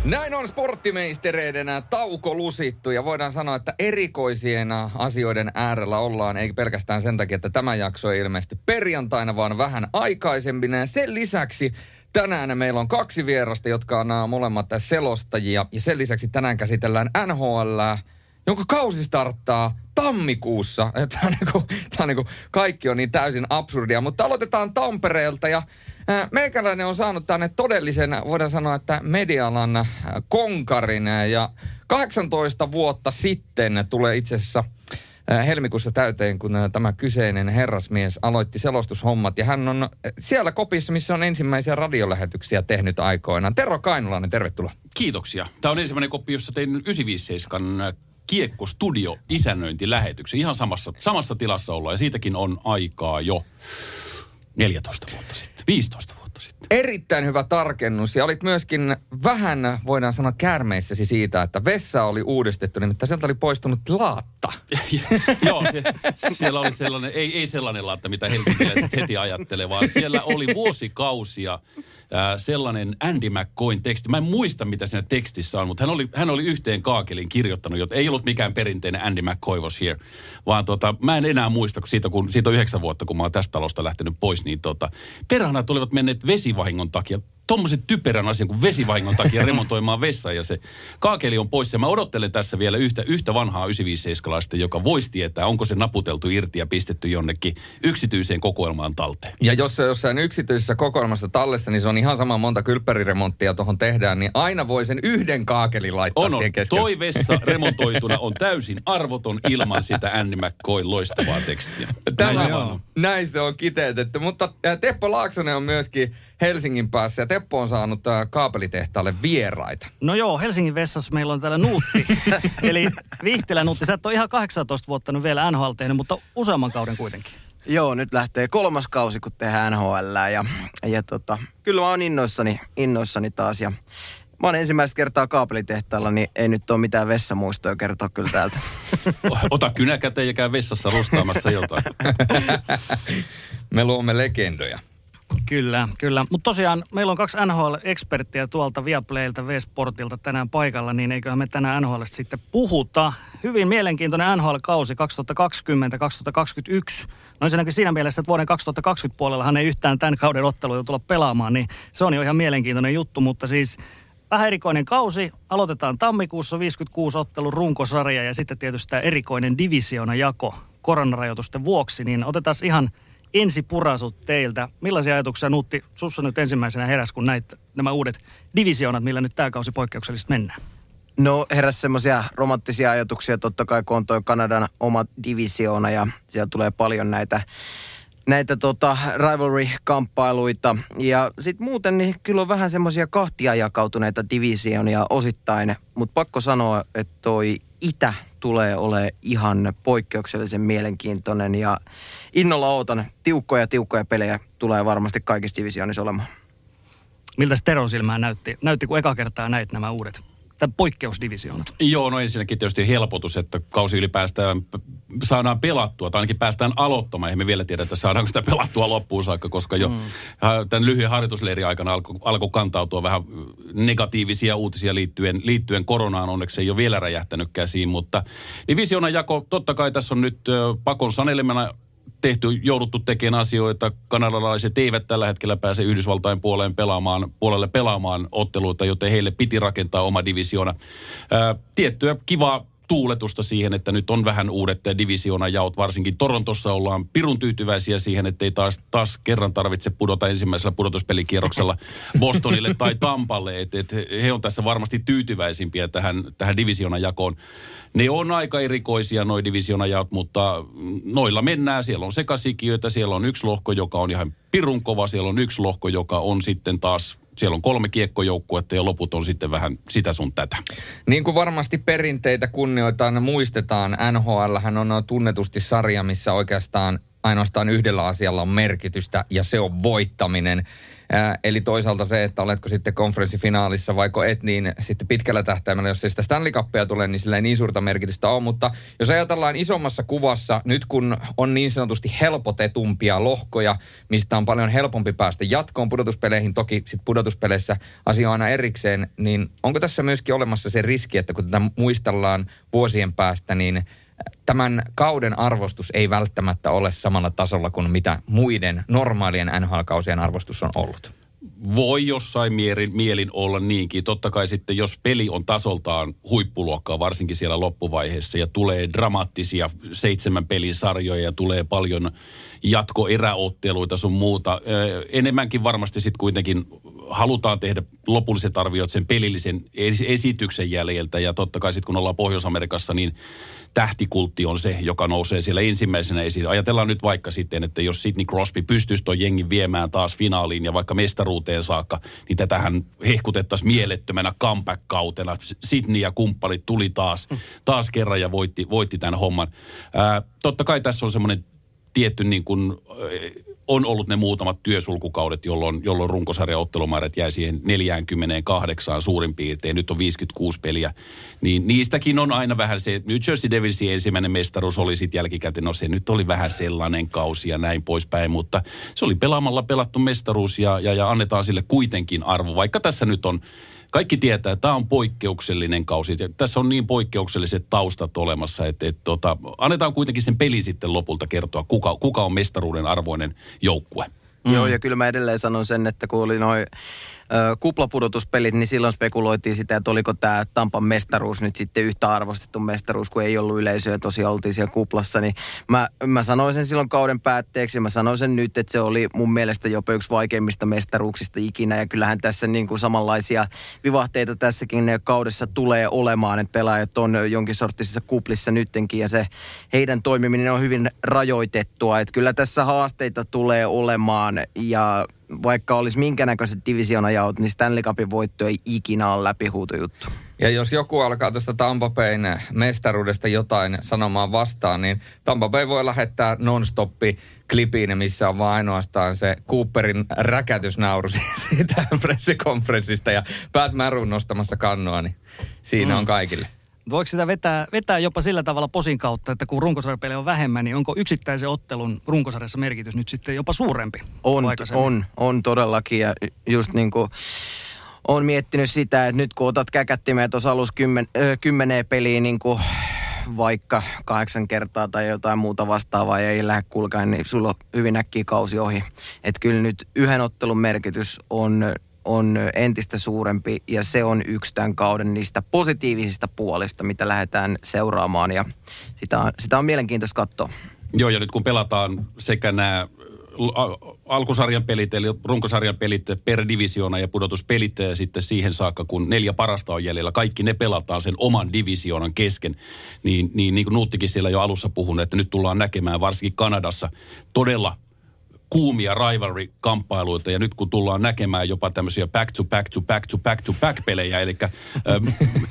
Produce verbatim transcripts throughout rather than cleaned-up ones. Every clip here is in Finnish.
Näin on sporttimeistereiden tauko lusittu ja voidaan sanoa, että erikoisien asioiden äärellä ollaan, ei pelkästään sen takia, että tämä jakso ei ilmeisesti perjantaina, vaan vähän aikaisemmin. Ja sen lisäksi tänään meillä on kaksi vierasta, jotka on molemmat selostajia ja sen lisäksi tänään käsitellään N H L, jonka kausi starttaa tammikuussa. Tämä on niin kuin, tämä on niin kuin, kaikki on niin täysin absurdia, mutta aloitetaan Tampereelta ja ää, meikäläinen on saanut tänne todellisen, voidaan sanoa, että media-alan ää, konkarin ja kahdeksantoista vuotta sitten tulee itse asiassa ää, helmikuussa täyteen, kun ää, tämä kyseinen herrasmies aloitti selostushommat ja hän on siellä kopissa, missä on ensimmäisiä radiolähetyksiä tehnyt aikoinaan. Tero Kainulainen, tervetuloa. Kiitoksia. Tämä on ensimmäinen koppi, jossa tein yhdeksänsataaviisikymmentäseitsemän Kiekko-studio isännöintilähetyksen. Ihan samassa, samassa tilassa ollaan ja siitäkin on aikaa jo neljätoista vuotta sitten, viisitoista vuotta sitten. Erittäin hyvä tarkennus ja olit myöskin vähän, voidaan sanoa, käärmeissäsi siitä, että vessa oli uudistettu, nimittäin sieltä oli poistunut laatta. Joo, se, siellä oli sellainen, ei, ei sellainen laatta, mitä helsinkiläiset heti ajattelee, vaan siellä oli vuosikausia äh, sellainen Andy McCoyn teksti. Mä en muista, mitä siinä tekstissä on, mutta hän oli, hän oli yhteen kaakeliin kirjoittanut, jotta ei ollut mikään perinteinen Andy McCoy was here, vaan tota, mä en enää muista, kun siitä, kun siitä on yhdeksän vuotta, kun mä oon tästä talosta lähtenyt pois, niin tota, perhanat olivat menneet vesivahingon takia, tommoisen typerän asian kuin vesivahingon takia remontoimaan vessaa ja se kaakeli on pois. Ja mä odottelen tässä vielä yhtä, yhtä vanhaa yhdeksänsataaviisikymmentäseitsemän joka voisi tietää, onko se naputeltu irti ja pistetty jonnekin yksityiseen kokoelmaan talteen. Ja jos se on jossain yksityisessä kokoelmassa tallessa, niin se on ihan sama monta kylppäriremonttia tuohon tehdään, niin aina voi sen yhden kaakelin laittaa on, siihen keskelle. Toi vessa remontoituna on täysin arvoton ilman sitä Andy McCoyn loistavaa tekstiä. Tämä näin, on, on. näin se on kiteytetty, mutta Teppo Laaksonen on myöskin Helsingin päässä ja Teppo on saanut äh, kaapelitehtaalle vieraita. No joo, Helsingin vessassa meillä on täällä Nuutti, eli Vihtilä Nuutti. Sä et ole ihan kahdeksantoista vuotta nyt vielä N H L tehnyt, mutta useamman kauden kuitenkin. Joo, nyt lähtee kolmas kausi, kun tehdään N H L ja, ja tota, kyllä mä oon innoissani, innoissani taas ja mä oon ensimmäistä kertaa kaapelitehtaalla, niin ei nyt ole mitään vessamuistoja kertoa kyllä täältä. Ota kynä käteen ja käy vessassa rustaamassa jotain. Me luomme legendoja. Kyllä, kyllä. Mutta tosiaan meillä on kaksi N H L-eksperttiä tuolta Viaplaylta, V-Sportilta tänään paikalla, niin eiköhän me tänään N H L:stä sitten puhuta. Hyvin mielenkiintoinen N H L-kausi kaksituhattakaksikymmentä kaksituhattakaksikymmentäyksi. No ensinnäkin siinä mielessä, että vuoden kaksituhattakaksikymmentä puolellahan ei yhtään tämän kauden otteluita tulla pelaamaan, niin se on jo ihan mielenkiintoinen juttu, mutta siis vähän erikoinen kausi. Aloitetaan tammikuussa viisikymmentäkuusi ottelun runkosarja ja sitten tietysti tämä erikoinen divisiona-jako koronarajoitusten vuoksi, niin otetaan ihan ensi purasut teiltä. Millaisia ajatuksia, Nuutti, sussa nyt ensimmäisenä heräs, kun näit nämä uudet divisioonat, millä nyt tämä kausi poikkeuksellisesti mennään? No heräs semmoisia romanttisia ajatuksia, totta kai kun on toi Kanadan oma divisioona ja siellä tulee paljon näitä, näitä tota rivalry-kamppailuita. Ja sitten muuten niin kyllä on vähän semmoisia kahtia jakautuneita divisioonia osittain, mutta pakko sanoa, että toi Itä tulee olemaan ihan poikkeuksellisen mielenkiintoinen ja innolla ootan. Tiukkoja tiukkoja pelejä tulee varmasti kaikissa divisioonissa olemaan. Miltä Teron silmään näytti, näytti, kun eka kertaa näit nämä uudet tai poikkeusdivisioonat? Joo, no ensinnäkin tietysti helpotus, että kausi ylipäästään saadaan pelattua, tai ainakin päästään aloittamaan. Eihän me vielä tiedä, että saadaanko sitä pelattua loppuun saakka, koska jo mm. tämän lyhyen harjoitusleirin aikana alkoi alko kantautua vähän negatiivisia uutisia liittyen, liittyen koronaan. Onneksi ei ole vielä räjähtänyt käsiin, mutta divisioonan jako, totta kai tässä on nyt pakon sanelemana tehty, jouduttu tekemään asioita. Kanadalaiset eivät tällä hetkellä pääse Yhdysvaltain puoleen pelaamaan, puolelle pelaamaan otteluita, joten heille piti rakentaa oma divisioona. Ää, tiettyä kivaa tuuletusta siihen, että nyt on vähän uudet divisioonajaot. Varsinkin Torontossa ollaan pirun tyytyväisiä siihen, ettei taas, taas kerran tarvitse pudota ensimmäisellä pudotuspelikierroksella Bostonille tai Tampalle. Et, et he on tässä varmasti tyytyväisimpiä tähän, tähän divisioonajakoon. Ne on aika erikoisia noi divisioonajat, mutta noilla mennään. Siellä on sekasikiöitä, siellä on yksi lohko, joka on ihan pirun kova. Siellä on yksi lohko, joka on sitten taas, siellä on kolme kiekkojoukkuetta ja loput on sitten vähän sitä sun tätä. Niin kuin varmasti perinteitä kunnioitetaan, muistetaan, N H L:hän on tunnetusti sarja, missä oikeastaan ainoastaan yhdellä asialla on merkitystä ja se on voittaminen. Ää, eli toisaalta se, että oletko sitten konferenssifinaalissa vaiko et, niin sitten pitkällä tähtäimellä, jos ei sitä Stanley Cupia tule, niin sillä ei niin suurta merkitystä ole. Mutta jos ajatellaan isommassa kuvassa, nyt kun on niin sanotusti helpotetumpia lohkoja, mistä on paljon helpompi päästä jatkoon pudotuspeleihin, toki sitten pudotuspeleissä asia on aina erikseen, niin onko tässä myöskin olemassa se riski, että kun tätä muistellaan vuosien päästä, niin tämän kauden arvostus ei välttämättä ole samalla tasolla kuin mitä muiden normaalien N H L-kausien arvostus on ollut? Voi jossain mielin, mielin olla niinkin. Totta kai sitten, jos peli on tasoltaan huippuluokkaa, varsinkin siellä loppuvaiheessa, ja tulee dramaattisia seitsemän pelin sarjoja ja tulee paljon jatkoeräotteluita sun muuta. Enemmänkin varmasti sitten kuitenkin halutaan tehdä lopulliset arviot sen pelillisen esityksen jäljeltä. Ja totta kai sitten, kun ollaan Pohjois-Amerikassa, niin tähtikultti on se, joka nousee siellä ensimmäisenä esiin. Ajatellaan nyt vaikka sitten, että jos Sidney Crosby pystyisi tuon jengin viemään taas finaaliin ja vaikka mestaruuteen saakka, niin tätähän hehkutettaisiin mielettömänä comeback-kautena. Sidney ja kumppanit tuli taas, taas kerran ja voitti, voitti tämän homman. Ää, totta kai tässä on semmoinen tietty niin kuin, on ollut ne muutamat työsulkukaudet, jolloin, jolloin runkosarjan ottelumäärät jäi siihen neljäkymmentäkahdeksan suurin piirtein. Nyt on viisikymmentäkuusi peliä. Niin niistäkin on aina vähän se, New Jersey Devilsin ensimmäinen mestaruus oli sitten jälkikäteen. No se nyt oli vähän sellainen kausi ja näin poispäin, mutta se oli pelaamalla pelattu mestaruus ja, ja, ja annetaan sille kuitenkin arvo. Vaikka tässä nyt on, kaikki tietää, että tämä on poikkeuksellinen kausi. Tässä on niin poikkeukselliset taustat olemassa, että, että tota, annetaan kuitenkin sen peli sitten lopulta kertoa, kuka, kuka on mestaruuden arvoinen joukkue. Mm. Joo, ja kyllä mä edelleen sanon sen, että kun oli noin kuplapudotuspelit, niin silloin spekuloitiin sitä, että oliko tämä Tampan mestaruus nyt sitten yhtä arvostettu mestaruus, kun ei ollut yleisöä, tosiaan oltiin siellä kuplassa. Niin mä, mä sanoin sen silloin kauden päätteeksi ja mä sanoin sen nyt, että se oli mun mielestä jopa yksi vaikeimmista mestaruuksista ikinä. Ja kyllähän tässä niin kuin samanlaisia vivahteita tässäkin kaudessa tulee olemaan, että pelaajat on jonkin sorttisissa kuplissa nyttenkin ja se heidän toimiminen on hyvin rajoitettua. Että kyllä tässä haasteita tulee olemaan ja vaikka olisi minkä näköiset divisionajaot, niin Stanley Cupin voitto ei ikinä ole läpihuutojuttu. Ja jos joku alkaa tästä Tampa Bayn mestaruudesta jotain sanomaan vastaan, niin Tampa Bay voi lähettää non-stoppi klipiin, missä on vaan ainoastaan se Cooperin räkätysnauru siitä pressikonferenssista ja Pat Maroon nostamassa kannua, niin siinä mm. on kaikille. Voiko sitä vetää, vetää jopa sillä tavalla posin kautta, että kun runkosarjapelejä on vähemmän, niin onko yksittäisen ottelun runkosarjassa merkitys nyt sitten jopa suurempi? On, on, on todellakin ja just niin kuin olen miettinyt sitä, että nyt kun otat käkättimeen tuossa alussa kymmen, ö, kymmeneen peliin niin kuin vaikka kahdeksan kertaa tai jotain muuta vastaavaa ja ei lähde kulkemaan, niin sulla on hyvin äkkiä kausi ohi. Että kyllä nyt yhden ottelun merkitys on on entistä suurempi ja se on yksi tämän kauden niistä positiivisista puolista, mitä lähdetään seuraamaan ja sitä on, sitä on mielenkiintoista katsoa. Joo, ja nyt kun pelataan sekä nämä alkusarjan pelit, eli runkosarjan pelit per divisioona ja pudotuspelit ja sitten siihen saakka, kun neljä parasta on jäljellä, kaikki ne pelataan sen oman divisioonan kesken, niin, niin, niin kuin Nuuttikin siellä jo alussa puhunut, että nyt tullaan näkemään varsinkin Kanadassa todella kuumia rivalry-kamppailuita, ja nyt kun tullaan näkemään jopa tämmöisiä back to back to back to back to back pelejä, eli ähm,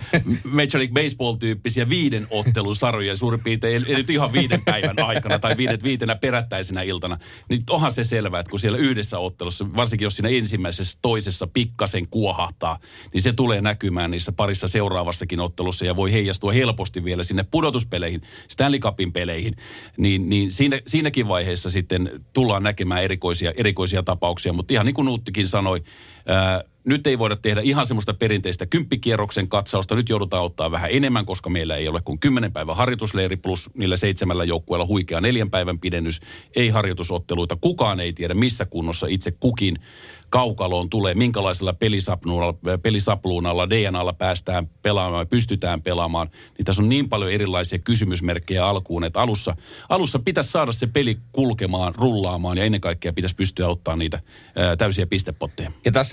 Major League Baseball-tyyppisiä viiden ottelun sarjoja suurin piirtein, eli nyt ihan viiden päivän aikana tai viidet viitenä perättäisenä iltana, niin onhan se selvää, että kun siellä yhdessä ottelussa, varsinkin jos siinä ensimmäisessä toisessa pikkasen kuohahtaa, niin se tulee näkymään niissä parissa seuraavassakin ottelussa ja voi heijastua helposti vielä sinne pudotuspeleihin, Stanley Cupin peleihin, niin, niin siinä, siinäkin vaiheessa sitten tullaan näkemään erikoisia, erikoisia tapauksia, mutta ihan niin kuin Nuuttikin sanoi, ää, nyt ei voida tehdä ihan semmoista perinteistä kymppikierroksen katsausta. Nyt joudutaan ottaa vähän enemmän, koska meillä ei ole kuin kymmenen päivän harjoitusleiri plus niillä seitsemällä joukkueella huikea neljän päivän pidennys. Ei harjoitusotteluita. Kukaan ei tiedä, missä kunnossa itse kukin kaukaloon tulee, minkälaisella pelisapluunalla, pelisapluunalla D N A:lla päästään pelaamaan, pystytään pelaamaan. Niin tässä on niin paljon erilaisia kysymysmerkkejä alkuun, että alussa, alussa pitäisi saada se peli kulkemaan, rullaamaan ja ennen kaikkea pitäisi pystyä ottaa niitä ää, täysiä pistepotteja. Ja tässä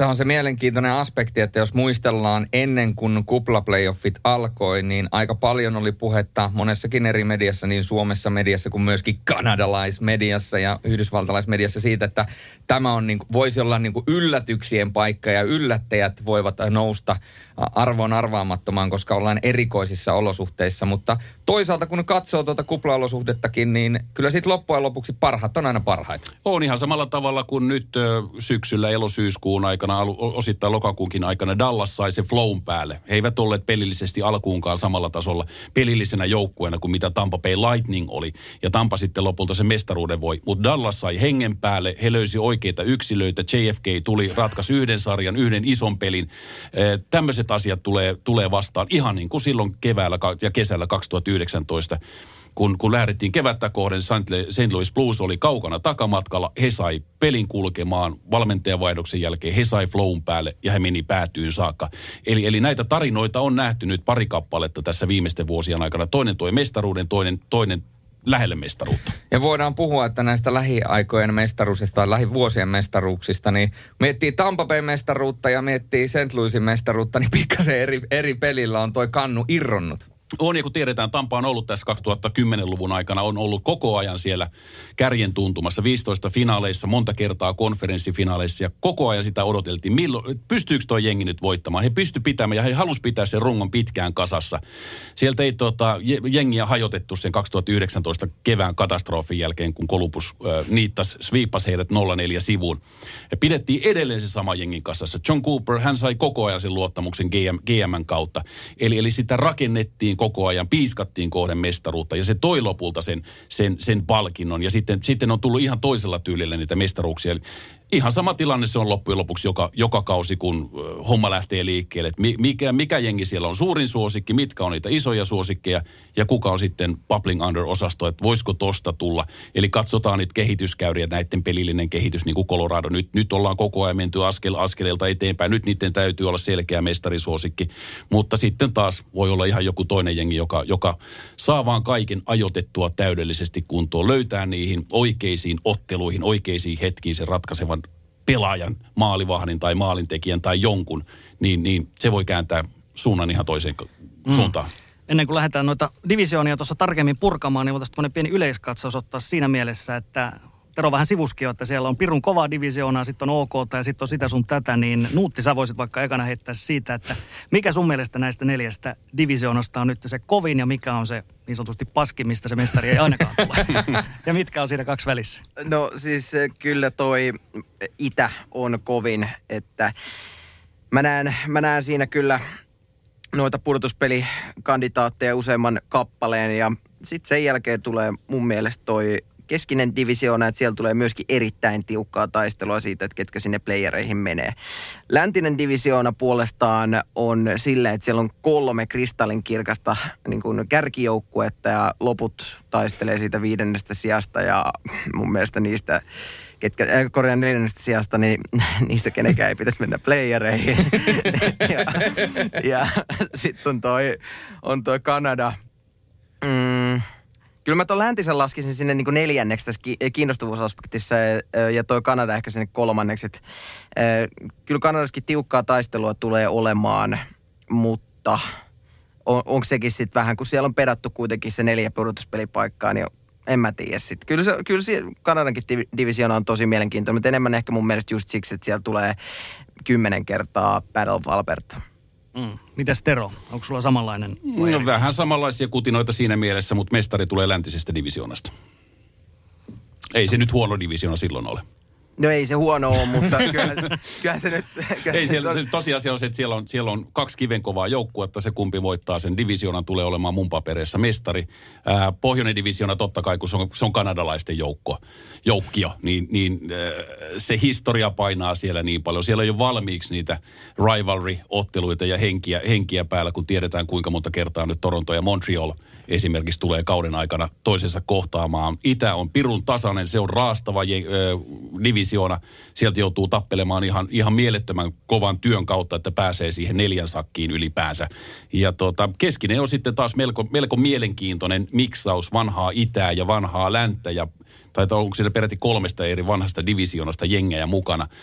tässä on se mielenkiintoinen aspekti, että jos muistellaan ennen kuin kuplaplayoffit alkoi, niin aika paljon oli puhetta monessakin eri mediassa, niin Suomessa mediassa kuin myöskin kanadalaismediassa ja yhdysvaltalaismediassa siitä, että tämä on niin kuin, voisi olla niin kuin yllätyksien paikka ja yllättäjät voivat nousta arvoon arvaamattomaan, koska ollaan erikoisissa olosuhteissa. Mutta toisaalta kun katsoo tuota kuplaolosuhdettakin, niin kyllä sitten loppujen lopuksi parhaat on aina parhaita. On ihan samalla tavalla kuin nyt syksyllä elosyyskuun aikana, osittain lokakuunkin aikana Dallas sai se flown päälle. He eivät olleet pelillisesti alkuunkaan samalla tasolla pelillisenä joukkueena kuin mitä Tampa Bay Lightning oli. Ja Tampa sitten lopulta se mestaruuden voi. Mutta Dallas sai hengen päälle, he löysi oikeita yksilöitä. J F K tuli, ratkaisi yhden sarjan, yhden ison pelin. Tämmöiset asiat tulee, tulee vastaan ihan niin kuin silloin keväällä ja kesällä kaksituhattayhdeksäntoista. Kun, kun lähdettiin kevättä kohden, Saint Louis Blues oli kaukana takamatkalla. He sai pelin kulkemaan valmentajavaihdoksen jälkeen. He sai flown päälle ja he meni päätyyn saakka. Eli, eli näitä tarinoita on nähty nyt pari kappaletta tässä viimeisten vuosien aikana. Toinen toi mestaruuden, toinen, toinen lähelle mestaruutta. Ja voidaan puhua, että näistä lähiaikojen mestaruuksista tai lähivuosien mestaruuksista, niin miettii Tampa Bay mestaruutta ja miettii Saint Louisin mestaruutta, niin pikkasen eri, eri pelillä on toi kannu irronnut. On, ja kun tiedetään, Tampa on ollut tässä kaksituhattakymmenluvun aikana, on ollut koko ajan siellä kärjen tuntumassa, viisitoista finaaleissa, monta kertaa konferenssifinaaleissa, ja koko ajan sitä odoteltiin, milloin, pystyykö tuo jengi nyt voittamaan. He pysty pitämään, ja he halusi pitää sen rungon pitkään kasassa. Sieltä ei tota, jengiä hajotettu sen kaksituhattayhdeksäntoista kevään katastrofin jälkeen, kun Columbus äh, niittas, sviippasi heidät nolla neljä sivuun. Ja pidettiin edelleen se sama jengin kasassa. John Cooper, hän sai koko ajan sen luottamuksen G M, G M:n kautta. Eli, eli sitä rakennettiin koko ajan, piiskattiin kohden mestaruutta ja se toi lopulta sen, sen, sen palkinnon. Ja sitten, sitten on tullut ihan toisella tyylillä niitä mestaruuksia. Eli ihan sama tilanne se on loppujen lopuksi joka, joka kausi, kun homma lähtee liikkeelle. Että mikä, mikä jengi siellä on suurin suosikki, mitkä on niitä isoja suosikkeja ja kuka on sitten bubbling under-osasto, että voisiko tosta tulla. Eli katsotaan niitä kehityskäyriä, näiden pelillinen kehitys, niin kuin Colorado. Nyt, nyt ollaan koko ajan menty askel, askeleelta eteenpäin. Nyt niiden täytyy olla selkeä mestarisuosikki. Mutta sitten taas voi olla ihan joku toinen jengi, joka, joka saa vaan kaiken ajoitettua täydellisesti kuntoon. Löytää niihin oikeisiin otteluihin, oikeisiin hetkiin sen ratkaisevan pelaajan, maalivahdin tai maalintekijän tai jonkun, niin, niin se voi kääntää suunnan ihan toiseen mm. suuntaan. Ennen kuin lähdetään noita divisioonia tuossa tarkemmin purkamaan, niin voitaisiin tuonne pieni yleiskatsaus ottaa siinä mielessä, että Tero vähän sivuskin, että siellä on pirun kovaa divisioonaa, sitten on OK ja sitten on sitä sun tätä, niin Nuutti, sä voisit vaikka ekana heittää siitä, että mikä sun mielestä näistä neljästä divisioonasta on nyt se kovin ja mikä on se niin sanotusti paskin, mistä se mestari ei ainakaan tule. Ja mitkä on siinä kaksi välissä? No siis kyllä toi Itä on kovin, että mä näen, mä näen siinä kyllä noita pudotuspelikandidaatteja useamman kappaleen ja sitten sen jälkeen tulee mun mielestä toi keskinen divisioona, että siellä tulee myöskin erittäin tiukkaa taistelua siitä, että ketkä sinne playereihin menee. Läntinen divisioona puolestaan on silleen, että siellä on kolme kristallinkirkasta niin kuin kärkijoukkuetta ja loput taistelee siitä viidennestä sijasta ja mun mielestä niistä, ketkä, äh, korjaan neljännestä sijasta, niin niistä kenenkään ei pitäisi mennä playereihin. ja ja sitten on toi, on toi Kanada. Mm. Kyllä mä tuon läntisen laskisin sinne niin kuin neljänneksi tässä kiinnostavuusaspektissa ja toi Kanada ehkä sinne kolmanneksi. Kyllä Kanadassakin tiukkaa taistelua tulee olemaan, mutta on, onko sekin sitten vähän, kun siellä on pedattu kuitenkin se neljä pudotuspelipaikkaa, niin en mä tiedä sitten. Kyllä, se, kyllä se Kanadankin divisioona on tosi mielenkiintoinen, mutta enemmän ehkä mun mielestä just siksi, että siellä tulee kymmenen kertaa Battle of Alberta. Mm. Mitäs Tero? Onko sulla samanlainen? No, vähän samanlaisia kutinoita siinä mielessä, mutta mestari tulee läntisestä divisioonasta. Ei se nyt huono divisioona silloin ole. No ei se huono ole, mutta kyllä, kyllä se nyt... Kyllä ei, siellä, se tosiasia on se, että siellä on, siellä on kaksi kivenkovaa joukkuetta. Se kumpi voittaa sen divisioonan tulee olemaan mun papereissa mestari. Ää, pohjoinen divisioona totta kai, kun se on, se on kanadalaisten joukko, joukkio, niin, niin ää, se historia painaa siellä niin paljon. Siellä on jo valmiiksi niitä rivalry-otteluita ja henkiä, henkiä päällä, kun tiedetään kuinka monta kertaa nyt Toronto ja Montreal esimerkiksi tulee kauden aikana toisensa kohtaamaan. Itä on pirun tasainen, se on raastava je, ö, divisioona. Sieltä joutuu tappelemaan ihan, ihan mielettömän kovan työn kautta, että pääsee siihen neljän sakkiin ylipäänsä. Ja tota, keskinen on sitten taas melko, melko mielenkiintoinen miksaus vanhaa Itää ja vanhaa länttä ja tai onko siellä peräti kolmesta eri vanhasta divisioonasta jengejä mukana.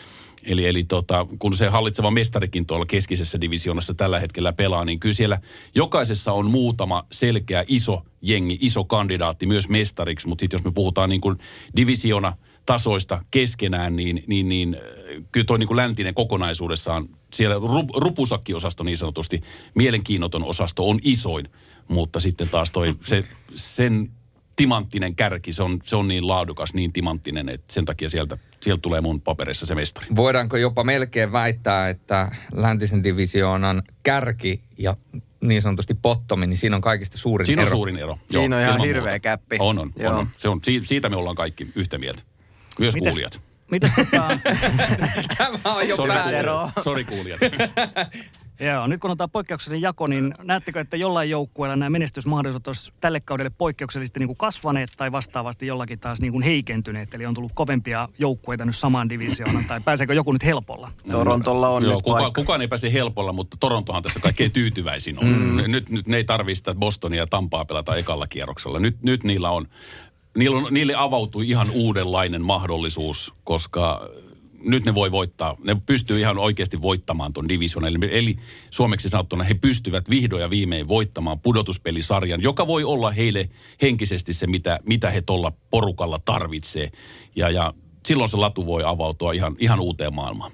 Eli, eli tota, kun se hallitseva mestarikin tuolla keskisessä divisioonassa tällä hetkellä pelaa, niin kyllä siellä jokaisessa on muutama selkeä iso jengi, iso kandidaatti myös mestariksi. Mutta sitten jos me puhutaan niin kuin divisioona tasoista keskenään, niin, niin, niin kyllä tuo niin kuin läntinen kokonaisuudessaan, siellä rupusakkiosasto niin sanotusti, mielenkiinnoton osasto on isoin, mutta sitten taas toi, se, sen timanttinen kärki, se on, se on niin laadukas, niin timanttinen, että sen takia sieltä, sieltä tulee mun paperissa se mestari. Voidaanko jopa melkein väittää, että läntisen divisioonan kärki ja niin sanotusti bottomi, niin siinä on kaikista suurin siinä ero. Siinä on suurin ero. Siinä Joo, on ihan hirveä muuta. käppi. On, on, on, on. Se on. Siitä me ollaan kaikki yhtä mieltä. Myös Mites, kuulijat. Mites tota... Tämä on jo Sori pääero. kuulijat. Sori kuulijat. Joo, nyt kun on tämä poikkeuksellinen jako, niin näettekö, että jollain joukkueella nämä menestysmahdollisuudet olisi tälle kaudelle poikkeuksellisesti niin kuin kasvaneet tai vastaavasti jollakin taas niin kuin heikentyneet? Eli on tullut kovempia joukkueita nyt samaan divisioonan tai pääseekö joku nyt helpolla? Torontolla on Joo, nyt kuka, paikka. kukaan ei pääse helpolla, mutta Torontohan tässä kaikkein tyytyväisin on. Mm. Nyt, nyt ne ei tarvitse sitä Bostonia ja Tampaa pelata ekalla kierroksella. Nyt, nyt niillä on, niillä on, niille avautui ihan uudenlainen mahdollisuus, koska nyt ne voi voittaa. Ne pystyy ihan oikeasti voittamaan ton divisioonan. Eli, eli suomeksi sanottuna he pystyvät vihdoin ja viimein voittamaan pudotuspelisarjan, joka voi olla heille henkisesti se, mitä, mitä he tuolla porukalla tarvitsee. Ja, ja silloin se latu voi avautua ihan, ihan uuteen maailmaan.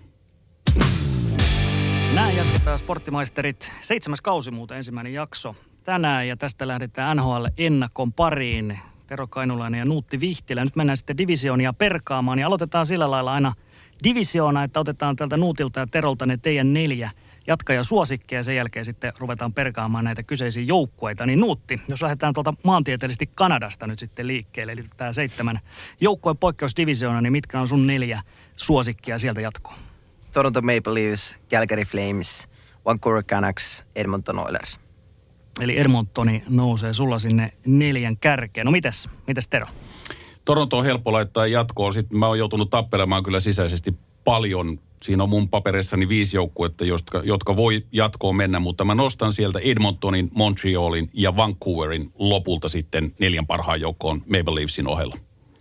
Näin jatketaan Sporttimaisterit. Seitsemäs kausi muuten ensimmäinen jakso tänään ja tästä lähdetään N H L-ennakon pariin. Tero Kainulainen ja Nuutti Vihtilä. Nyt mennään sitten divisioonia perkaamaan ja aloitetaan sillä lailla aina divisioona, että otetaan tältä Nuutilta ja Terolta ne teidän neljä jatkajasuosikkeja ja sen jälkeen sitten ruvetaan perkaamaan näitä kyseisiä joukkueita. Niin Nuutti, jos lähdetään tuolta maantieteellisesti Kanadasta nyt sitten liikkeelle, eli tämä seitsemän joukkueen poikkeusdivisioona, niin mitkä on sun neljä suosikkia sieltä jatkoon? Toronto Maple Leafs, Calgary Flames, Vancouver Canucks, Edmonton Oilers. Eli Edmontoni nousee sulla sinne neljän kärkeen. No mites, mites Tero? Toronto on helppo laittaa jatkoon. Sitten mä oon joutunut tappelemaan kyllä sisäisesti paljon. Siinä on mun paperissani viisi joukkuetta, jotka, jotka voi jatkoon mennä, mutta mä nostan sieltä Edmontonin, Montrealin ja Vancouverin lopulta sitten neljän parhaan joukkoon Maple Leafsin ohella.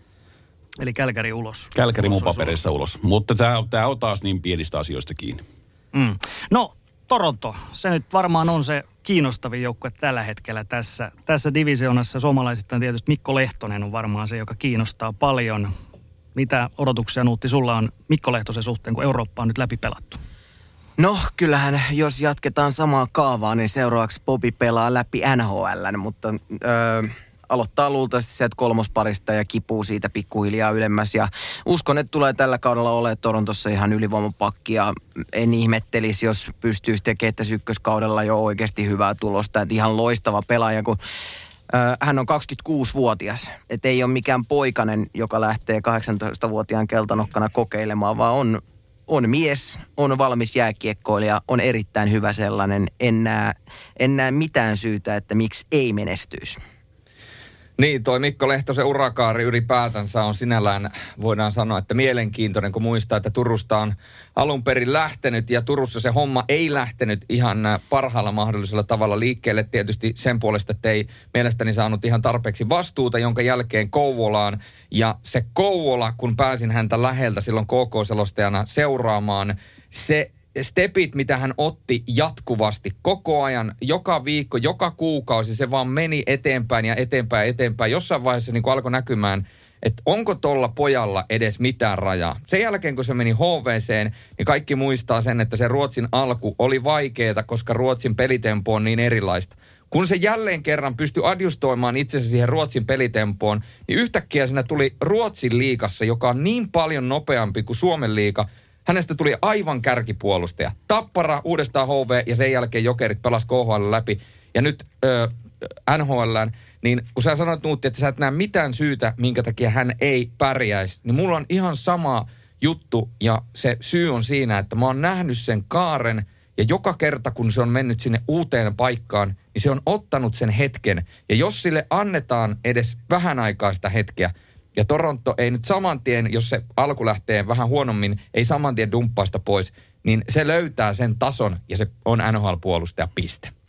Eli Calgary ulos. Calgary mun ulos, paperissa ulos. ulos. Mutta tää, tää on taas niin pienistä asioista kiinni. Mm. No, Toronto, se nyt varmaan on se kiinnostavin joukkue tällä hetkellä tässä, tässä divisioonassa. Suomalaisittain tietysti Mikko Lehtonen on varmaan se, joka kiinnostaa paljon. Mitä odotuksia, Nuutti, sulla on Mikko Lehtosen suhteen, kun Eurooppa on nyt läpi pelattu? No, kyllähän jos jatketaan samaa kaavaa, niin seuraavaksi Bobby pelaa läpi N H L:n, mutta öö, aloittaa luultavasti sieltä kolmosparista ja kipuu siitä pikkuhiljaa ylemmäs. Ja uskon, että tulee tällä kaudella olemaan Torontossa ihan ylivoimapakki ja en ihmettelisi, jos pystyisi tekemään tässä ykköskaudella jo oikeasti hyvää tulosta. Että ihan loistava pelaaja, kun hän on kaksikymmentäkuusivuotias, että ei ole mikään poikainen, joka lähtee kahdeksantoistavuotiaan keltanokkana kokeilemaan, vaan on, on mies, on valmis jääkiekkoilija, on erittäin hyvä sellainen. En näe, en näe mitään syytä, että miksi ei menestyisi. Niin, toi Mikko Lehtosen urakaari ylipäätänsä on sinällään, voidaan sanoa, että mielenkiintoinen, kun muistaa, että Turusta on alun perin lähtenyt ja Turussa se homma ei lähtenyt ihan parhaalla mahdollisella tavalla liikkeelle. Tietysti sen puolesta, että ei mielestäni saanut ihan tarpeeksi vastuuta, jonka jälkeen Kouvolaan. Ja se Kouvola, kun pääsin häntä läheltä silloin K K-selostajana seuraamaan, se stepit, mitä hän otti jatkuvasti koko ajan, joka viikko, joka kuukausi, se vaan meni eteenpäin ja eteenpäin ja eteenpäin. Jossain vaiheessa niin kuin alkoi näkymään, että onko tolla pojalla edes mitään rajaa. Sen jälkeen, kun se meni H V C:en, niin kaikki muistaa sen, että se Ruotsin alku oli vaikeaa, koska Ruotsin pelitempo on niin erilaista. Kun se jälleen kerran pystyi adjustoimaan itsensä siihen Ruotsin pelitempoon, niin yhtäkkiä siinä tuli Ruotsin liigassa, joka on niin paljon nopeampi kuin Suomen liiga. Hänestä tuli aivan kärkipuolustaja. Tappara, uudestaan H V ja sen jälkeen Jokerit pelasi K H L läpi. Ja nyt ö, N H L, niin kun sä sanoit, Nuutti, että sä et näe mitään syytä, minkä takia hän ei pärjäisi, niin mulla on ihan sama juttu ja se syy on siinä, että mä oon nähnyt sen kaaren ja joka kerta kun se on mennyt sinne uuteen paikkaan, niin se on ottanut sen hetken. Ja jos sille annetaan edes vähän aikaa sitä hetkeä, ja Toronto ei nyt saman tien, jos se alku lähtee vähän huonommin, ei saman tien dumppaa sitä pois, niin se löytää sen tason ja se on N H L-puolustaja, piste.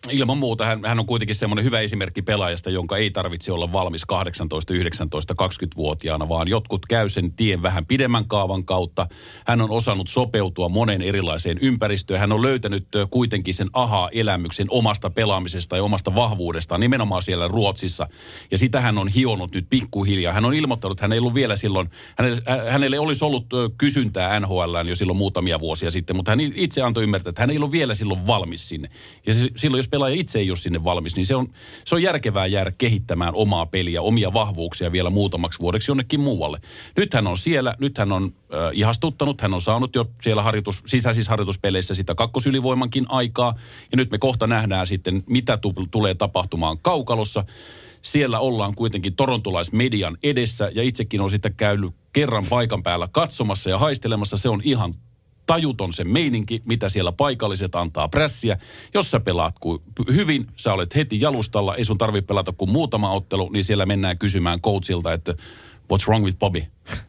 Ilman muuta hän, hän on kuitenkin semmoinen hyvä esimerkki pelaajasta, jonka ei tarvitse olla valmis kahdeksantoista, yhdeksäntoista, kaksikymmentävuotiaana, vaan jotkut käy sen tien vähän pidemmän kaavan kautta. Hän on osannut sopeutua monen erilaiseen ympäristöön. Hän on löytänyt kuitenkin sen aha-elämyksen omasta pelaamisesta ja omasta vahvuudestaan, nimenomaan siellä Ruotsissa. Ja sitä hän on hionut nyt pikkuhiljaa. Hän on ilmoittanut, että hän ei ollut vielä silloin, hänelle, hänelle olisi ollut kysyntää N H L:ään jo silloin muutamia vuosia sitten, mutta hän itse antoi ymmärtää, että hän ei ollut vielä silloin valmis sinne. Ja silloin, jos pelaaja itse ei ole sinne valmis, niin se on, se on järkevää jäädä kehittämään omaa peliä, omia vahvuuksia vielä muutamaksi vuodeksi jonnekin muualle. Nyt hän on siellä, nyt hän on äh, ihastuttanut, hän on saanut jo siellä harjoitus, sisäisissä harjoituspeleissä sitä kakkosylivoimankin aikaa, ja nyt me kohta nähdään sitten, mitä tu- tulee tapahtumaan kaukalossa. Siellä ollaan kuitenkin torontolaismedian edessä, ja itsekin on sitten käynyt kerran paikan päällä katsomassa ja haistelemassa, se on ihan tajuton se meininki, mitä siellä paikalliset antaa prässiä. Jos sä pelaat hyvin, sä olet heti jalustalla, ei sun tarvitse pelata kuin muutama ottelu, niin siellä mennään kysymään coachilta, että what's wrong with Bobby?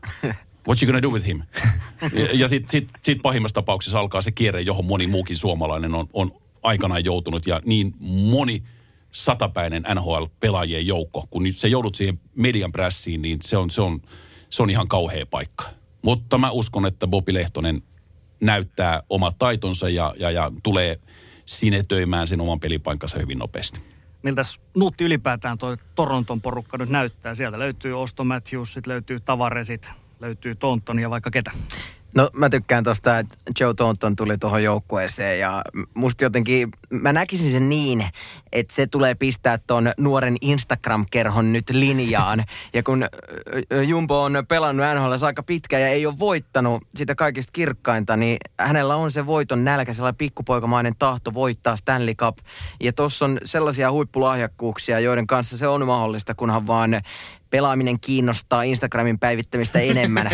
What you gonna do with him? Ja, ja sitten sit, sit pahimmassa tapauksessa alkaa se kierre, johon moni muukin suomalainen on, on aikanaan joutunut, ja niin moni satapäinen N H L-pelaajien joukko, kun nyt sä joudut siihen median prässiin, niin se on, se on, se on ihan kauhea paikka. Mutta mä uskon, että Bobby Lehtonen näyttää omat taitonsa ja, ja, ja tulee sinetöimään sen oman pelipaikkansa hyvin nopeasti. Miltäs Nuutti ylipäätään toi Toronton porukka nyt näyttää? Sieltä löytyy Auston Matthewsit, löytyy Tavaresit, löytyy Thornton ja vaikka ketä. No mä tykkään tosta, että Joe Thornton tuli tuohon joukkueeseen ja musta jotenkin, mä näkisin sen niin, että se tulee pistää ton nuoren Instagram-kerhon nyt linjaan. Ja kun Jumbo on pelannut N H L:ssä aika pitkään ja ei ole voittanut sitä kaikista kirkkainta, niin hänellä on se voiton nälkä, sellainen pikkupoikamainen tahto voittaa Stanley Cup. Ja tossa on sellaisia huippulahjakkuuksia, joiden kanssa se on mahdollista, kunhan vaan pelaaminen kiinnostaa Instagramin päivittämistä enemmän.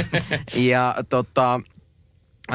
Ja tota, öö,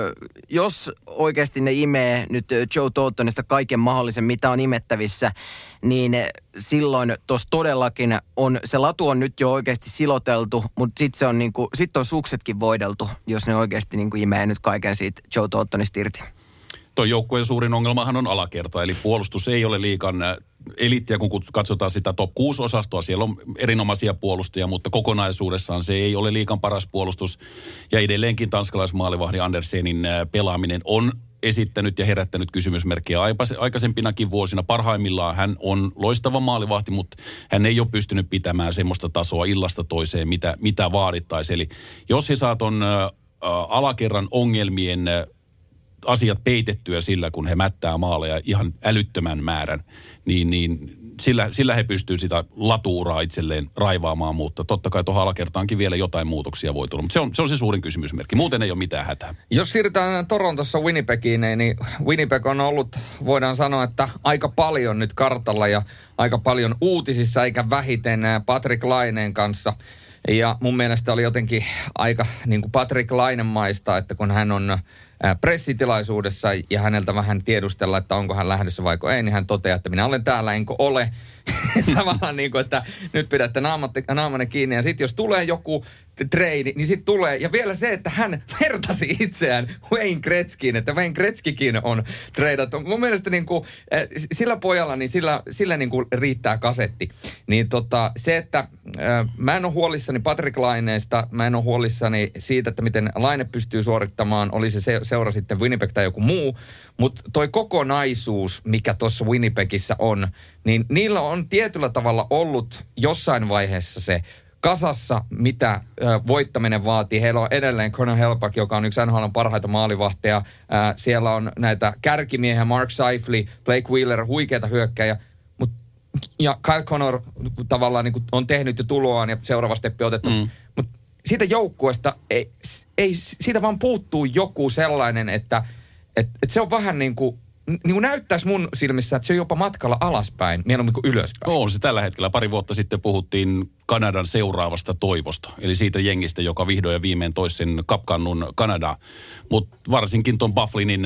jos oikeasti ne imee nyt Joe Thorntonista kaiken mahdollisen, mitä on imettävissä, niin silloin tuossa todellakin on, se latu on nyt jo oikeasti siloteltu, mutta sitten se on niinku, sit on suksetkin voideltu, jos ne oikeasti niinku imee nyt kaiken siitä Joe Thorntonista irti. Tuo joukkueen suurin ongelmahan on alakerta, eli puolustus ei ole liikan eliittiä, kun katsotaan sitä top kuusi osastoa. Siellä on erinomaisia puolustajia, mutta kokonaisuudessaan se ei ole liikan paras puolustus. Ja edelleenkin tanskalaismaalivahdi Andersenin pelaaminen on esittänyt ja herättänyt kysymysmerkkiä aikaisempinakin vuosina. Parhaimmillaan hän on loistava maalivahti, mutta hän ei ole pystynyt pitämään semmoista tasoa illasta toiseen, mitä, mitä vaadittaisi. Eli jos he saa ton ä, alakerran ongelmien ä, asiat peitettyä sillä, kun he mättää maaleja ihan älyttömän määrän, niin, niin sillä, sillä he pystyvät sitä latuuraa itselleen raivaamaan, mutta totta kai tuohon alakertaankin vielä jotain muutoksia voi tulla. Mutta se on, se on se suurin kysymysmerkki. Muuten ei ole mitään hätää. Jos siirrytään Torontossa Winnipegiin, niin Winnipeg on ollut, voidaan sanoa, että aika paljon nyt kartalla ja aika paljon uutisissa, eikä vähiten Patrik Laineen kanssa. Ja mun mielestä oli jotenkin aika niin kuin Patrik Lainemaista, että kun hän on pressitilaisuudessa ja häneltä vähän tiedustella, että onko hän lähdössä vai ei, niin hän toteaa, että minä olen täällä, enkä ole. Tavallaan niin kuin, että nyt pidätte naamanne kiinni ja sitten jos tulee joku trade, niin sitten tulee. Ja vielä se, että hän vertasi itseään Wayne Gretzkyin, että Wayne Gretzkykin on treidattu. Mun mielestä niin kuin, sillä pojalla, niin sillä, sillä niin kuin riittää kasetti. Niin tota, se, että äh, mä en ole huolissani Patrik Laineesta, mä en ole huolissani siitä, että miten Laine pystyy suorittamaan, oli se, se seura sitten Winnipeg tai joku muu, mutta toi kokonaisuus, mikä tuossa Winnipegissä on, niin niillä on tietyllä tavalla ollut jossain vaiheessa se kasassa, mitä äh, voittaminen vaatii. Heillä on edelleen Connor Hellebuyck, joka on yksi N H L:n parhaita maalivahteja. Äh, siellä on näitä kärkimiehiä, Mark Scheifele, Blake Wheeler, huikeita hyökkäjä. Mut, ja Kyle Connor tavallaan niin kuin on tehnyt jo tuloaan ja seuraava steppi otettavasti. Mm. Mutta siitä joukkueesta, ei, ei, siitä vaan puuttuu joku sellainen, että et, et se on vähän niin kuin niin kuin näyttäisi mun silmissä, että se on jopa matkalla alaspäin, mieluummin kuin ylöspäin. On se tällä hetkellä. Pari vuotta sitten puhuttiin Kanadan seuraavasta toivosta. Eli siitä jengistä, joka vihdoin ja viimein toisi sen kapkannun Kanadaa. Mutta varsinkin ton Bufflinin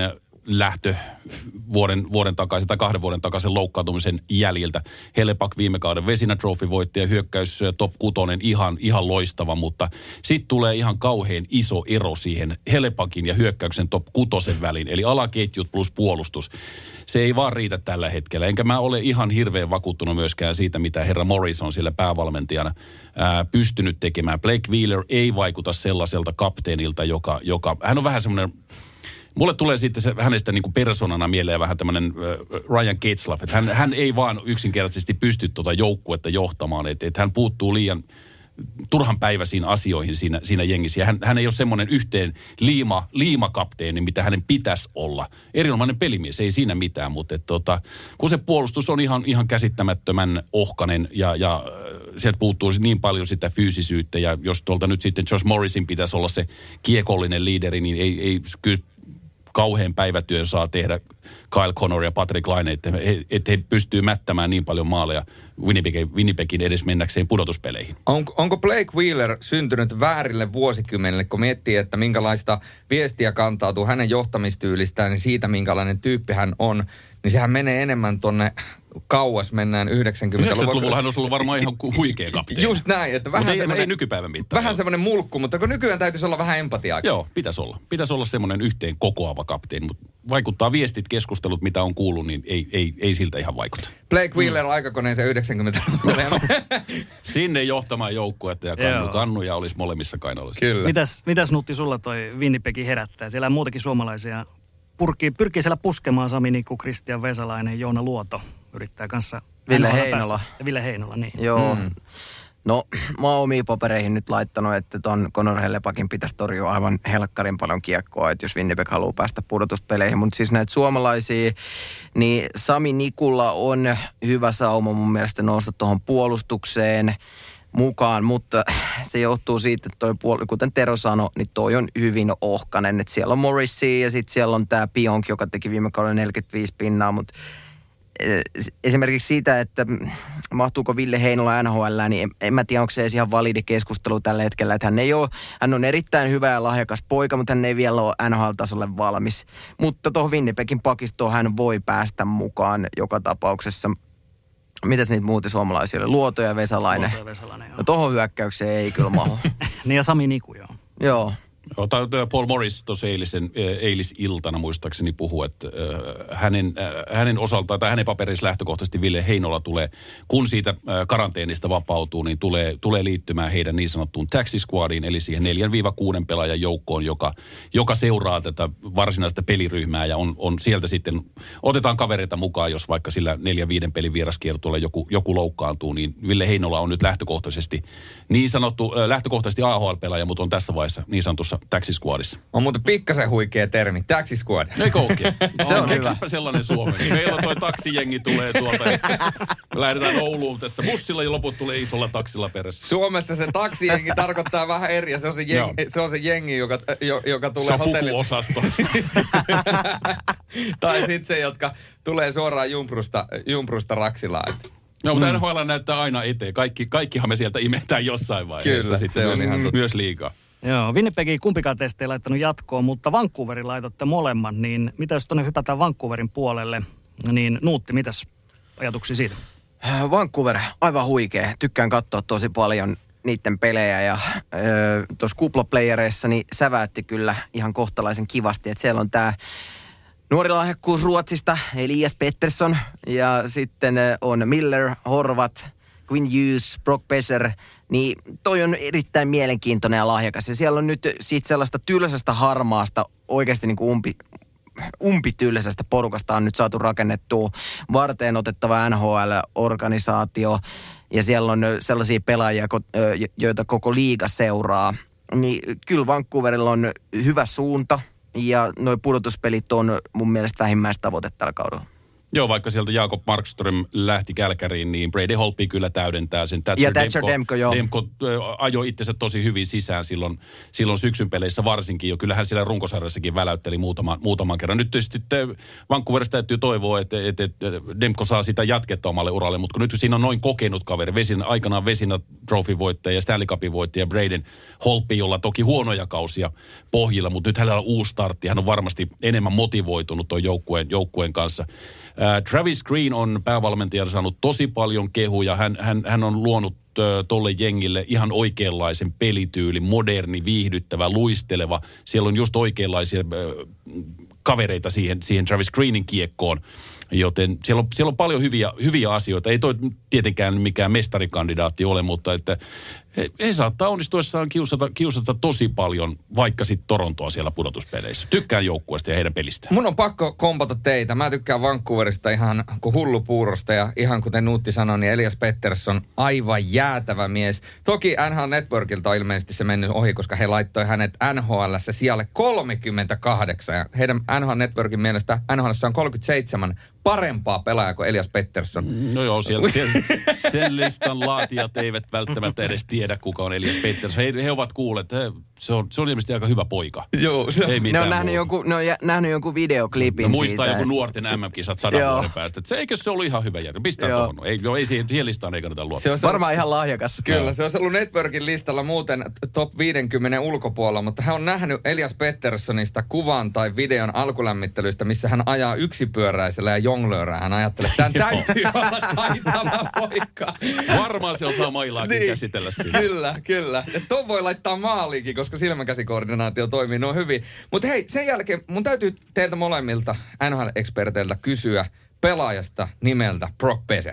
lähtö vuoden, vuoden takaisin tai kahden vuoden takaisin loukkaantumisen jäljiltä. Hellebuyck viime kauden Vezina Trophy voitti ja hyökkäys top kutonen ihan, ihan loistava, mutta sitten tulee ihan kauhean iso ero siihen Hellebuyckin ja hyökkäyksen top kutosen väliin, eli alaketjut plus puolustus. Se ei vaan riitä tällä hetkellä, enkä mä ole ihan hirveän vakuuttunut myöskään siitä, mitä herra Morris on sillä päävalmentajana ää, pystynyt tekemään. Blake Wheeler ei vaikuta sellaiselta kapteenilta, joka, joka hän on vähän semmoinen, mulle tulee sitten se, hänestä niin kuin persoonana mieleen vähän tämmöinen äh, Ryan Getzlaff, että hän, hän ei vaan yksinkertaisesti pysty tuota joukkuetta johtamaan, että et hän puuttuu liian turhan päiväisiin asioihin siinä, siinä jengissä. Ja hän, hän ei ole semmoinen yhteen liima, liimakapteeni, mitä hänen pitäisi olla. Erinomainen pelimies, ei siinä mitään, mutta et, tota, kun se puolustus on ihan, ihan käsittämättömän ohkainen ja, ja sieltä puuttuu niin paljon sitä fyysisyyttä, ja jos tuolta nyt sitten Josh Morrisin pitäisi olla se kiekollinen liideri, niin ei, ei kyllä kauhean päivätyön saa tehdä Kyle Connor ja Patrick Laine, että he, että he pystyy mättämään niin paljon maaleja Winnipegin, Winnipegin edes mennäkseen pudotuspeleihin. On, onko Blake Wheeler syntynyt väärille vuosikymmenille, kun miettii, että minkälaista viestiä kantautuu hänen johtamistyylistään, niin siitä minkälainen tyyppi hän on, niin sehän menee enemmän tonne kauas, mennään yhdeksänkymmentäluvulla. yhdeksänkymmentäluvulla hän olisi ollut varmaan ihan huikea kapteeni. Just näin, että vähän mutta ei, ei nykypäivän mittaan. Vähän semmoinen mulkku, mutta kun nykyään täytyisi olla vähän empatiaa. Joo, pitäisi olla. Pitäisi olla semmoinen yhteen kokoava kapteeni, mutta vaikuttaa viestit, keskustelut, mitä on kuullut, niin ei, ei, ei siltä ihan vaikuta. Blake Wheeler mm. aikakoneeseen yhdeksänkymmentäluvulla. Sinne johtamaan joukkuetta ja kannu, kannuja olisi molemmissa kainaloissa. Kyllä. Mitäs, mitäs Nutti sulla toi Winnipegin herättää? Siellä on muutakin suomalaisia. Pyrkii, pyrkii siellä puskemaan Sami Niku, Kristian Vesalainen, Joona Luoto yrittää kanssa. Ville Heinola. Ja Ville Heinola, niin. Joo. Mm. No, mä oon omiin papereihin nyt laittanut, että ton Connor Hellebuyckin pitäisi torjua aivan helkkarin paljon kiekkoa, että jos Winnipeg haluaa päästä pudotuspeleihin. Mutta siis näitä suomalaisia, niin Sami Nikulla on hyvä sauma mun mielestä nousta tuohon puolustukseen mukaan, mutta se johtuu siitä, että toi puol- kuten Tero sanoi, niin toi on hyvin ohkanen. Että siellä on Morrissey ja sitten siellä on tämä Pionk, joka teki viime kaudella neljäkymmentäviisi pinnaa, mutta esimerkiksi siitä, että mahtuuko Ville Heinola N H L, niin en, en mä tiedä, onko se edes ihan validi keskustelu tällä hetkellä. Että hän ei ole, hän on erittäin hyvä ja lahjakas poika, mutta hän ei vielä ole N H L-tasolle valmis. Mutta tuohon Winnipegin pakistoon hän voi päästä mukaan joka tapauksessa. Mitäs niitä muuta suomalaisia oli? Luoto ja Vesalainen. Luoto ja Vesalainen, joo. No tohon hyökkäykseen ei kyllä mahu. Niin ja Sami Niku, joo. Joo. Paul Morris tuossa eilisen, eilisiltana muistaakseni puhui, että hänen, hänen osaltaan tai hänen paperissa lähtökohtaisesti Ville Heinola tulee, kun siitä karanteenista vapautuu, niin tulee, tulee liittymään heidän niin sanottuun taxi squadiin, eli siihen neljän kuuden pelaajan joukkoon, joka, joka seuraa tätä varsinaista peliryhmää ja on, on sieltä sitten, otetaan kavereita mukaan, jos vaikka sillä neljän viiden pelin vieraskiertueella joku, joku loukkaantuu, niin Ville Heinola on nyt lähtökohtaisesti niin sanottu, lähtökohtaisesti A H L-pelaaja, mutta on tässä vaiheessa niin sanotussa Taxi Squadissa. On muuten pikkasen huikea termi, Taxi Squad. Eikö oikein? Se on Keksipä hyvä. sellainen Suomi. Meillä toi taksijengi tulee tuolta. Me lähdetään Ouluun tässä bussilla ja loput tulee isolla taksilla perässä. Suomessa se taksijengi tarkoittaa vähän eri ja se on se jengi, se, on se jengi joka, jo, joka tulee hotellille. Se on pukuosasto. Tai sitten se, jotka tulee suoraan jumprusta, jumprusta Raksilaan. No, mutta mm. N H L näyttää aina eteen. Kaikki, kaikkihan me sieltä imetään jossain vaiheessa. Kyllä, sitten se myös, on ihan totta. myös liigaa. Joo, Winnipegin kumpikaan teistä ei laittanut jatkoon, mutta Vancouverin laitatte molemmat, niin mitä jos tuonne hypätään Vancouverin puolelle, niin Nuutti, mitäs ajatuksia siitä? Vancouver, aivan huikea. Tykkään katsoa tosi paljon niiden pelejä ja äh, tuossa kuplaplayereissa niin säväytti kyllä ihan kohtalaisen kivasti, että siellä on tämä nuori lahjakkuus Ruotsista, Elias Pettersson, ja sitten on Miller, Horvat, Quinn Hughes, Brock Besser, niin toi on erittäin mielenkiintoinen ja lahjakas. Ja siellä on nyt siitä sellaista tylsästä harmaasta, oikeasti niin kuin umpi, umpitylsästä porukasta on nyt saatu rakennettua varteen otettava N H L-organisaatio. Ja siellä on sellaisia pelaajia, joita koko liiga seuraa. Niin kyllä Vancouverilla on hyvä suunta. Ja noi pudotuspelit on mun mielestä vähimmäistavoite tällä kaudella. Joo, vaikka sieltä Jakob Markström lähti Kälkäriin, niin Brady Holtby kyllä täydentää sen. Thatcher ja Thatcher Demko, Demko, joo. Demko ajoi itsensä tosi hyvin sisään silloin, silloin syksyn peleissä varsinkin jo. Kyllähän siellä runkosarjassakin väläytteli muutaman, muutaman kerran. Nyt tietysti Vancouverissa täytyy toivoa, että, että, että Demko saa sitä jatketta omalle uralle, mutta kun nyt siinä on noin kokenut kaveri, Vesin, aikanaan Vesinä Trophy-voittaja ja Stanley Cupin voittaja Braden Holtby, jolla toki huonoja kausia pohjilla, mutta nyt hänellä on uusi startti. Hän on varmasti enemmän motivoitunut tuon joukkueen, joukkueen kanssa. Uh, Travis Green on päävalmentajana saanut tosi paljon kehuja. Hän, hän, hän on luonut uh, tolle jengille ihan oikeanlaisen pelityylin, moderni, viihdyttävä, luisteleva. Siellä on just oikeanlaisia uh, kavereita siihen, siihen Travis Greenin kiekkoon. Joten siellä on, siellä on paljon hyviä, hyviä asioita. Ei toi tietenkään mikään mestarikandidaatti ole, mutta että he, he saattaa onnistuessaan kiusata, kiusata tosi paljon, vaikka sitten Torontoa siellä pudotuspeleissä. Tykkään joukkueesta ja heidän pelistään. Mun on pakko kompata teitä. Mä tykkään Vancouverista ihan kuin hullupuurosta ja ihan kuten Nuutti sanoi, niin Elias Pettersson aivan jäätävä mies. Toki N H L Networkilta on ilmeisesti se mennyt ohi, koska he laittoi hänet N H L:ssä sijalle kolmekymmentäkahdeksan. Ja heidän N H L Networkin mielestä N H L:ssä on kolmekymmentäseitsemän parempaa pelaajaa kuin Elias Pettersson. No joo, siellä, siellä, sen listan laatijat eivät välttämättä edes tiedä, kuka on Elias Pettersson. He, he ovat kuulleet, he, se, on, se on ilmeisesti aika hyvä poika. Joo. Se, ei ne on nähnyt joku, ne on jä, nähnyt joku videoklipin no, muistaa siitä. joku nuorten M M-kisat sadan vuoden päästä. Se, eikö se ollut ihan hyvä järjestö? Pistää tuohon. Ei, ei siihen, siihen listaan ei kannata luottaa. Se on varmaan ihan lahjakas. Kyllä, joo. Se on ollut Networkin listalla muuten top viisikymmentä ulkopuolella, mutta hän on nähnyt Elias Petterssonista kuvan tai videon alkulämmittelystä, missä hän ajaa yksipyöräisellä ja jonglöörää. Hän ajattelee, että tämän täytyy olla taitava poika. Varmaan se osaa mailaakin niin, käsitellä siinä. Kyllä, kyllä. Ja ton voi laittaa maaliinkin, koska silmäkäsikoordinaatio toimii noin hyvin. Mutta hei, sen jälkeen mun täytyy teiltä molemmilta N H L-eksperteiltä kysyä pelaajasta nimeltä Brock Boeser.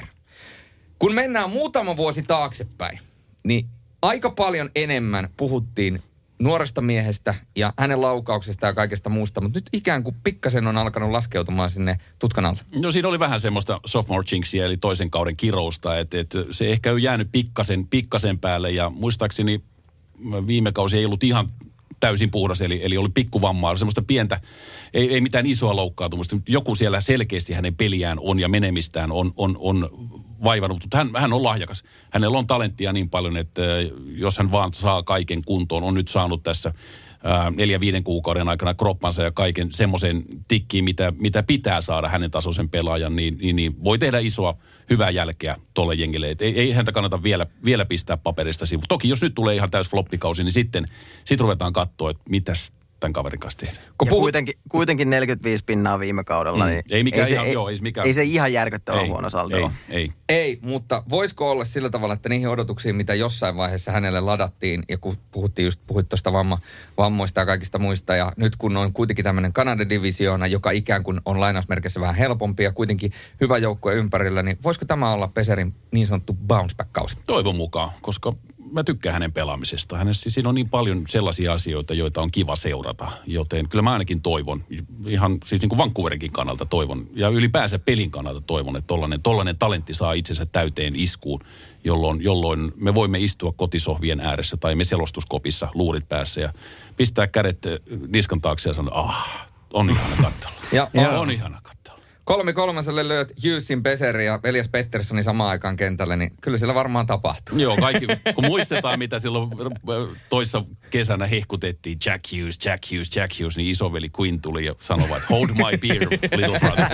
Kun mennään muutama vuosi taaksepäin, niin aika paljon enemmän puhuttiin nuoresta miehestä ja hänen laukauksesta ja kaikesta muusta, mutta nyt ikään kuin pikkasen on alkanut laskeutumaan sinne tutkan alle. No siinä oli vähän semmoista sophomore jinxia, eli toisen kauden kirousta, että, että se ehkä on jäänyt pikkasen, pikkasen päälle ja muistaakseni viime kausi ei ollut ihan täysin puhdas, eli, eli oli pikkuvammaa, semmoista pientä, ei, ei mitään isoa loukkaantumista, mutta joku siellä selkeästi hänen peliään on ja menemistään on, on, on vaivannut, mutta hän, hän on lahjakas. Hänellä on talenttia niin paljon, että jos hän vaan saa kaiken kuntoon, on nyt saanut tässä ää, neljä viiden kuukauden aikana kroppansa ja kaiken semmoisen tikkiin, mitä, mitä pitää saada hänen tasoisen pelaajan, niin, niin, niin voi tehdä isoa hyvää jälkeä tolle jengille. Et ei, ei häntä kannata vielä, vielä pistää paperista sivu. Toki jos nyt tulee ihan täys floppikausi, niin sitten sit ruvetaan katsoa, että mitäs tämän kaverin kanssa tehdä. Kun puhut... kuitenkin, kuitenkin neljäkymmentäviisi pinnaa viime kaudella, mm. niin ei, mikään ei, ihan, se, joo, ei, mikään... ei se ihan järkyttävän huono saldo ei, ole. Ei, ei, mutta voisiko olla sillä tavalla, että niihin odotuksiin, mitä jossain vaiheessa hänelle ladattiin, ja kun puhuttiin just, puhuit tuosta vamma, vammoista ja kaikista muista, ja nyt kun on kuitenkin tämmöinen Kanada-divisioona, joka ikään kuin on lainausmerkissä vähän helpompi ja kuitenkin hyvä joukkue ympärillä, niin voisiko tämä olla Boeserin niin sanottu bounce-back-kausi? Toivon mukaan, koska mä tykkään hänen pelaamisesta. Hänessä siinä on niin paljon sellaisia asioita, joita on kiva seurata, joten kyllä mä ainakin toivon, ihan siis niin kuin Vancouverinkin kannalta toivon, ja ylipäänsä pelin kannalta toivon, että tollainen, tollainen talentti saa itsensä täyteen iskuun, jolloin, jolloin me voimme istua kotisohvien ääressä tai me selostuskopissa luurit päässä ja pistää kädet niskan taakse ja sanoa, ah, on ihana katsella. Ja, on ihana katsella. Kolmi kolmaselle lööt Hughesin, Boeserin ja Elias Petterssonin samaan aikaan kentälle, niin kyllä siellä varmaan tapahtuu. Joo, kaikki, kun muistetaan, mitä silloin toissa kesänä hehkutettiin, Jack Hughes, Jack Hughes, Jack Hughes, niin isoveli Quinn tuli ja sanoi, että hold my beer, little brother.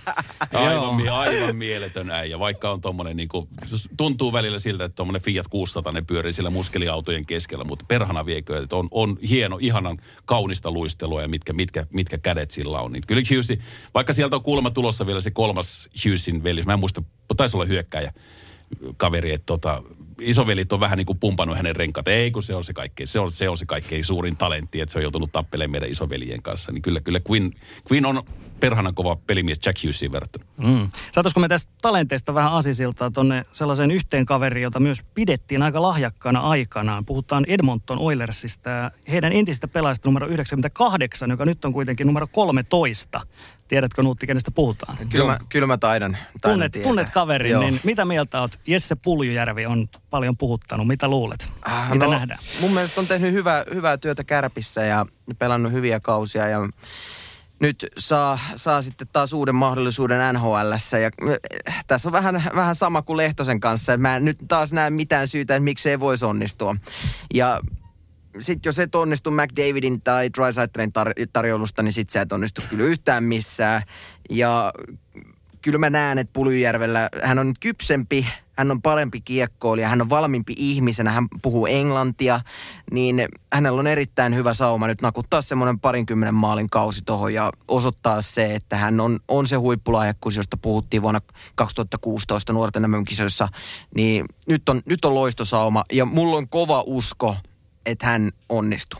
Aivan, aivan mieletön äijä, vaikka on tommonen, niin kuin, tuntuu välillä siltä, että tommonen Fiat kuusisataa ne pyörii siellä muskeliautojen keskellä, mutta perhana viekö, että on, on hieno, ihanan kaunista luistelua ja mitkä, mitkä, mitkä kädet sillä on. Niin kyllä Hughes, vaikka sieltä on kuulemma tulossa vielä se kolmas Hughesin veli. Mä en muista, taisi olla hyökkääjä kaveri, että tota, isovelit on vähän niin kuin pumpannut hänen renkaat. Ei, kun se on se kaikkein, se on, se on se kaikkein suurin talentti, että se on joutunut tappelemaan meidän isoveljen kanssa. Niin kyllä, kyllä Quinn, Quinn on perhanan kova pelimies Jack Hughesiin verrattuna. Mm. Saataisiko me tästä talenteista vähän asisiltaa tuonne sellaiseen yhteen kaveriin, jota myös pidettiin aika lahjakkaana aikanaan. Puhutaan Edmonton Oilersista ja heidän entisistä pelaajista numero yhdeksänkymmentäkahdeksan, joka nyt on kuitenkin numero kolmetoista. Tiedätkö, Nuutti, kenestä puhutaan? Kyllä mä, kyllä mä taidan, taidan tunnet, tunnet kaverin, Joo. niin mitä mieltä oot? Jesse Puljujärvi on paljon puhuttanut. Mitä luulet? Ah, mitä no, nähdään? Mun mielestä on tehnyt hyvää, hyvää työtä Kärpissä ja pelannut hyviä kausia ja nyt saa, saa sitten taas uuden mahdollisuuden N H L:ssä. Ja äh, tässä on vähän, vähän sama kuin Lehtosen kanssa, että mä en nyt taas näe mitään syytä, että miksi ei voisi onnistua. Ja sitten jos et onnistu McDavidin tai Draisaitlin tar- tarjoulusta, niin sit sä et onnistu kyllä yhtään missään. Ja kyllä mä näen, että Puljujärvellä hän on kypsempi, hän on parempi kiekkoilija, hän on valmiimpi ihmisenä, hän puhuu englantia, niin hänellä on erittäin hyvä sauma nyt nakuttaa semmoinen parinkymmenen maalin kausi tohon ja osoittaa se, että hän on, on se huippulahjakkuus, josta puhuttiin vuonna kaksituhattakuusitoista nuorten M M-kisoissa, niin nyt on, nyt on loistosauma ja mulla on kova usko, että hän onnistuu.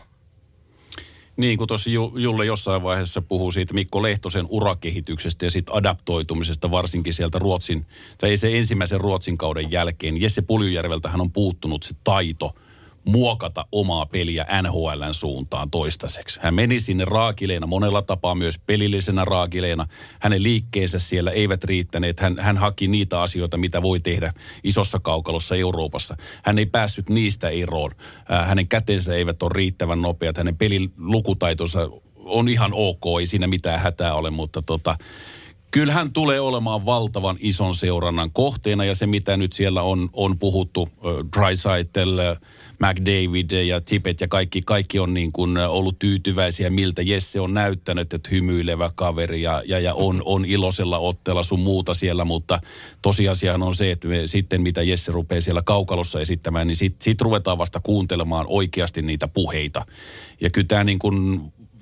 Niin kuin tuossa Julle jossain vaiheessa puhuu siitä Mikko Lehtosen urakehityksestä ja siitä adaptoitumisesta varsinkin sieltä Ruotsin, tai ei se ensimmäisen Ruotsin kauden jälkeen. Jesse Puljujärveltähän on puuttunut se taito muokata omaa peliä N H L:n suuntaan toistaiseksi. Hän meni sinne raakileena monella tapaa, myös pelillisenä raakileena. Hänen liikkeensä siellä eivät riittäneet. Hän, hän haki niitä asioita, mitä voi tehdä isossa kaukalossa Euroopassa. Hän ei päässyt niistä eroon. Hänen kätensä eivät ole riittävän nopeat. Hänen pelilukutaitonsa on ihan ok, ei siinä mitään hätää ole, mutta tota... Kyllähän tulee olemaan valtavan ison seurannan kohteena ja se, mitä nyt siellä on, on puhuttu, Draisaitl, McDavid ja Tippett ja kaikki, kaikki on niin kuin ollut tyytyväisiä, miltä Jesse on näyttänyt, että hymyilevä kaveri ja, ja, ja on, on iloisella otteella sun muuta siellä, mutta tosiasiahan on se, että me, sitten mitä Jesse rupeaa siellä kaukalossa esittämään, niin sitten sit ruvetaan vasta kuuntelemaan oikeasti niitä puheita. Ja kyllä tämä niin kuin...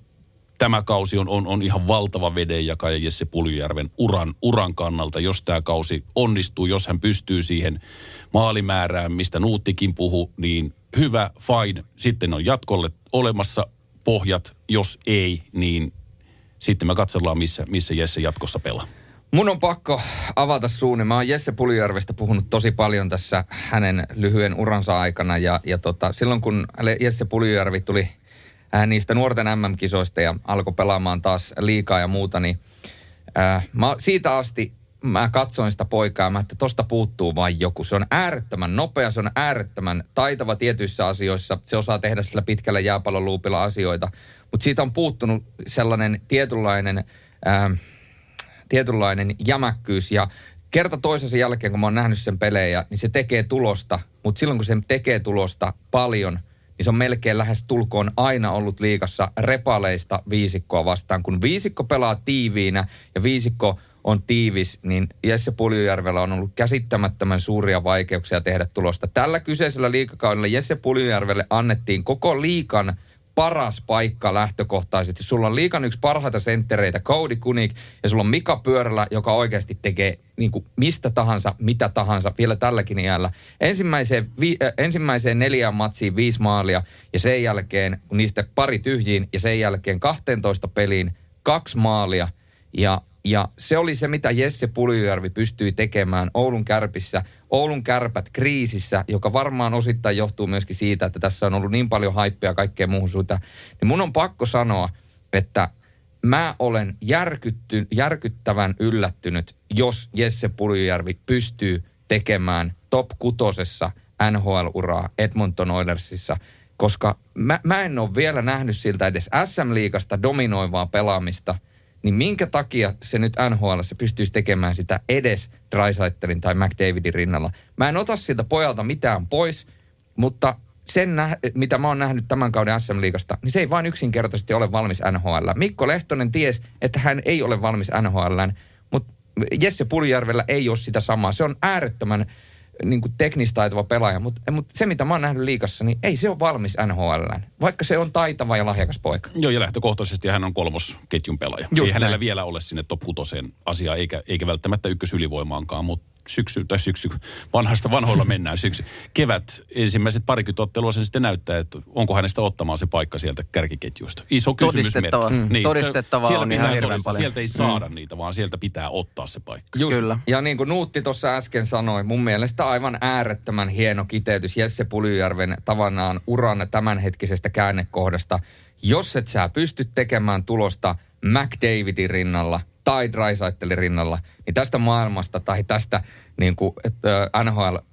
Tämä kausi on, on, on ihan valtava vedenjakaja Jesse Puljujärven uran, uran kannalta, jos tämä kausi onnistuu, jos hän pystyy siihen maalimäärään, mistä Nuuttikin puhui, niin hyvä, fine. Sitten on jatkolle olemassa pohjat, jos ei, niin sitten me katsellaan, missä, missä Jesse jatkossa pelaa. Mun on pakko avata suuni. Mä oon Jesse Puljujärvestä puhunut tosi paljon tässä hänen lyhyen uransa aikana ja, ja tota, silloin kun Jesse Puljujärvi tuli niistä nuorten M M-kisoista ja alkoi pelaamaan taas liigaa ja muuta, niin ää, mä, siitä asti mä katsoin sitä poikaa, mä, että tosta puuttuu vain joku. Se on äärettömän nopea, se on äärettömän taitava tietyissä asioissa, se osaa tehdä sillä pitkällä jääpalloluupilla asioita, mutta siitä on puuttunut sellainen tietynlainen, ää, tietynlainen jämäkkyys ja kerta toisensa jälkeen, kun mä oon nähnyt sen pelejä, niin se tekee tulosta, mutta silloin kun se tekee tulosta paljon, niin se on melkein lähes tulkoon aina ollut liigassa repaleista viisikkoa vastaan. Kun viisikko pelaa tiiviinä ja viisikko on tiivis, niin Jesse Puljujärvellä on ollut käsittämättömän suuria vaikeuksia tehdä tulosta. Tällä kyseisellä liigakaudella Jesse Puljujärvelle annettiin koko liigan paras paikka lähtökohtaisesti. Sulla on liigan yksi parhaita senttereitä, Cody Kunik, ja sulla on Mika Pyörälä, joka oikeasti tekee niin kuin mistä tahansa, mitä tahansa, vielä tälläkin iällä. Ensimmäiseen, vi, äh, ensimmäiseen neljään matsiin viisi maalia, ja sen jälkeen niistä pari tyhjiin, ja sen jälkeen kahteentoista peliin kaksi maalia, ja Ja se oli se, mitä Jesse Puljujärvi pystyi tekemään Oulun Kärpissä. Oulun Kärpät kriisissä, joka varmaan osittain johtuu myöskin siitä, että tässä on ollut niin paljon haippia ja kaikkea muuhun suuntaan. Niin mun on pakko sanoa, että mä olen järkytty, järkyttävän yllättynyt, jos Jesse Puljujärvi pystyy tekemään top kutosessa N H L-uraa Edmonton Oilersissa. Koska mä, mä en ole vielä nähnyt siltä edes S M-liigasta dominoivaa pelaamista, niin minkä takia se nyt N H L:ssä pystyisi tekemään sitä edes Draisaitlin tai McDavidin rinnalla? Mä en ota siltä pojalta mitään pois, mutta sen, nä- mitä mä oon nähnyt tämän kauden S M-liigasta, niin se ei vain yksinkertaisesti ole valmis N H L. Mikko Lehtonen ties, että hän ei ole valmis N H L:ään, mutta Jesse Puljujärvellä ei ole sitä samaa. Se on äärettömän niin kuin teknistaitava pelaaja, mutta, mutta se mitä mä oon nähnyt liigassa, niin ei se ole valmis N H L:ään, vaikka se on taitava ja lahjakas poika. Joo, ja lähtökohtaisesti hän on kolmosketjun pelaaja. Just ei hänellä näin. vielä ole sinne top kutoseen asiaa, eikä, eikä välttämättä ykkösylivoimaankaan, mutta syksy, tai syksy, vanhasta vanhoilla mennään syksy. Kevät, ensimmäiset parikymmentä ottelua se sitten näyttää, että onko hänestä ottamaan se paikka sieltä kärkiketjusta. Iso kysymysmerkki. Mm. Niin. Todistettavaa siellä on pitää ihan hirveän todistaa. paljon. Sieltä ei saada mm. niitä, vaan sieltä pitää ottaa se paikka. Just. Kyllä. Ja niin kuin Nuutti tuossa äsken sanoi, mun mielestä aivan äärettömän hieno kiteytys Jesse Puljujärven tavanaan uran tämänhetkisestä käännekohdasta. Jos et sä pysty tekemään tulosta McDavidin rinnalla tai Draisaitlin rinnalla, niin tästä maailmasta tai tästä niin kuin, N H L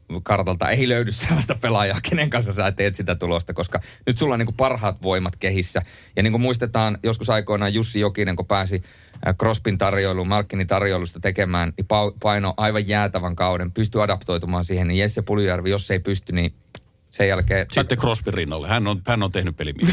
kartalta ei löydy sellaista pelaajaa, kenen kanssa sä teet sitä tulosta, koska nyt sulla on niin kuin parhaat voimat kehissä. Ja niin kuin muistetaan, joskus aikoinaan Jussi Jokinen, kun pääsi Crosbyn tarjoiluun, Malkinin tarjoilusta tekemään, niin paino aivan jäätävän kauden, pystyi adaptoitumaan siihen, niin Jesse Puljujärvi, jos ei pysty, niin sen jälkeen... Sitten Crosbyn rinnalle. Hän on, hän on tehnyt pelimiehen.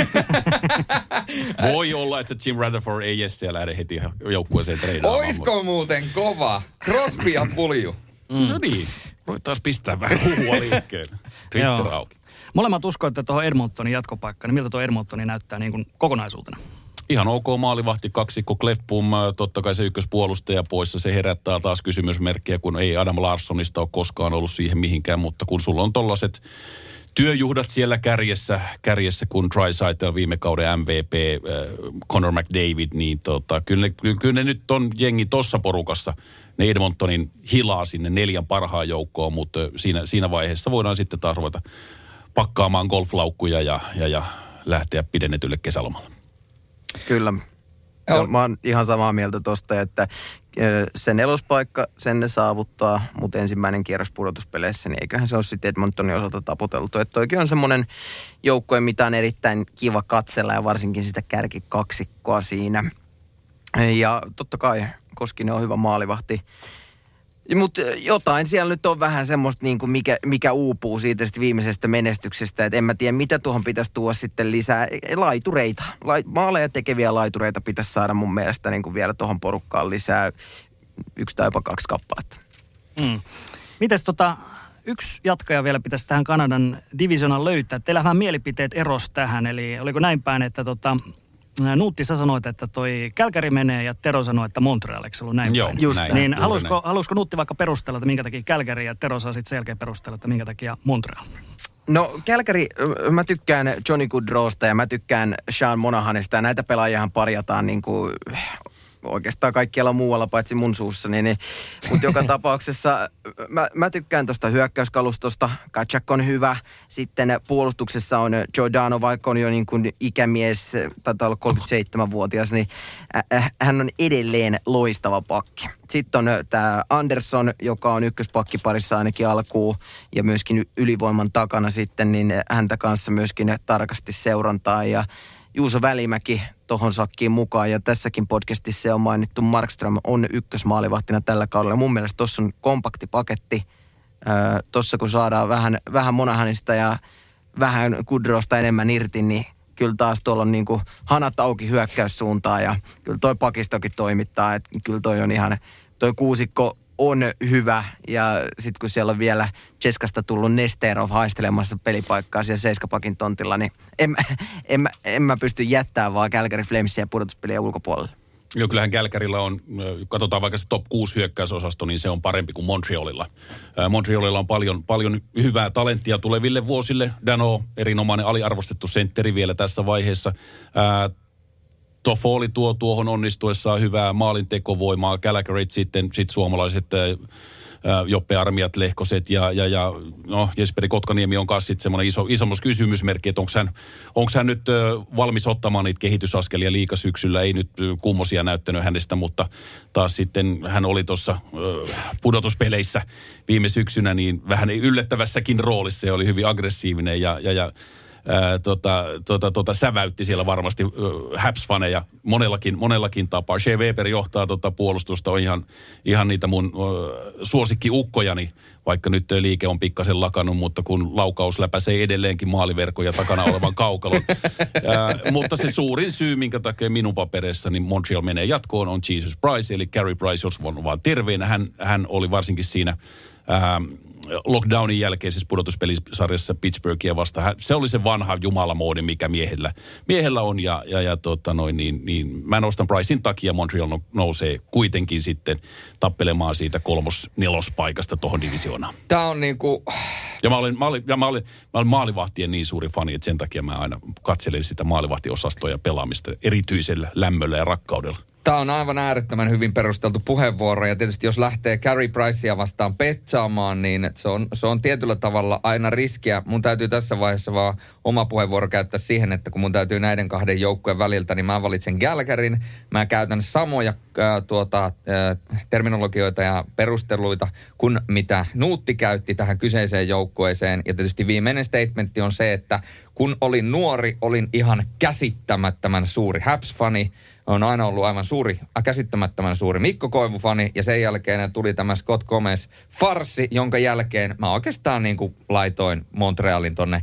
Voi olla, että Jim Rutherford ei Jesseä lähde heti joukkueeseen treenaamaan. Oisko muuten kova? Crosby ja Pulju. Mm. No niin. Ruvetaan pistää vähän huhua liikkeelle. Twitter auki. Molemmat uskoitte tuohon Edmontonin jatkopaikkaan, niin miltä tuo Edmontoni näyttää niin kuin kokonaisuutena? Ihan ok maalivahti, kaksikko Klefbom, totta kai se ykköspuolustaja poissa. Se herättää taas kysymysmerkkiä, kun ei Adam Larssonista ole koskaan ollut siihen mihinkään, mutta kun sulla on tollaset työjuhdat siellä kärjessä, kärjessä kun Draisaitl viime kauden M V P, äh, Connor McDavid, niin tota, kyllä, ne, kyllä ne nyt on jengi tossa porukassa. Ne Edmontonin hilaa sinne neljän parhaan joukkoon, mutta siinä, siinä vaiheessa voidaan sitten taas ruveta pakkaamaan golflaukkuja ja, ja, ja lähteä pidennetylle kesälomalle. Kyllä. No, mä oon ihan samaa mieltä tosta, että se nelospaikka, sen ne saavuttaa, mutta ensimmäinen kierros pudotuspeleissä, niin eiköhän se ole sitten Edmontonin osalta taputeltu. Että toikin on semmoinen joukkue, mitä on erittäin kiva katsella ja varsinkin sitä kärkikaksikkoa siinä. Ja totta kai Koskinen on hyvä maalivahti. Mutta jotain siellä nyt on vähän semmoista, niin kuin mikä, mikä uupuu siitä viimeisestä menestyksestä. Että en mä tiedä, mitä tuohon pitäisi tuoda sitten lisää. Laitureita. La, maaleja tekeviä laitureita pitäisi saada mun mielestä niin kuin vielä tuohon porukkaan lisää. Yksi tai jopa kaksi kappaletta. Mm. Mites tota, yksi jatkaja vielä pitäisi tähän Kanadan divisionan löytää. Teillä vähän mielipiteet eros tähän. Eli oliko näin päin, että tota... Nuutti, sä sanoit, että toi Calgary menee ja Tero sanoi, että Montreal, eikö se ollut näin? Joo, päin? just näin. Niin halusko, halusko Nuutti vaikka perustella, että minkä takia Calgary ja Tero saa sitten sen jälkeen perustella, että minkä takia Montreal? No Calgary, mä tykkään Johnny Gaudreausta ja mä tykkään Sean Monahanista ja näitä pelaajahan parjataan niin kuin oikeastaan kaikkialla muualla paitsi mun suussa, niin, niin. Mutta joka tapauksessa mä, mä tykkään tuosta hyökkäyskalustosta. Tkachuk on hyvä. Sitten puolustuksessa on Giordano, vaikka on jo niin kuin ikämies, taitaa olla kolmekymmentäseitsemänvuotias, niin äh, hän on edelleen loistava pakki. Sitten on tämä Anderson, joka on ykköspakkiparissa ainakin alkuun ja myöskin ylivoiman takana sitten, niin häntä kanssa myöskin tarkasti seurantaa ja Juuso Välimäki tohon sakkiin mukaan ja tässäkin podcastissa on mainittu Markström on ykkösmaalivahtina tällä kaudella. Mun mielestä tuossa on kompakti paketti. Öö, tuossa kun saadaan vähän, vähän Monahanista ja vähän Gaudreausta enemmän irti, niin kyllä taas tuolla on niin kuin hanat auki hyökkäyssuuntaan ja kyllä toi pakistokin toimittaa. Että kyllä toi on ihan, toi kuusikko on hyvä ja sitten kun siellä on vielä Cheskasta tullut Nesterov haistelemassa pelipaikkaa siellä seiskapakin tontilla, niin en, en, en mä pysty jättämään vaan Calgary Flamesia pudotuspeliä ulkopuolelle. Joo, kyllähän Calgarylla on, katsotaan vaikka se top kuusi hyökkäysosasto, niin se on parempi kuin Montrealilla. Montrealilla on paljon, paljon hyvää talenttia tuleville vuosille. Dano, erinomainen aliarvostettu sentteri vielä tässä vaiheessa. Toffoli tuo tuohon onnistuessaan hyvää maalintekovoimaa. Calgary sitten sit suomalaiset ää, Joppe Armiat, Lehkoset ja, ja, ja no, Jesperi Kotkaniemi on kanssa sitten semmoinen iso, isommassa kysymysmerkki, että onko hän, onks hän nyt ä, valmis ottamaan niitä kehitysaskelia liigasyksyllä. Ei nyt kummosia näyttänyt hänestä, mutta taas sitten hän oli tuossa pudotuspeleissä viime syksynä niin vähän yllättävässäkin roolissa ja oli hyvin aggressiivinen ja, ja, ja Ää, tota, tota, tota, säväytti siellä varmasti äh, Habs-faneja monellakin, monellakin tapaa. Shea Weber johtaa tota puolustusta, on ihan, ihan niitä mun äh, suosikkiukkojani, vaikka nyt liike on pikkasen lakannut, mutta kun laukaus läpäisee edelleenkin maaliverkon ja takana olevan kaukalon. Ää, mutta se suurin syy, minkä takia minun paperissa niin Montreal menee jatkoon, on Jesus Price, eli Carey Price, jos on vaan terveenä. Hän, hän oli varsinkin siinä ää, lockdownin jälkeisessä pudotuspelisarjassa Pittsburghia vastaan. Se oli se vanha jumalamoodi, mikä miehellä, miehellä on. Ja, ja, ja tota noin, niin, niin mä nostan Pricein takia. Montreal nousee kuitenkin sitten tappelemaan siitä kolmos-nelospaikasta tuohon divisioonaan. Tää on niinku... Ja mä olen, mä olen, ja mä olen, mä olen maalivahtien niin suuri fani, että sen takia mä aina katselen sitä maalivahtiosastoa ja pelaamista erityisellä lämmöllä ja rakkaudella. Tämä on aivan äärettömän hyvin perusteltu puheenvuoro, ja tietysti jos lähtee Carey Pricea vastaan petsaamaan, niin se on, se on tietyllä tavalla aina riskiä. Mun täytyy tässä vaiheessa vaan oma puheenvuoro käyttää siihen, että kun mun täytyy näiden kahden joukkueen väliltä, niin mä valitsen Gallagherin. Mä käytän samoja ää, tuota, ää, terminologioita ja perusteluita kuin mitä Nuutti käytti tähän kyseiseen joukkueeseen. Ja tietysti viimeinen statementti on se, että kun olin nuori, olin ihan käsittämättömän suuri Habs-fani. On aina ollut aivan suuri, käsittämättömän suuri Mikko Koivu-fani, ja sen jälkeen tuli tämä Scott Gomez-farssi, jonka jälkeen mä oikeastaan niin kuin laitoin Montrealin tonne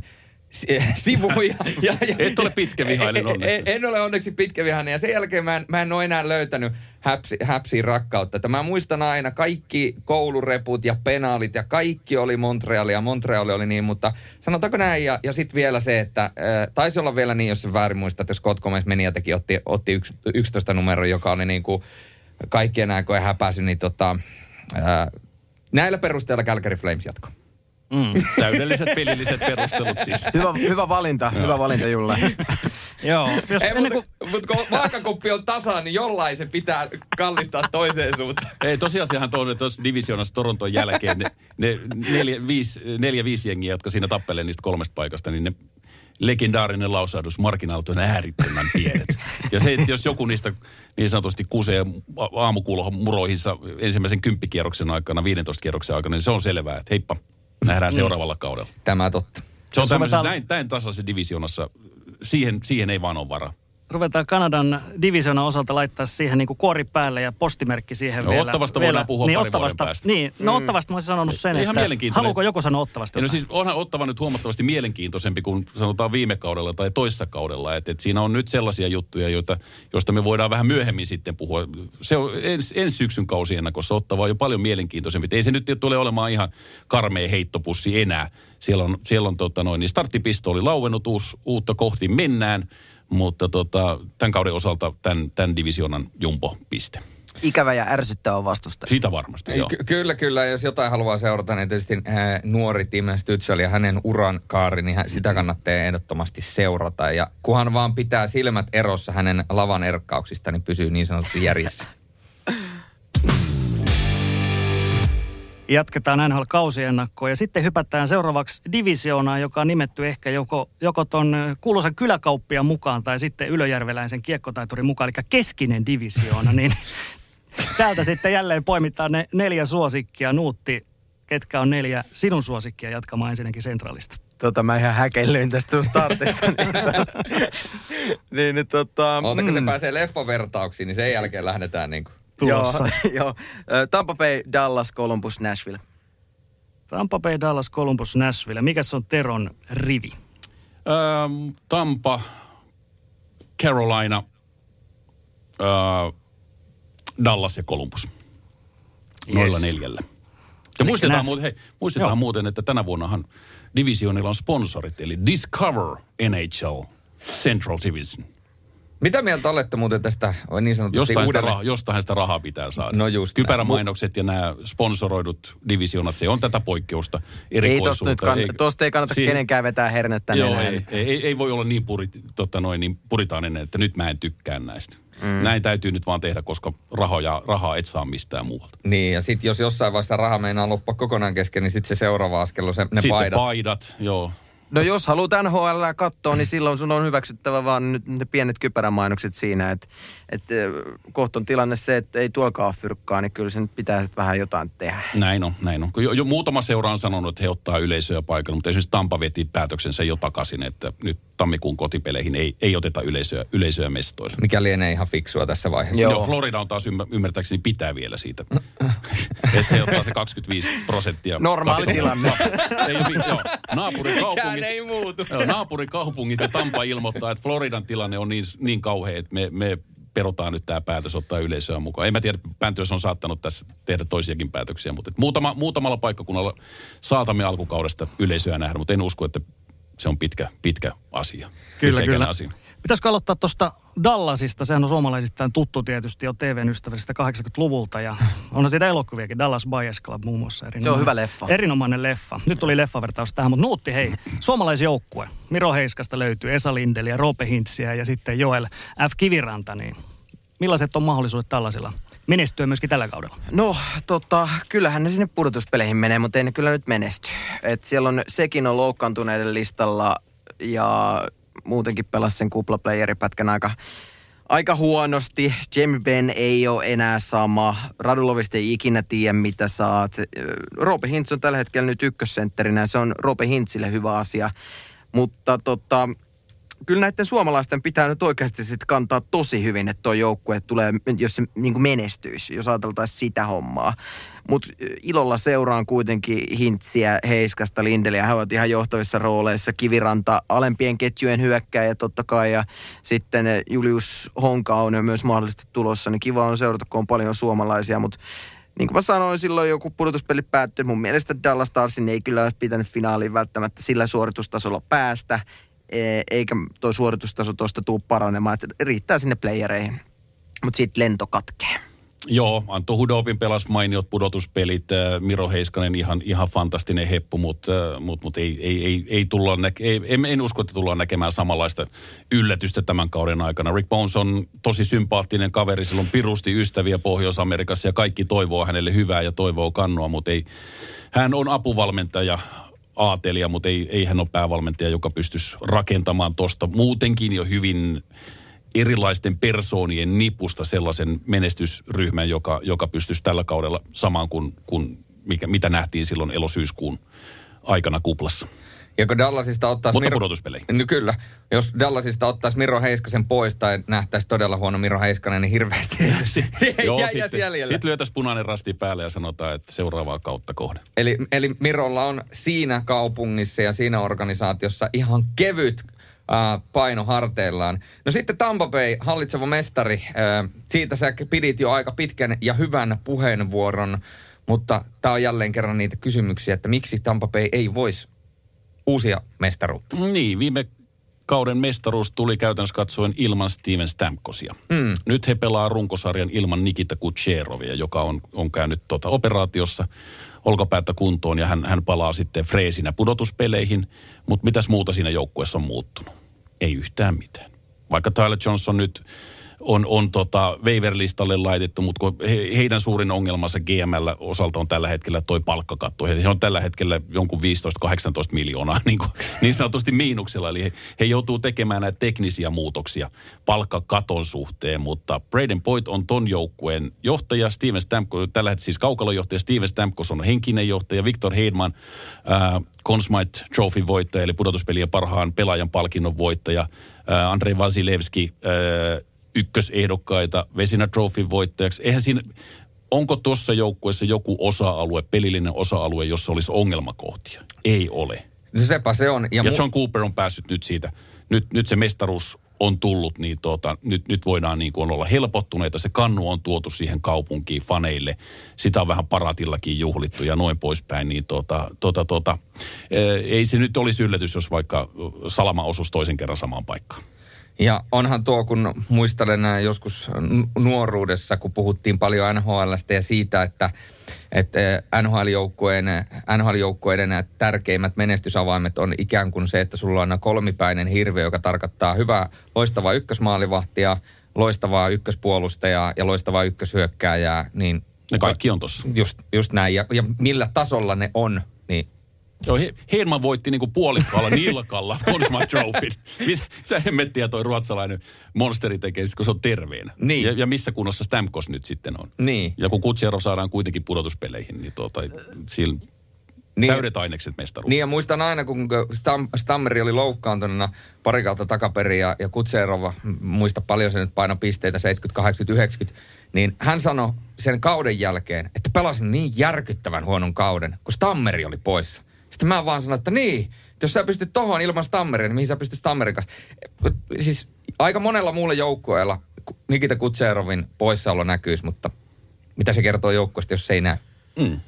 sivuun. Ja, ja, ja, Et ole pitkä vihainen onneksi. En, en ole onneksi pitkä vihainen, ja sen jälkeen mä en, mä en ole enää löytänyt häpsi, häpsiin rakkautta. Että mä muistan aina kaikki koulureput ja penaalit, ja kaikki oli Montrealia, Montreal oli niin, mutta sanotaanko näin, ja, ja sitten vielä se, että äh, taisi olla vielä niin, jos se väärin muistaa, että Scott Gomez meni ja teki, otti, otti yks, yksitoista numero, joka oli niin kuin kaikkien aikojen häpäisy, niin tota, äh, näillä perusteilla Calgary Flames jatko. Mm. Täydelliset pelilliset perustelut siis. Hyvä, hyvä valinta, hyvä valinta Julle. Joo. Jos, Ei, mutta, kuin... mutta kun vaakakuppi on tasa, niin jollain se pitää kallistaa toiseen suuntaan. Ei, tosiasiahan tuossa tuossa divisioonassa Toronton jälkeen ne, ne neljä, viisi, neljä, viisi jengiä, jotka siinä tappelee niistä kolmesta paikasta, niin ne legendaarinen lausahdus, marginaalit on äärittömän pienet. Ja se, että jos joku niistä niin sanotusti kusee aamukuulomuroihinsa ensimmäisen kymppikierroksen aikana, viidentoista kierroksen aikana, niin se on selvää, että heippa. Nähdään seuraavalla kaudella. Tämä totta. Se on tämmöisessä näin, näin tasaisessa divisioonassa. Siihen, siihen ei vaan ole varaa. Ruvetaan Kanadan divisioonan osalta laittaa siihen niin kuin kuori päälle ja postimerkki siihen no, vielä. Ottavasta vielä, voidaan puhua niin, parin ottavasta, vuoden päästä. Niin, no Ottavasta mä olisin sanonut sen, ihan että haluuko joku sanoa Ottavasta? No siis onhan Ottava nyt huomattavasti mielenkiintoisempi kuin sanotaan viime kaudella tai toissa kaudella. Että et siinä on nyt sellaisia juttuja, joita, joista me voidaan vähän myöhemmin sitten puhua. Se on ens, ensi syksyn kausi ennakossa Ottava on jo paljon mielenkiintoisempi. Ei se nyt tule olemaan ihan karmea heittopussi enää. Siellä on, siellä on tota noin, niin starttipistooli lauennut, uus, uutta kohti mennään. Mutta tota, tämän kauden osalta tämän, tämän divisioonan jumbo-piste. Ikävä ja ärsyttävä vastustaja. Siitä varmasti, joo. Ky- kyllä, kyllä. Jos jotain haluaa seurata, niin tietysti äh, nuori Tim Stützle ja hänen uran kaari, niin hän, sitä kannattaa ehdottomasti seurata. Ja kunhan vaan pitää silmät erossa hänen lavan erkkauksista, niin pysyy niin sanotusti järjessä. Jatketaan N H L-kausiennakkoa ja sitten hypätään seuraavaksi divisioonaan, joka on nimetty ehkä joko, joko ton kuuluisan kyläkauppiaan mukaan tai sitten ylöjärveläisen kiekkotaiturin mukaan, eli keskinen divisioona. Niin täältä sitten jälleen poimitaan ne neljä suosikkia. Nuutti, ketkä on neljä sinun suosikkia jatkamaan ensinnäkin Centralista? Tota mä ihan häkellyin tästä sun startista. niin, niin tota... Oota, kun se pääsee leffavertauksiin, niin sen jälkeen lähdetään niin kuin... Tulossa. Joo, joo. Tampa Bay, Dallas, Columbus, Nashville. Tampa Bay, Dallas, Columbus, Nashville. Mikäs on Teron rivi? Ähm, Tampa, Carolina, äh, Dallas ja Columbus. Noilla yes. neljällä. Ja muistetaan, Nas- muuten, hei, muistetaan muuten, että tänä vuonnahan divisioonilla on sponsorit, eli Discover N H L Central Division. Mitä mieltä olette muuten tästä niin sanotusti jostain uudelle? Sitä, rah- jostain sitä rahaa pitää saada. No just Kypärämainokset ja nämä sponsoroidut divisioonat, se on tätä poikkeusta, erikoisuutta. Ei, tuosta kann- ei kannata si- kenenkään vetää hernettä. Joo, ei, ei, ei voi olla niin, purit, totta noin, niin puritaaninen, että nyt mä en tykkää näistä. Mm. Näin täytyy nyt vaan tehdä, koska rahoja, rahaa et saa mistään muualta. Niin, ja sitten jos jossain vaiheessa raha meinaa loppua kokonaan kesken, niin sitten se seuraava askel on se, ne sitten paidat. paidat, joo. No jos haluat N H L katsoa, niin silloin sun on hyväksyttävä vaan nyt ne pienet kypärämainokset siinä, että et, kohta on tilanne se, että ei tuolkaan ole fyrkkaa, niin kyllä se nyt pitää sitten vähän jotain tehdä. Näin on, näin on. Jo, jo muutama seura on sanonut, että he ottaa yleisöä paikalle, mutta esimerkiksi Tampa veti päätöksensä jo takaisin, että nyt tammikuun kotipeleihin ei, ei oteta yleisöä, yleisöä mestoille. Mikä lienee ihan fiksua tässä vaiheessa. Joo, Joo Florida on taas ymmär, ymmärtääkseni pitää vielä siitä, että he ottaa se kaksikymmentäviisi prosenttia. Normaali tilanne. ei, joo, naapurikaupungit, ei muutu. Joo, naapurikaupungit ja Tampa ilmoittaa, että Floridan tilanne on niin, niin kauhea, että me, me perutaan nyt tämä päätös ottaa yleisöä mukaan. En mä tiedä, Panthers on saattanut tässä tehdä toisiakin päätöksiä, mutta muutama, muutamalla paikkakunnalla saatamme alkukaudesta yleisöä nähdä, mutta en usko, että se on pitkä, pitkä asia. Kyllä, pitkä kyllä. Asia. Pitäisikö aloittaa tuosta Dallasista? Sehän on suomalaisittain tuttu tietysti jo T V:n ystävistä kahdeksankymmentäluvulta ja on siitä elokuviakin. Dallas Buyers Club muun muassa. Se on hyvä leffa. Erinomainen leffa. Nyt tuli leffavertaus tähän, mutta Nuutti, hei, suomalaisjoukkue. Miro Heiskasta löytyy Esa Lindeliä, Roope Hintsiä ja sitten Joel F. Kiviranta. Niin Millaiset on mahdollisuudet tällaisilla menestyä myöskin tällä kaudella? No tota, kyllähän ne sinne pudotuspeleihin menee, mutta ei ne kyllä nyt menesty. Et siellä on, sekin on loukkaantuneiden listalla ja muutenkin pelasi sen kuplaplayeripätkän aika, aika huonosti. Jamie Benn ei ole enää sama. Radulovista ei ikinä tiedä, mitä saat. Roope Hintz on tällä hetkellä nyt ykkössentterinä. Se on Roope Hintzille hyvä asia. Mutta tota, kyllä näiden suomalaisten pitää nyt oikeasti sitten kantaa tosi hyvin, että tuo joukkue tulee, jos se niin kuin menestyisi, jos ajateltaisiin sitä hommaa. Mutta ilolla seuraan kuitenkin Hintziä, Heiskasta, Lindeliä. He ovat ihan johtavissa rooleissa. Kiviranta, alempien ketjujen hyökkääjä totta kai. Ja sitten Julius Honka on myös mahdollisesti tulossa. Niin kiva on seurata, kun on paljon suomalaisia. Mutta niin kuin mä sanoin, silloin joku pudotuspeli päättyi. Mun mielestä Dallas Starsin ei kyllä olisi pitänyt finaaliin välttämättä sillä suoritustasolla päästä. Eikä tuo suoritustaso tuosta tule paranemaan. Että riittää sinne playereihin. Mutta sitten lento katkee. Joo, Antto Hudobin pelasi mainiot pudotuspelit, Miro Heiskanen ihan, ihan fantastinen heppu, mutta mut, mut ei, ei, ei, ei tulla näke, ei, en, en usko, että tullaan näkemään samanlaista yllätystä tämän kauden aikana. Rick Bones on tosi sympaattinen kaveri, sillä on pirusti ystäviä Pohjois-Amerikassa ja kaikki toivoo hänelle hyvää ja toivoo kannua, mutta ei, hän on apuvalmentaja, aatelija, mutta ei, ei hän ole päävalmentaja, joka pystyisi rakentamaan tuosta muutenkin jo hyvin erilaisten persoonien nipusta sellaisen menestysryhmän, joka, joka pystyisi tällä kaudella samaan kuin, kuin mikä, mitä nähtiin silloin elosyyskuun aikana kuplassa. Ja kun Dallasista ottaisi... Mutta Miro... pudotuspeleihin. No kyllä. Jos Dallasista ottaisi Miro Heiskasen pois tai nähtäisi todella huono Miro Heiskanen, niin hirveästi ei Joo, jäisi jäljellä. Sitten lyötäisiin punainen rasti päälle ja sanotaan, että seuraavaa kautta kohden. Eli, eli Mirolla on siinä kaupungissa ja siinä organisaatiossa ihan kevyt äh, paino harteillaan. No sitten Tampa Bay, hallitseva mestari. Äh, siitä sä pidit jo aika pitkän ja hyvän puheenvuoron, mutta tämä on jälleen kerran niitä kysymyksiä, että miksi Tampa Bay ei voisi uusia mestaruutta. Niin, viime kauden mestaruus tuli käytännössä katsoen ilman Steven Stamkosia. Mm. Nyt he pelaa runkosarjan ilman Nikita Kucherovia, joka on, on käynyt tuota operaatiossa olkapäätä kuntoon ja hän, hän palaa sitten freesinä pudotuspeleihin. Mutta mitäs muuta siinä joukkueessa on muuttunut? Ei yhtään mitään. Vaikka Tyler Johnson nyt on, on tota waiver-listalle laitettu, mutta he, heidän suurin ongelmansa G M:llä osalta on tällä hetkellä toi palkkakatto. He on tällä hetkellä jonkun viisitoista kahdeksantoista miljoonaa niin, kuin, niin sanotusti miinuksella. Eli he, he joutuu tekemään näitä teknisiä muutoksia palkkakaton suhteen, mutta Braden Point on ton joukkueen johtaja, Steven Stamkos, tällä hetkellä siis kaukalojohtaja, Steven Stamkos on henkinen johtaja, Victor Hedman, äh, Conn Smythe Trophy voittaja, eli pudotuspelien parhaan pelaajan palkinnon voittaja, äh, Andrei Vasilevski, äh, ykkösehdokkaita Vezina Trophyn voittajaksi. Eihän siinä, onko tuossa joukkueessa joku osa-alue, pelillinen osa-alue, jossa olisi ongelmakohtia? Ei ole. Se sepä se on. Ja, ja John Cooper on päässyt nyt siitä, nyt, nyt se mestaruus on tullut, niin tuota, nyt, nyt voidaan niin kuin olla helpottuneita. Se kannu on tuotu siihen kaupunkiin faneille. Sitä on vähän paratillakin juhlittu ja noin poispäin. Niin tuota, tuota, tuota, ei se nyt olisi yllätys, jos vaikka Salama osuisi toisen kerran samaan paikkaan. Ja onhan tuo, kun muistelen joskus nuoruudessa, kun puhuttiin paljon N H L:stä ja siitä, että, että N H L-joukkueiden, N H L-joukkueiden tärkeimmät menestysavaimet on ikään kuin se, että sulla on kolmipäinen hirviö, joka tarkoittaa hyvää, loistavaa ykkösmaalivahtia, loistavaa ykköspuolustajaa ja loistavaa ykköshyökkääjää. Niin ne kaikki on tossa. Just, just näin. Ja, ja millä tasolla ne on, niin... Joo, Hedman voitti niinku puolikkaalla nilkalla Conn Smythe Trophyn. Mitä hemmettiä toi ruotsalainen monsteri tekee sit, kun se on terveenä. Niin. Ja, ja missä kunnossa Stamkos nyt sitten on. Niin. Ja kun Kutserov saadaan kuitenkin pudotuspeleihin, niin tuota, sillä niin, täydet ainekset mestaruuteen. Niin ja muistan aina, kun Stam, Stammeri oli loukkaantunut pari kautta takaperin ja, ja Kutserov, muista paljon se nyt paino pisteitä, seitsemänkymmentä, kahdeksankymmentä, yhdeksänkymmentä, niin hän sanoi sen kauden jälkeen, että pelasin niin järkyttävän huonon kauden, kun Stammeri oli poissa. Sitten mä vaan sanoin, että niin, että jos sä pystyt tohon ilman Stammeria, niin mihin sä pystyt Stammerin kanssa? Siis aika monella muulla joukkueella Nikita Kutserovin poissaolo näkyisi, mutta mitä se kertoo joukkueesta, jos se ei näy? Mm. Mm.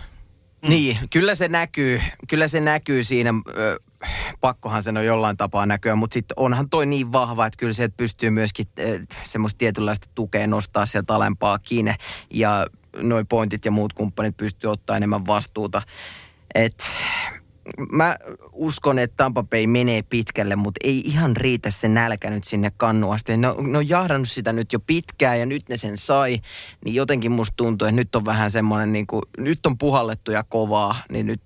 Niin, kyllä se näkyy, kyllä se näkyy siinä, ö, pakkohan sen on jollain tapaa näkyä, mutta sitten onhan toi niin vahva, että kyllä se pystyy myöskin ö, semmoista tietynlaista tukea nostaa sieltä alempaa kiinni ja noi pointit ja muut kumppanit pystyy ottaa enemmän vastuuta. Et mä uskon, että Tampa Bay menee pitkälle, mutta ei ihan riitä se nälkä nyt sinne kannuasti. Ne on, ne on jahdannut sitä nyt jo pitkään ja nyt ne sen sai. Niin jotenkin musta tuntuu, että nyt on vähän semmoinen, niin kuin, nyt on puhallettu ja kovaa. Niin nyt,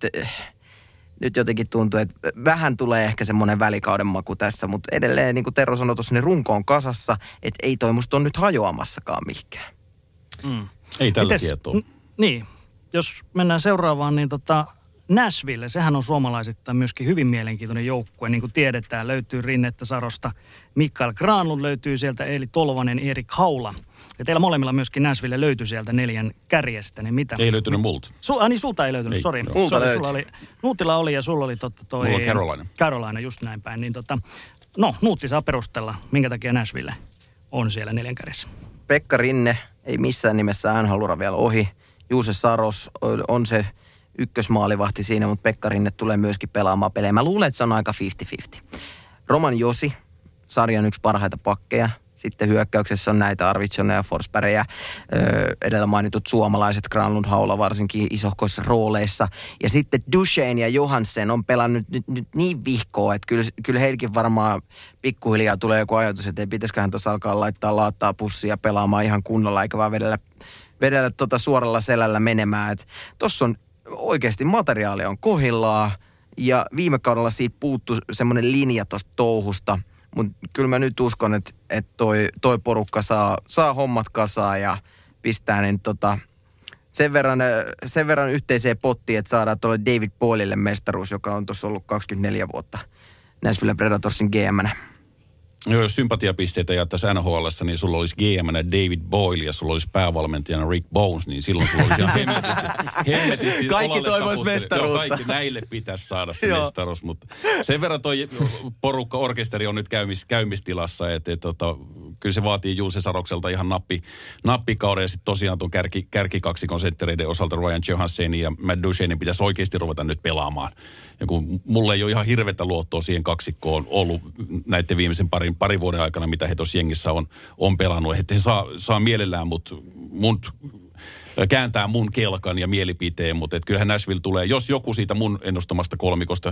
nyt jotenkin tuntuu, että vähän tulee ehkä semmoinen välikauden maku tässä. Mutta edelleen, niin kuin Tero sanoi tuossa, niin runko on kasassa. Että ei toi musta ole nyt hajoamassakaan mihinkään. Mm. Ei tällä Mites, tietoa. N- niin, jos mennään seuraavaan, niin tota... Nashville, sehän on suomalaisittain myöskin hyvin mielenkiintoinen joukkue. Niin kuin tiedetään, löytyy Rinnettä Sarosta. Mikael Granlund löytyy sieltä, Eeli Tolvanen, Erik Haula. Ja teillä molemmilla myöskin Nashville löytyy sieltä neljän kärjestä. Niin mitä? Ei löytynyt multa. Su, ah niin, sulta ei löytynyt, sori. Multa löytyi. Oli, Nuutilla oli ja sulla oli totta toi... Mulla on Carolina. Carolina, just näin päin. Niin tota, no, Nuutti saa perustella, minkä takia Nashville on siellä neljän kärjessä. Pekka Rinne ei missään nimessä N H L-ura vielä ohi. Juuse Saros on se ykkösmaalivahti siinä, mutta Pekka Rinne tulee myöskin pelaamaan pelejä. Mä luulen, että se on aika viisikymmentä viisikymmentä. Roman Josi, sarjan yksi parhaita pakkeja. Sitten hyökkäyksessä on näitä Arvidssoneja ja Forsbergia, öö, edellä mainitut suomalaiset, Granlund, Haula varsinkin isohkoissa rooleissa. Ja sitten Duchene ja Johansen on pelannut nyt, nyt niin vihkoa, että kyllä, kyllä heilläkin varmaan pikkuhiljaa tulee joku ajatus, että ei pitäisiköhän tuossa alkaa laittaa laattaa pussia pelaamaan ihan kunnolla, eikä vaan vedellä, vedellä tota suoralla selällä menemään. Tuossa on oikeasti materiaali on kohillaan ja viime kaudella siitä puuttui semmoinen linja tuosta touhusta. Mutta kyllä mä nyt uskon, että, että toi, toi porukka saa, saa hommat kasaan ja pistää niin tota, sen, verran, sen verran yhteiseen pottiin, että saadaan tuolle David Boylelle mestaruus, joka on tuossa ollut kaksikymmentäneljä vuotta Nashville Predatorsin G M:nä. Joo, jos sympatiapisteitä jaettaisiin N H L:ssä, niin sulla olisi G M:nä David Boyle ja sulla olisi päävalmentajana Rick Bones, niin silloin sulla olisi ihan hemmetisti, hemmetisti kaikki toivoisi mestaruutta. Joo, kaikki näille pitäisi saada se mestaruus, mutta sen verran toi porukka, orkesteri on nyt käymis, käymistilassa, että et, tota, kyllä se vaatii Juuse Sarokselta ihan nappi, nappikauden ja sitten tosiaan tuon kärki, kärkikaksikon senttereiden osalta Ryan Johanssenin ja Matt Duchenein pitäisi oikeasti ruveta nyt pelaamaan. Ja kun mulla ei ole ihan hirveätä luottoa siihen kaksikkoon ollut näiden viimeisen parin, parin vuoden aikana, mitä he tuossa jengissä on, on pelannut. Että he saa, saa mielellään mut, mut kääntää mun kelkan ja mielipiteen, mutta kyllähän Nashville tulee, jos joku siitä mun ennustamasta kolmikosta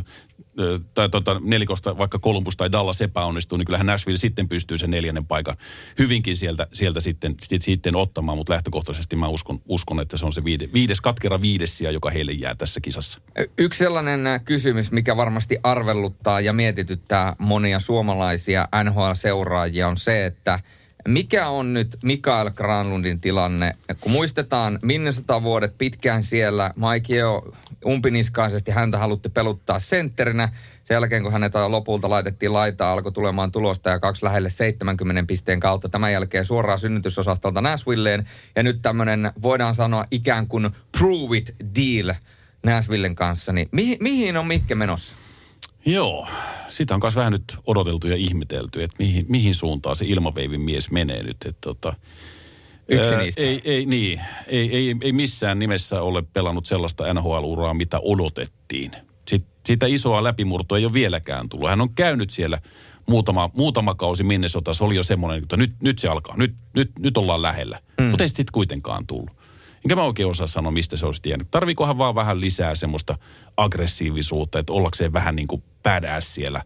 tai tota, nelikosta, vaikka Columbus tai Dallas epäonnistuu, niin kyllähän Nashville sitten pystyy sen neljännen paikan hyvinkin sieltä, sieltä sitten, sitten ottamaan, mutta lähtökohtaisesti mä uskon, uskon, että se on se viides, viides katkera viides sija, joka heille jää tässä kisassa. Yksi sellainen kysymys, mikä varmasti arvelluttaa ja mietityttää monia suomalaisia N H L-seuraajia on se, että mikä on nyt Mikael Granlundin tilanne? Kun muistetaan Minnesota-vuodet pitkään siellä, Mike Yeo umpiniskaisesti häntä halutti peluttaa sentterinä. Sen jälkeen, kun hänet lopulta laitettiin laitaa, alkoi tulemaan tulosta ja kaksi lähelle seitsemänkymmenen pisteen kautta. Tämän jälkeen suoraan synnytysosastolta Nashvilleen. Ja nyt tämmöinen, voidaan sanoa ikään kuin prove it deal Nashvillen kanssa. Niin mihin, mihin on Mikke menossa? Joo, sitä on myös vähän nyt odoteltu ja ihmetelty, että mihin, mihin suuntaan se ilmaveivin mies menee nyt. Että tota, Yksi ää, niistä. Ei, ei, niin, ei, ei, ei missään nimessä ole pelannut sellaista N H L-uraa, mitä odotettiin. Sit, sitä isoa läpimurtoa ei ole vieläkään tullut. Hän on käynyt siellä muutama, muutama kausi Minnesotassa, oli jo semmoinen, että nyt, nyt se alkaa, nyt, nyt, nyt ollaan lähellä. Mm. Mutta ei sitten kuitenkaan tullut. Enkä mä oikein osaa sanoa, mistä se olisi tiennyt. Tarviikohan vaan vähän lisää semmoista aggressiivisuutta, että ollakseen vähän niin kuin badass siellä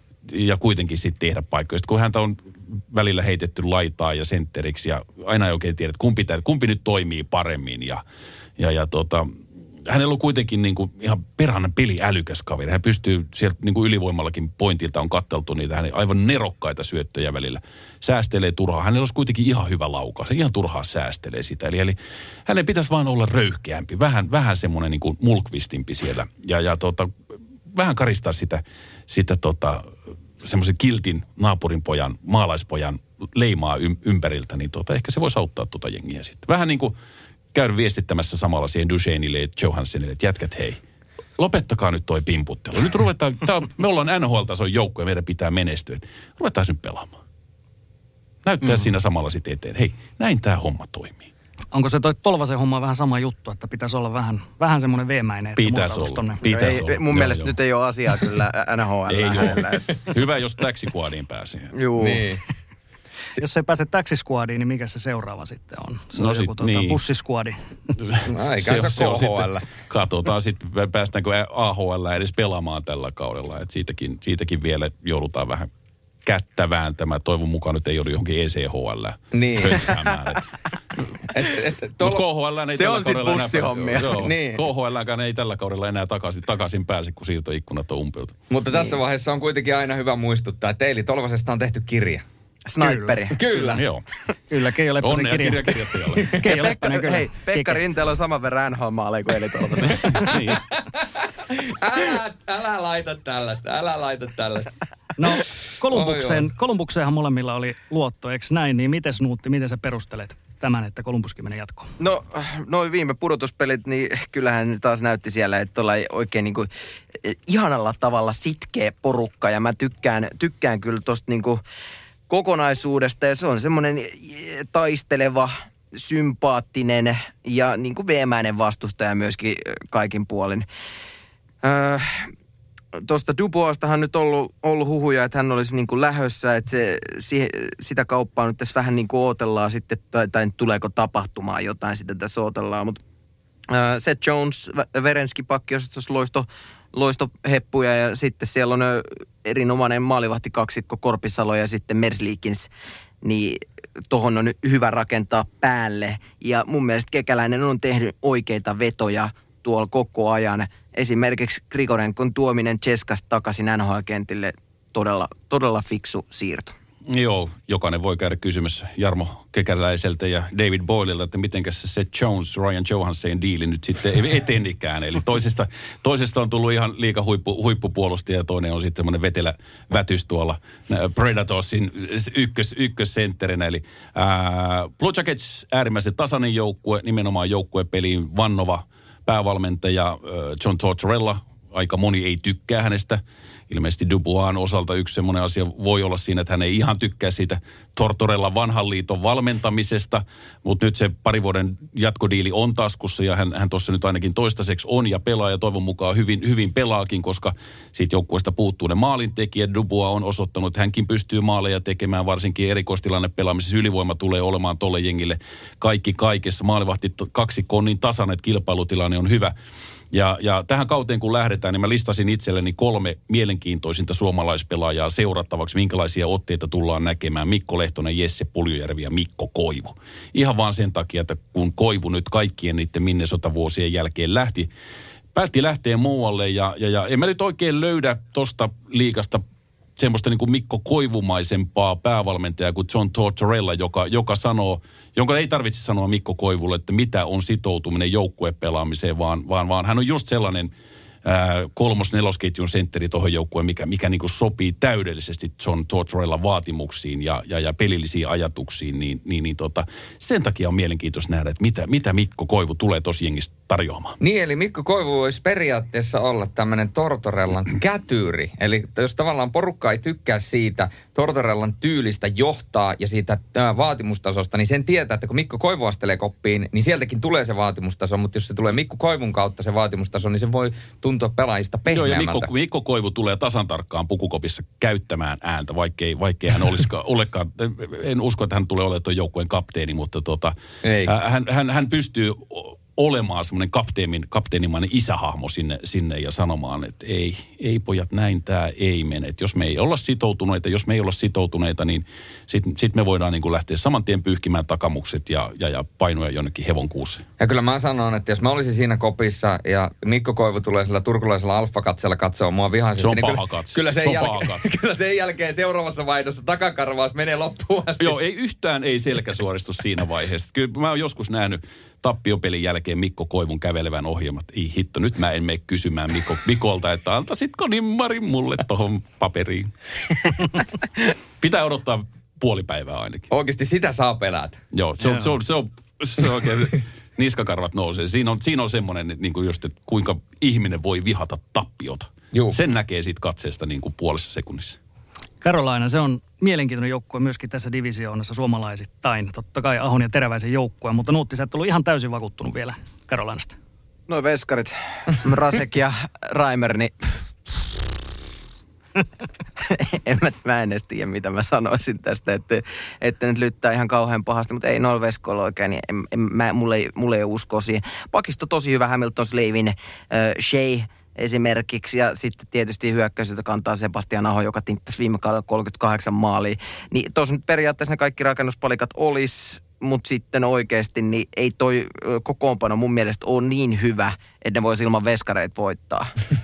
ja kuitenkin sitten tehdä paikkoja. Sitten kun häntä on välillä heitetty laitaa ja sentteriksi ja aina ei oikein tiedä, että kumpi, tämän, kumpi nyt toimii paremmin. Ja, ja, ja tota, hänellä on kuitenkin niin kuin ihan perhana peliälykäs kaveri. Hän pystyy sieltä niin kuin ylivoimallakin pointilta on katteltu niitä hänen aivan nerokkaita syöttöjä välillä. Säästelee turhaa. Hänellä olisi kuitenkin ihan hyvä laukaus. Ihan turhaa säästelee sitä. Eli, eli hänen pitäisi vaan olla röyhkeämpi. Vähän, vähän semmoinen niin kuin mulkvistimpi siellä. Ja, ja tota, vähän karistaa sitä, sitä tota, semmoisen kiltin naapurin pojan, maalaispojan leimaa ympäriltä. Niin tota, ehkä se voisi auttaa tuota jengiä sitten. Vähän niin kuin käydä viestittämässä samalla siihen Duchenille ja Johansenille, että jätkät hei, lopettakaa nyt toi pimputtelu. Nyt ruvetaan, on, me ollaan N H L-tason joukko ja meidän pitää menestyä. Ruvetaan nyt pelaamaan. Näyttää mm. siinä samalla sitten eteen, hei, näin tämä homma toimii. Onko se toi Tolvasen homma vähän sama juttu, että pitäisi olla vähän, vähän semmoinen veemäinen? Pitäisi olla. Pitäis ei, olla. Mun joo, mielestä joo. Nyt ei ole asiaa kyllä N H L. Ei ole. Hyvä, jos taxikuadiin pääsee. Juu. Niin. Jos ei pääse taxisquadiin, niin mikä se seuraava sitten on? Se no on sit, joku tuota, niin. bussisquadi. No, eikä se, se, se on sitten, katsotaan sitten, päästäänkö A H L edes pelaamaan tällä kaudella. Et siitäkin, siitäkin vielä joudutaan vähän kättä vääntämään. Toivon mukaan nyt ei joudu johonkin E C H L niin. hötsäämään. Mutta K H L ei se tällä on sitten bussihommia. Niin. K H L:kään ei tällä kaudella enää takaisin, takaisin pääse, kun siirtoikkunat on umpeutu. Mutta tässä niin. vaiheessa on kuitenkin aina hyvä muistuttaa, että Eili Tolvasesta on tehty kirja. Sniperi. Kyllä. Kyllä. Joo. Kyllä, Keijo Leppäsen kirja. kirja. Onnea kirjakirjoittajalle. Keijo Pekka, Leppänen, kyllä. hei, Pekka Rinteellä on saman verran N H L-maaleja kuin Eili Tolvasen. niin. älä, älä laita tällaista, älä laita tällaista. No, Kolumbukseen, Kolumbukseenhan molemmilla oli luotto, eikö näin? Niin miten Nuutti, miten sä perustelet tämän, että Kolumbuskin menee jatkoon? No, noin viime pudotuspelit, niin kyllähän taas näytti siellä, että tuolla oikein niin kuin ihanalla tavalla sitkeä porukka. Ja mä tykkään, tykkään kyllä tosta niin kuin kokonaisuudesta ja se on semmoinen taisteleva, sympaattinen ja niin kuin veemäinen vastustaja myöskin kaikin puolin. Öö, Tuosta Duboistahan nyt ollut, ollut huhuja, että hän olisi niin kuin lähössä, että se, si, sitä kauppaa nyt tässä vähän niin kuin odotellaan sitten, tai, tai tuleeko tapahtumaan jotain, sitä tässä odotellaan. Mutta äh, Seth Jones, Werenski pakkiosastossa loisto, loistoheppuja ja sitten siellä on erinomainen maalivahti kaksikko Korpisalo ja sitten Merzlikins, niin tohon on hyvä rakentaa päälle. Ja mun mielestä Kekäläinen on tehnyt oikeita vetoja tuolla koko ajan. Esimerkiksi Grigorenkon tuominen Cheskasta takaisin N H L-kentille todella, todella fiksu siirto. Joo, jokainen voi käydä kysymys Jarmo Kekäläiseltä ja David Boylelta, että mitenkäs se Seth Jones, Ryan Johansen diili nyt sitten etenikään. Eli toisesta, toisesta on tullut ihan liika huippu, huippupuolustaja ja toinen on sitten semmoinen vetelä vätys tuolla Predatorsin ykkös, ykkössentterinä. Eli ää, Blue Jackets äärimmäisen tasainen joukkue, nimenomaan joukkuepeliin vannova päävalmentaja John Tortorella. Aika moni ei tykkää hänestä. Ilmeisesti Dubois osalta yksi semmoinen asia voi olla siinä, että hän ei ihan tykkää siitä Tortorella vanhan liiton valmentamisesta. Mutta nyt se pari vuoden jatkodiili on taskussa ja hän, hän tuossa nyt ainakin toistaiseksi on ja pelaa ja toivon mukaan hyvin, hyvin pelaakin, koska siitä joukkueesta puuttuu ne maalintekijät. Dubois on osoittanut, että hänkin pystyy maaleja tekemään, varsinkin erikoistilanne pelaamisessa. Ylivoima tulee olemaan tolle jengille kaikki kaikessa. Maalivahti kaksikko on niin tasainen, että kilpailutilanne on hyvä. Ja, ja tähän kauteen kun lähdetään, niin mä listasin itselleni kolme mielenkiintoisinta suomalaispelaajaa seurattavaksi, minkälaisia otteita tullaan näkemään. Mikko Lehtonen, Jesse Puljujärvi ja Mikko Koivu. Ihan vaan sen takia, että kun Koivu nyt kaikkien niiden Minnesota-vuosien jälkeen lähti, päätti lähteä muualle ja, ja, ja en mä nyt oikein löydä tosta liigasta semmoista niin kuin Mikko Koivumaisempaa päävalmentajaa kuin John Tortorella, joka, joka sanoo, jonka ei tarvitse sanoa Mikko Koivulle, että mitä on sitoutuminen joukkuepelaamiseen, vaan, vaan, vaan hän on just sellainen ää, kolmos-nelosketjun sentteri tuohon joukkueen, mikä, mikä niin kuin sopii täydellisesti John Tortorellan vaatimuksiin ja, ja, ja pelillisiin ajatuksiin, niin, niin, niin tota, sen takia on mielenkiintoista nähdä, että mitä, mitä Mikko Koivu tulee tosi jengistä tarjoamaan. Niin, eli Mikko Koivu voisi periaatteessa olla tämmöinen Tortorellan kätyri. Eli jos tavallaan porukka ei tykkää siitä Tortorellan tyylistä johtaa ja siitä ää, vaatimustasosta, niin sen tietää, että kun Mikko Koivu astelee koppiin, niin sieltäkin tulee se vaatimustaso, mutta jos se tulee Mikko Koivun kautta se vaatimustaso, niin se voi tuntua pelaajista pehmeämmältä. Joo, ja Mikko, Mikko Koivu tulee tasan tarkkaan pukukopissa käyttämään ääntä, vaikkei, vaikkei hän olisikaan, olekaan, en usko, että hän tulee olemaan tuon joukkueen kapteeni, mutta tota, hän, hän, hän pystyy olemaan semmoinen kapteenin, kapteenimainen isähahmo sinne, sinne ja sanomaan, että ei, ei pojat, näin tämä ei mene. Et jos me ei olla sitoutuneita, jos me ei olla sitoutuneita, niin sitten sit me voidaan niin kuin lähteä saman tien pyyhkimään takamukset ja, ja, ja painoja jonnekin hevonkuuseen. Ja kyllä mä sanon, että jos mä olisin siinä kopissa ja Mikko Koivu tulee sillä turkulaisella alfakatsella katsoa mua vihaisesti. Se on niin paha kyllä, katse. Kyllä sen, se on jälkeen, paha katse. kyllä sen jälkeen seuraavassa vaihdossa takakarvaus menee loppuun asti. Joo, ei yhtään ei selkäsuoristus siinä vaiheessa. Kyllä mä oon joskus nähnyt tappiopelin jälkeen Mikko Koivun kävelevän ohjelmat. Ei hitto, nyt mä en mene kysymään Mikko, Mikolta, että antaisitko nimmarin mulle tohon paperiin. Pitää odottaa puoli päivää ainakin. Oikeasti sitä saa pelätä. Joo, se on, se on, se on, se on oikein, niskakarvat nousee. Siinä on, siinä on semmoinen, niin kuin just, että kuinka ihminen voi vihata tappiota. Juu. Sen näkee siitä katseesta niin kuin puolessa sekunnissa. Carolina, se on mielenkiintoinen joukkue myöskin tässä divisioonassa suomalaisittain. Totta kai Ahon ja Teräväisen joukkue, mutta Nuutti, sä et ollut ihan täysin vakuuttunut vielä Carolinasta. No veskarit, Rasek ja Reimer, niin en mä, mä en edes tiedä, mitä mä sanoisin tästä, että, että nyt lyttää ihan kauhean pahasti, mutta ei noilla veskoilla oikein, niin en, en, mä, mulle, ei, mulle ei usko siihen. Pakisto tosi hyvä, Hamilton, Slavin, äh, Shea esimerkiksi, ja sitten tietysti hyökkäys, jota kantaa Sebastian Aho, joka tinttäisi viime kaudella kolmekymmentäkahdeksan maalia. Niin tuossa nyt periaatteessa ne kaikki rakennuspalikat olisi, mutta sitten oikeasti niin ei toi kokoonpano mun mielestä ole niin hyvä, että ne voisi ilman veskareita voittaa.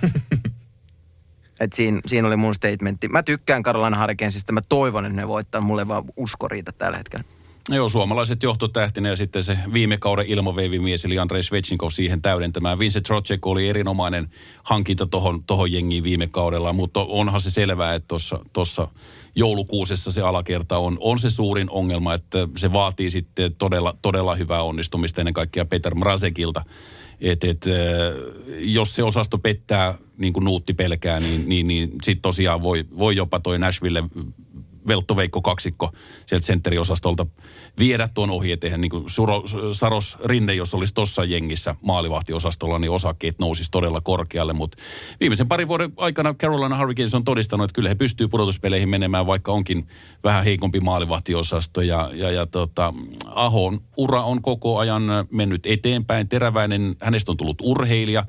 Et siinä, siinä oli mun statementti. Mä tykkään Carolina Hurricanesista, mä toivon, että ne voittaa. Mulle ei vaan usko riitä tällä hetkellä. Joo, suomalaiset johtotähtinä ja sitten se viime kauden ilmaveivimies, eli Andrei Svechnikov siihen täydentämään. Vincent Trocheck oli erinomainen hankinta tohon, tohon jengiin viime kaudella, mutta onhan se selvää, että tuossa, tuossa joulukuusessa se alakerta on, on se suurin ongelma, että se vaatii sitten todella, todella hyvää onnistumista ennen kaikkea Peter Mrazekilta. Että et, jos se osasto pettää niin kuin Nuutti pelkää, niin, niin, niin sitten tosiaan voi, voi jopa toi Nashville Veltto-Veikko kaksikko sieltä sentteri-osastolta viedä tuon ohi, että eihän niin kuin Suro, Saros Rinne, jos olisi tuossa jengissä maalivahtiosastolla, niin osakkeet nousisi todella korkealle, mutta viimeisen parin vuoden aikana Carolina Hurricanes on todistanut, että kyllä he pystyy pudotuspeleihin menemään, vaikka onkin vähän heikompi maalivahtiosasto, ja, ja, ja tota, Ahon ura on koko ajan mennyt eteenpäin, teräväinen, hänestä on tullut urheilija.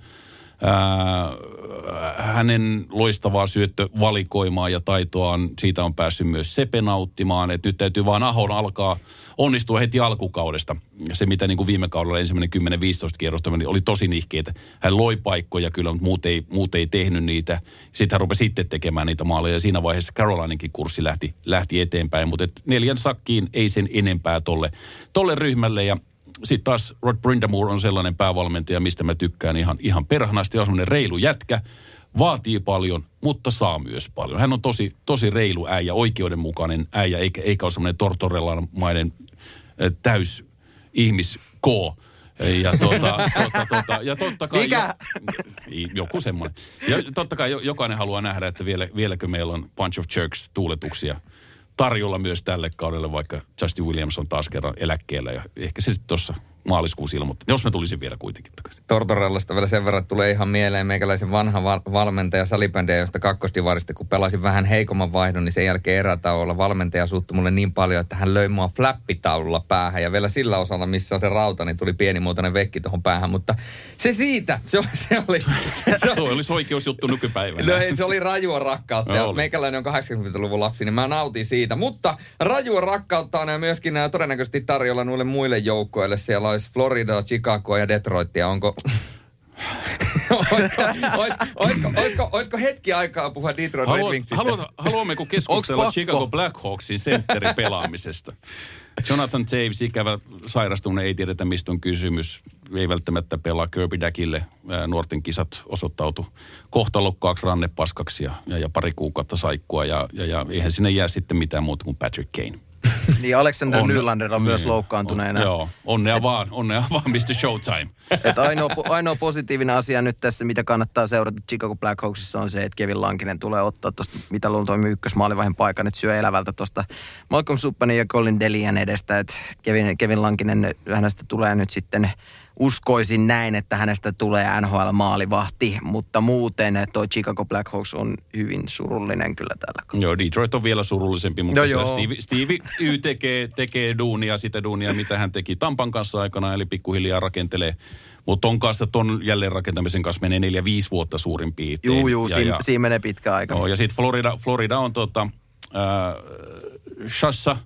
Ää, hänen loistavaa syöttövalikoimaa ja taitoaan, siitä on päässyt myös Sepe nauttimaan, että nyt täytyy vaan Ahon alkaa onnistua heti alkukaudesta. Se, mitä niin kuin viime kaudella ensimmäinen kymmenen viisitoista kierrosta meni, oli tosi nihkeitä. Hän loi paikkoja kyllä, mutta muut ei, muut ei tehnyt niitä. Sitten hän rupesi sitten tekemään niitä maaleja, ja siinä vaiheessa Carolinainkin kurssi lähti, lähti eteenpäin, mutta neljän sakkiin ei sen enempää tolle, tolle ryhmälle, ja sitten taas Rod Brind'Amour on sellainen päävalmentaja, mistä mä tykkään ihan, ihan perhanasti. On semmoinen reilu jätkä, vaatii paljon, mutta saa myös paljon. Hän on tosi, tosi reilu äijä, oikeudenmukainen äijä, eikä, eikä ole semmoinen tortorellamainen täys ihmiskoo. Ja, tuota, tuota, tuota, ja totta kai jo, joku semmoinen. Ja totta kai jokainen haluaa nähdä, että vielä, vieläkö meillä on Bunch of Jerks -tuuletuksia tarjolla myös tälle kaudelle, vaikka Justin Williams on taas kerran eläkkeellä, ja ehkä se sitten tuossa maaliskuussa ilmoitti, jos mä tulisin vielä kuitenkin takaisin. Tortorellasta vielä sen verran tulee ihan mieleen meikäläisen vanha val- valmentaja salibändiä, josta kakkosdivarista, kun pelasin vähän heikomman vaihdon, niin sen jälkeen erätauolla valmentaja suuttui mulle niin paljon, että hän löi mua flappitaululla päähän, ja vielä sillä osalla, missä on se rauta, niin tuli pienimuotoinen vekki tuohon päähän, mutta se siitä, se oli... Se oli se Tuo olisi oikeusjuttu nykypäivänä. No ei, se oli rajua rakkautta, no, ja meikäläinen on kahdeksankymmentäluvun lapsi, niin mä nautin siitä, mutta rajua rakkautta on ja myöskin todennäköisesti tarjolla noille muille joukkoille, siellä olisi Florida, Chicago ja Detroitia, onko... olisiko, olisiko, olisiko, olisiko, olisiko hetki aikaa puhua Detroit Red Wingsista? Haluat, haluammeko keskustella Chicago Blackhawksin sentterin pelaamisesta? Jonathan Taves, ikävä sairastuminen, ei tiedetä mistä on kysymys. Ei välttämättä pelaa Kirby Dackille. Nuorten kisat osoittautui kohtalokkaaksi rannepaskaksi ja, ja, ja pari kuukautta saikkua. Ja, ja, ja eihän sinne jää sitten mitään muuta kuin Patrick Kane. Niin Alexander on, Nylander on niin, myös loukkaantuneena. On, joo, onnea vaan, onnea vaan, mister Showtime. Et ainoa, ainoa positiivinen asia nyt tässä, mitä kannattaa seurata Chicago Blackhawksissa on se, että Kevin Lankinen tulee ottaa tuosta, mitä luultoimme ykkösmaalivahin paikan, että syö elävältä tuosta Malcolm Subbanin ja Colin Delian edestä, että Kevin, Kevin Lankinen, hänestä tulee nyt sitten, uskoisin näin, että hänestä tulee N H L-maalivahti, mutta muuten tuo Chicago Blackhawks on hyvin surullinen kyllä tällä kaudella. Joo, Detroit on vielä surullisempi, mutta no Steve, Steve Y tekee, tekee duunia, sitä duunia, mitä hän teki Tampan kanssa aikana, eli pikkuhiljaa rakentelee. Mutta ton kanssa, ton jälleenrakentamisen kanssa menee neljä, viisi vuotta suurin piirtein. Juu, juu, ja, siinä, ja, siinä menee pitkä aika. No, ja sitten Florida, Florida on tota, äh, Shassa,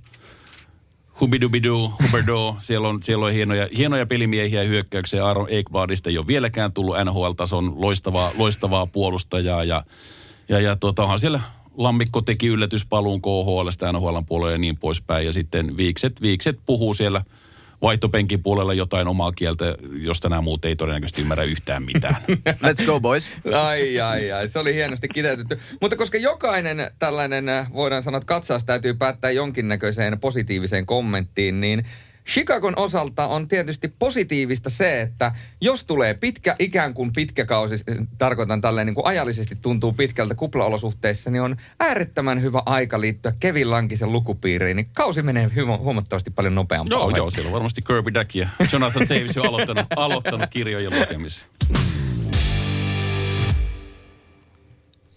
Hubidubidu, Huberdo, siellä on, siellä on hienoja, hienoja pelimiehiä hyökkäyksiä. Aaron Ekbladista ei ole vieläkään tullut N H L-tason loistavaa, loistavaa puolustajaa. Ja, ja, ja tota, onhan siellä Lammikko teki yllätyspaluun K H L:stä N H L:n puolelle ja niin poispäin. Ja sitten viikset, viikset puhuu siellä vaihtopenkin puolella jotain omaa kieltä, josta nämä muut ei todennäköisesti ymmärrä yhtään mitään. Let's go, boys. Ai, ai, ai. Se oli hienosti kiteytetty. Mutta koska jokainen tällainen, voidaan sanoa, että katsaus täytyy päättää jonkinnäköiseen positiiviseen kommenttiin, niin Chicagon osalta on tietysti positiivista se, että jos tulee pitkä, ikään kuin pitkä kausi, tarkoitan tälleen niin kuin ajallisesti tuntuu pitkältä kuplaolosuhteissa, niin on äärettömän hyvä aika liittyä Kevin Lankisen lukupiiriin, niin kausi menee huomattavasti paljon nopeampaa. Joo, joo, siellä on varmasti Kirby Dack ja Jonathan Taves jo aloittanut, aloittanut kirjojen lukemisen.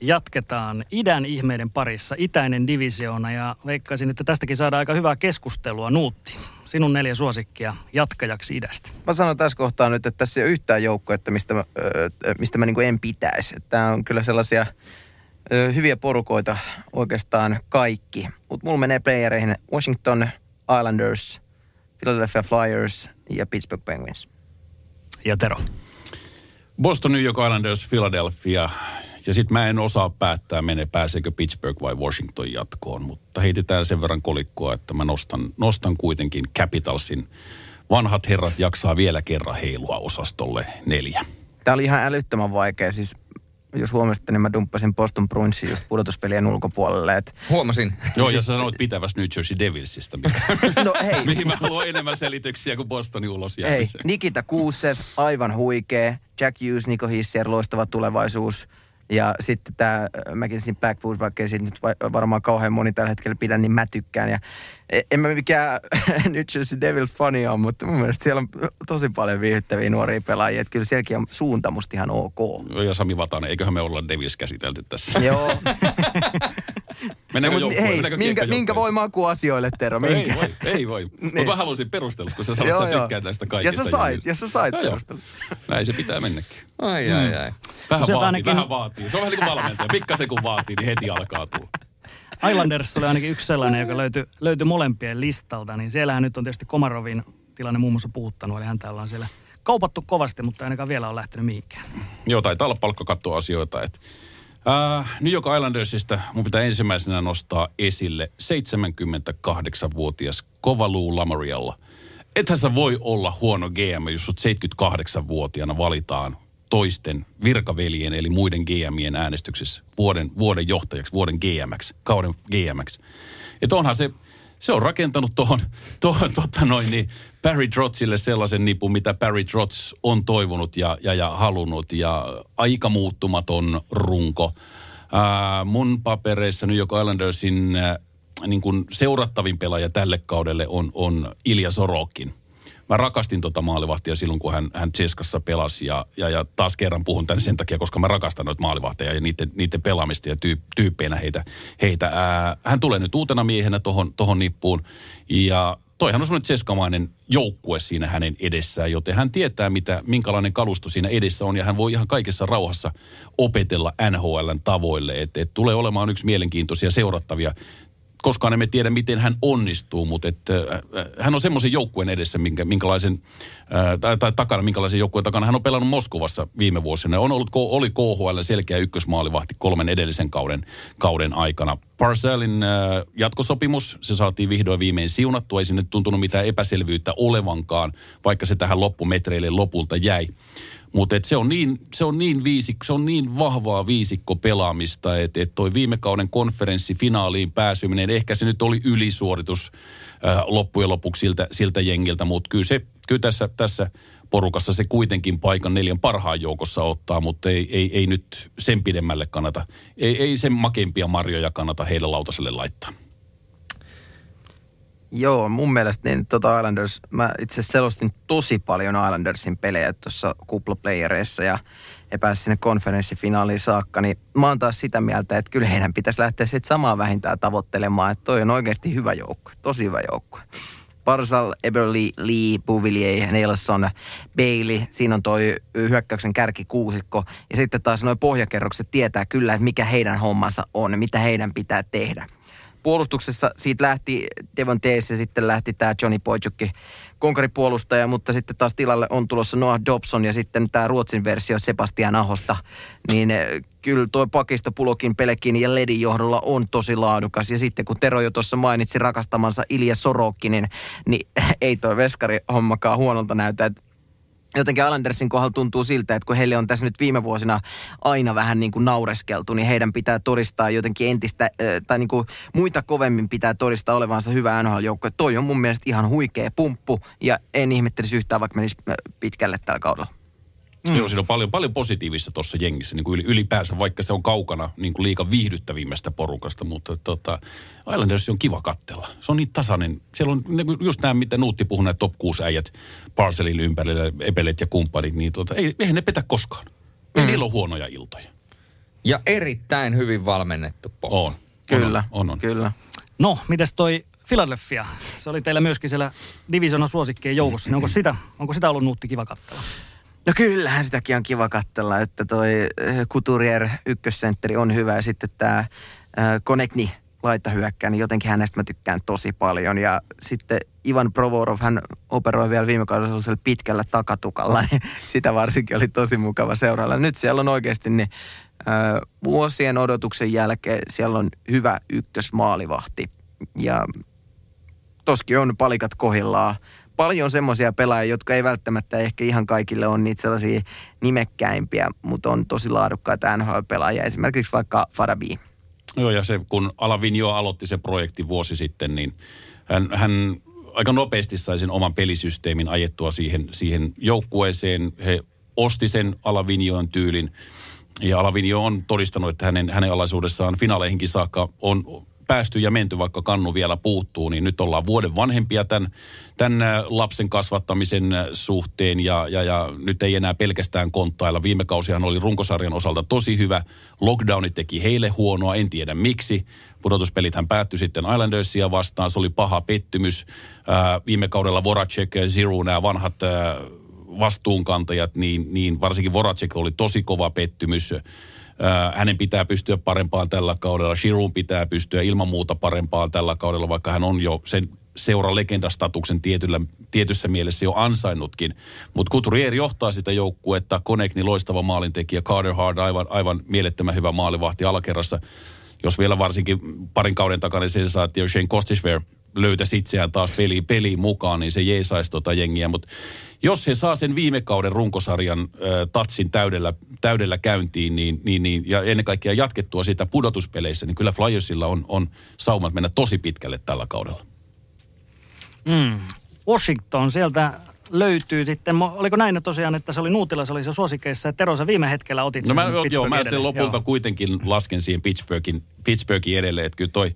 jatketaan idän ihmeiden parissa, itäinen divisioona, ja veikkaisin, että tästäkin saadaan aika hyvää keskustelua. Nuutti, sinun neljä suosikkia jatkajaksi idästä. Mä sanon tässä kohtaa nyt, että tässä ei ole yhtään joukkoa, mistä mä, mistä mä niin kuin en pitäisi. Tämä on kyllä sellaisia hyviä porukoita oikeastaan kaikki. Mutta mulla menee playereihin Washington Islanders, Philadelphia Flyers ja Pittsburgh Penguins. Ja Tero? Boston, New York Islanders, Philadelphia. Ja sitten mä en osaa päättää, menee pääseekö Pittsburgh vai Washington jatkoon. Mutta heitetään sen verran kolikkoa, että mä nostan, nostan kuitenkin Capitalsin. Vanhat herrat jaksaa vielä kerran heilua osastolle neljä. Tämä oli ihan älyttömän vaikea. Siis jos huomasitte, niin mä dumppasin Boston Bruinsin just pudotuspelien ulkopuolelle. Et... Huomasin. Joo, ja sä sanoit pitävästä New Jersey Devilsista, mikä... no hei. mihin mä haluan enemmän selityksiä kuin Bostonin ulos Hei, jäämisen. Nikita Kuusev, aivan huikea. Jack Hughes, Nico Hischier, loistava tulevaisuus. Ja sitten tämä Mackenzie Blackwood, vaikka ei siitä nyt varmaan kauhean moni tällä hetkellä pidä, niin mä tykkään. Ja en mä mikään New Jersey Devil-fani ole, mutta mun mielestä siellä on tosi paljon viihdyttäviä nuoria pelaajia. Että kyllä sielläkin on suunta musta ihan ok. Ja Sami Vatanen, eiköhän me olla Devils käsitelty tässä. Joo. Mennäänkö no, joukkueen? Hei, minkä, minkä voi maku asioille, Tero? No, ei voi, ei voi. Niin. Mutta mä halusin perustella, kun sä sanoit, että sä tykkäät näistä kaikista. Ja sä sait, ja sä sait perustella. Näin se pitää mennäkin. Ai, mm. ai, ai. Vähän Sieltä vaatii, ainakin... vähän vaatii. Se on vähän niin kuin valmentaja. Pikkasen kun vaatii, niin heti alkaa tulla. Islanders oli ainakin yksi sellainen, joka löytyi, löytyi molempien listalta, niin siellähän nyt on tietysti Komarovin tilanne muun muassa puhuttanut, eli häntä ollaan siellä kaupattu kovasti, mutta ainakaan vielä on lähtenyt mihinkään. Joo, taitaa olla palkkakattoasioita. Että, äh, New York Islandersista mun pitää ensimmäisenä nostaa esille seitsemänkymmentäkahdeksanvuotias Kovalu Lamoriella. Ethän sä voi olla huono G M, jos sut seitsemänkymmentäkahdeksanvuotiaana valitaan toisten virkaveljen eli muiden G M:ien äänestyksessä vuoden, vuoden johtajaksi, vuoden G M:ksi, kauden G M:ksi. Että onhan se, se on rakentanut tuohon, tuohon tota noin niin, Barry Trotzille sellaisen nipun, mitä Barry Trotz on toivonut ja, ja, ja halunnut ja aika muuttumaton runko. Ää, mun papereissa New York Islandersin ää, niin kuin seurattavin pelaaja tälle kaudelle on, on Ilja Sorokin. Mä rakastin tota maalivahtia silloin, kun hän, hän Ceskassa pelasi ja, ja, ja taas kerran puhun tänne sen takia, koska mä rakastan noita maalivahteja ja niiden, niiden pelaamista ja tyyp, tyyppeinä heitä. heitä. Ää, hän tulee nyt uutena miehenä tohon, tohon nippuun ja toihan on semmoinen Ceskamainen joukkue siinä hänen edessään, joten hän tietää, mitä, minkälainen kalusto siinä edessä on ja hän voi ihan kaikessa rauhassa opetella N H L:n tavoille. Että et tulee olemaan yksi mielenkiintoisia seurattavia. Koskaan emme tiedä, miten hän onnistuu, mutta että, äh, hän on semmoisen joukkueen edessä, minkä, minkälaisen, äh, tai, tai takana, minkälaisen joukkueen takana. Hän on pelannut Moskovassa viime vuosina. On ollut, oli K H L selkeä ykkösmaalivahti kolmen edellisen kauden, kauden aikana. Parcellin äh, jatkosopimus, se saatiin vihdoin viimein siunattua. Ei sinne tuntunut mitään epäselvyyttä olevankaan, vaikka se tähän loppumetreille lopulta jäi. Mutta se on niin, se on niin viisik, se on niin vahvaa viisikko pelaamista, että et toi viime kauden konferenssifinaaliin pääsyminen, ehkä se nyt oli ylisuoritus äh, loppujen lopuksi siltä, siltä jengiltä, mutta kyllä, se, kyllä tässä, tässä porukassa se kuitenkin paikan neljän parhaan joukossa ottaa, mutta ei, ei, ei nyt sen pidemmälle kannata, ei, ei sen makeimpia marjoja kannata heidän lautaselle laittaa. Joo, mun mielestä niin tota Islanders, mä itse asiassa selostin tosi paljon Islandersin pelejä tuossa kuplaplayereissa ja, ja pääsin sinne konferenssifinaaliin saakka, niin mä oon taas sitä mieltä, että kyllä heidän pitäisi lähteä sitten samaa vähintään tavoittelemaan, että toi on oikeasti hyvä joukkue, tosi hyvä joukkue. Barzal, Eberle, Lee, Bouvillier, Nelson, Bailey, siinä on toi hyökkäyksen kärkikuusikko ja sitten taas nuo pohjakerrokset tietää kyllä, että mikä heidän hommansa on, mitä heidän pitää tehdä. Puolustuksessa siitä lähti Devon Tays ja sitten lähti tämä Johnny Boychukki konkaripuolustaja, mutta sitten taas tilalle on tulossa Noah Dobson ja sitten tämä Ruotsin versio Sebastian Ahosta. Niin kyllä tuo pakisto Pulokin, Pelekin ja Ledin johdolla on tosi laadukas. Ja sitten kun Tero jo tuossa mainitsi rakastamansa Ilja Sorokinin, niin ei toi veskari hommakaan huonolta näytä. Jotenkin Islandersin kohdalla tuntuu siltä, että kun heille on tässä nyt viime vuosina aina vähän niin kuin naureskeltu, niin heidän pitää todistaa jotenkin entistä, tai niin kuin muita kovemmin pitää todistaa olevansa hyvä N H L-joukkue. Toi on mun mielestä ihan huikea pumppu, ja en ihmettelisi yhtään, vaikka menisi pitkälle tällä kaudella. Mm. Joo, siinä on paljon, paljon positiivista tuossa jengissä niin kuin ylipäänsä, vaikka se on kaukana niin kuin liigan viihdyttävimmästä porukasta, mutta tota, Islanders on kiva katsella. Se on niin tasainen. Siellä on just nämä, mitä Nuutti puhui, nämä top kuusi äijät Parcellin ympärillä, Ebelet ja kumppanit, niin tota, ei, eihän ne petä koskaan. Ei mm. niillä ole huonoja iltoja. Ja erittäin hyvin valmennettu poppa. On. Kyllä, on, on, on. kyllä. No, mites toi Philadelphia? Se oli teillä myöskin siellä divisioonan suosikkien joukossa. Niin onko sitä, onko sitä ollut Nuutti kiva katsella? No kyllähän sitäkin on kiva katsella, että toi Couturier ykkössentteri on hyvä ja sitten tämä Konechny laittahyökkää, niin jotenkin hänestä mä tykkään tosi paljon. Ja sitten Ivan Provorov, hän operoi vielä viime kaudella sellaisella pitkällä takatukalla, niin sitä varsinkin oli tosi mukava seurailla. Nyt siellä on oikeasti niin, äh, vuosien odotuksen jälkeen siellä on hyvä ykkösmaalivahti. Ja toskin on palikat kohillaan. Paljon semmoisia pelaajia, jotka ei välttämättä ehkä ihan kaikille ole niitä sellaisia nimekkäimpiä, mutta on tosi laadukkaita N H L-pelaajia. Esimerkiksi vaikka Farabi. Joo, ja se, kun Alavinio aloitti sen projektin vuosi sitten, niin hän, hän aika nopeasti sai sen oman pelisysteemin ajettua siihen, siihen joukkueeseen. He osti sen Alavinioon tyylin, ja Alavinio on todistanut, että hänen, hänen alaisuudessaan finaaleihinkin saakka on päästy ja menty, vaikka kannu vielä puuttuu, niin nyt ollaan vuoden vanhempia tämän, tämän lapsen kasvattamisen suhteen ja, ja, ja nyt ei enää pelkästään konttailla. Viime kausihan oli runkosarjan osalta tosi hyvä. Lockdowni teki heille huonoa, en tiedä miksi. Pudotuspelithän päättyi sitten Islandersia vastaan, se oli paha pettymys. Ää, viime kaudella Voracek, Giroux, nämä vanhat ää, vastuunkantajat, niin, niin varsinkin Voracek oli tosi kova pettymys. Hänen pitää pystyä parempaan tällä kaudella. Giroux pitää pystyä ilman muuta parempaan tällä kaudella, vaikka hän on jo sen seuran legendastatuksen tietyllä, tietyssä mielessä jo ansainnutkin. Mutta Couturier johtaa sitä joukkuetta, Konechny loistava maalintekijä, Carter Hart aivan, aivan mielettömän hyvä maalivahti alakerrassa. Jos vielä varsinkin parin kauden takana sensaatio Shane Kostisver löytäisi itseään taas peliin, peliin mukaan, niin se jeesaisi tota jengiä. Mutta jos he saa sen viime kauden runkosarjan äh, tatsin täydellä, täydellä käyntiin niin, niin, niin, ja ennen kaikkea jatkettua sitä pudotuspeleissä, niin kyllä Flyersilla on, on saumat mennä tosi pitkälle tällä kaudella. Mm. Washington, sieltä löytyy sitten, oliko näin tosiaan, että se oli Nuutila, se oli se suosikeissa, että Tero, sä viime hetkellä otit sen no mä, Pittsburghin joo, mä edelleen. sen lopulta joo. kuitenkin lasken siihen Pittsburghin, Pittsburghin edelleen, että kyllä toi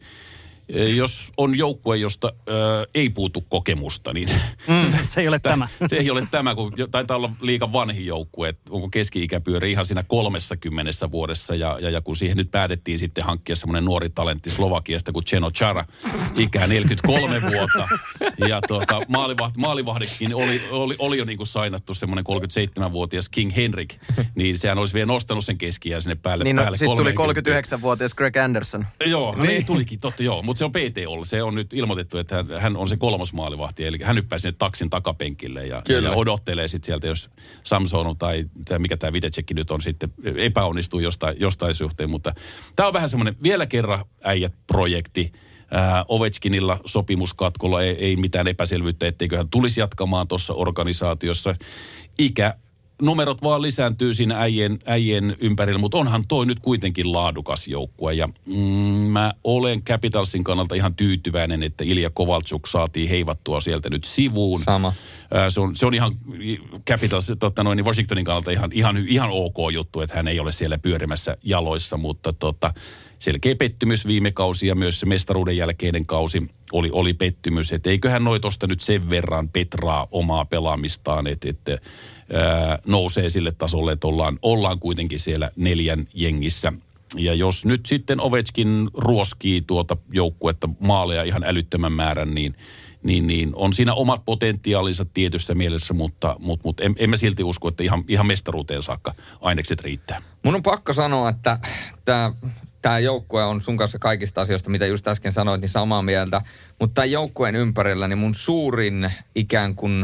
jos on joukkue, josta ö, ei puutu kokemusta, niin mm, se ei ole tämä. Se ei ole tämä, kun taitaa olla liigan vanhin joukkue, että onko keski-ikä pyöri ihan siinä kolmessakymmenessä vuodessa, ja, ja, ja kun siihen nyt päätettiin sitten hankkia semmoinen nuori talentti Slovakiasta kuin Cheno Chara, ikää neljäkymmentäkolme vuotta, ja tuota, maalivaht, maalivahdiksikin oli, oli, oli jo niin kuin sainattu semmoinen kolmekymmentäseitsemänvuotias King Henrik, niin sehän olisi vielä nostanut sen keski-iän sinne päälle. Niin päälle no, sitten tuli kolmekymmentäyhdeksänvuotias Greg Anderson. Joo, no niin tulikin, totta joo, mutta se on P T O. Se on nyt ilmoitettu, että hän, hän on se kolmas maalivahti, eli hän hyppää sinne taksin takapenkille ja, ja odottelee sitten sieltä, jos Samsonu tai, tai mikä tämä Vitecekki nyt on sitten epäonnistuu jostain, jostain suhteen, mutta tämä on vähän semmoinen vielä kerran äijät-projekti. Ää, Ovechkinilla sopimuskatkolla ei, ei mitään epäselvyyttä, etteikö hän tulisi jatkamaan tuossa organisaatiossa. Ikä numerot vaan lisääntyy siinä äijien, äijien ympärillä, mutta onhan toi nyt kuitenkin laadukas joukkue. Ja mm, mä olen Capitalsin kannalta ihan tyytyväinen, että Ilja Kovalchuk saatiin heivattua sieltä nyt sivuun. Sama. Ää, se, on, se on ihan Capitals, totta noin, niin Washingtonin kannalta ihan, ihan, ihan ok juttu, että hän ei ole siellä pyörimässä jaloissa, mutta tota, selkeä pettymys viime kausi ja myös se mestaruuden jälkeinen kausi oli, oli pettymys. Että eiköhän noi tosta nyt sen verran petraa omaa pelaamistaan, että, että ää, nousee sille tasolle, että ollaan, ollaan kuitenkin siellä neljän jengissä. Ja jos nyt sitten Ovechkin ruoskii tuota joukkuetta maaleja ihan älyttömän määrän, niin, niin, niin on siinä omat potentiaalinsa tietyssä mielessä, mutta, mutta, mutta en, en mä silti usko, että ihan, ihan mestaruuteen saakka ainekset riittää. Mun on pakko sanoa, että tämä... Tämä joukkue on sun kanssa kaikista asioista, mitä just äsken sanoit, niin samaa mieltä. Mutta tämän joukkueen ympärillä niin mun suurin ikään kuin,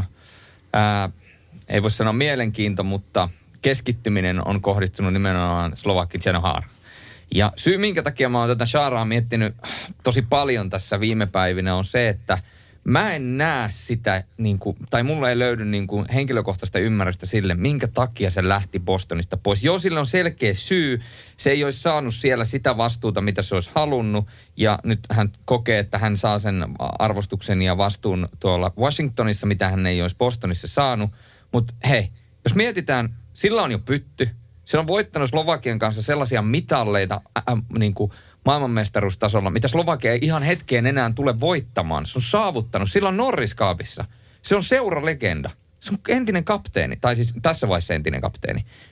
ää, ei voi sanoa mielenkiinto, mutta keskittyminen on kohdistunut nimenomaan Slovakki Cheno Chara. Ja syy, minkä takia mä oon tätä Charaa miettinyt tosi paljon tässä viime päivinä, on se, että mä en näe sitä, niin kuin, tai mulla ei löydy niin kuin henkilökohtaista ymmärrystä sille, minkä takia se lähti Bostonista pois. Joo, sillä on selkeä syy. Se ei olisi saanut siellä sitä vastuuta, mitä se olisi halunnut. Ja nyt hän kokee, että hän saa sen arvostuksen ja vastuun tuolla Washingtonissa, mitä hän ei olisi Bostonissa saanut. Mutta hei, jos mietitään, sillä on jo pytty. Se on voittanut Slovakian kanssa sellaisia mitalleita äh, niin kuin maailmanmestaruustasolla, mitä Slovakia ei ihan hetkeen enää tule voittamaan. Se on saavuttanut. Sillä on Norris-kaapissa. Se on seuralegenda. Se on entinen kapteeni, tai siis tässä vaiheessa entinen kapteeni.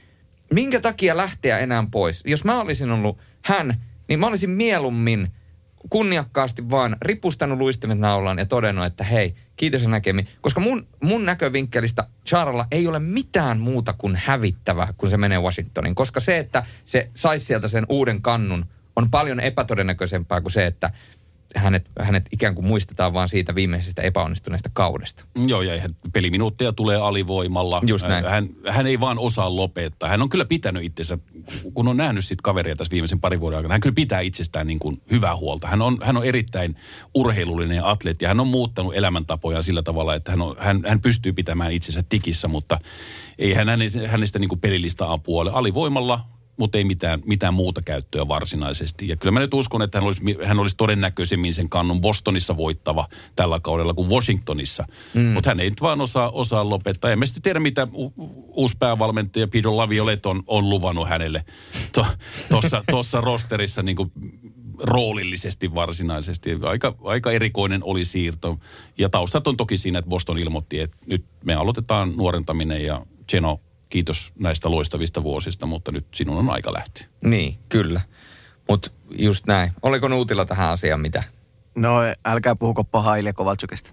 minkä takia lähteä enää pois? Jos mä olisin ollut hän, niin mä olisin mieluummin kunniakkaasti vaan ripustanut luistimet naulaan ja todennut, että hei, kiitos ja näkemiin. Koska mun, mun näkövinkkelistä Charalla ei ole mitään muuta kuin hävittävää, kun se menee Washingtoniin. Koska se, että se saisi sieltä sen uuden kannun, on paljon epätodennäköisempää kuin se, että hänet, hänet ikään kuin muistetaan vaan siitä viimeisestä epäonnistuneesta kaudesta. Joo, ja peliminuutteja tulee alivoimalla. Just näin. Hän, hän ei vaan osaa lopettaa. Hän on kyllä pitänyt itsensä, kun on nähnyt sit kaveria tässä viimeisen parin vuoden aikana, hän kyllä pitää itsestään niin kuin hyvää huolta. Hän on, hän on erittäin urheilullinen ja atleetti, ja hän on muuttanut elämäntapojaan sillä tavalla, että hän, on, hän, hän pystyy pitämään itsensä tikissä, mutta ei hän hänestä niin kuin pelillistä apua ole alivoimalla, mutta ei mitään, mitään muuta käyttöä varsinaisesti. Ja kyllä mä nyt uskon, että hän olisi, hän olisi todennäköisemmin sen kannun Bostonissa voittava tällä kaudella kuin Washingtonissa. Mm. Mutta hän ei nyt vaan osaa, osaa lopettaa. En mä sitten tiedä, mitä u- uusi päävalmentaja Peter Laviolette on, on luvannut hänelle tuossa to, rosterissa niin kuin roolillisesti varsinaisesti. Aika, aika erikoinen oli siirto. Ja taustat on toki siinä, että Boston ilmoitti, että nyt me aloitetaan nuorentaminen ja Geno, kiitos näistä loistavista vuosista, mutta nyt sinun on aika lähteä. Niin, kyllä. Mutta just näin. Oliko Nuutilla tähän asiaan mitä? No, älkää puhuko pahaa Ilja Kovalchukista.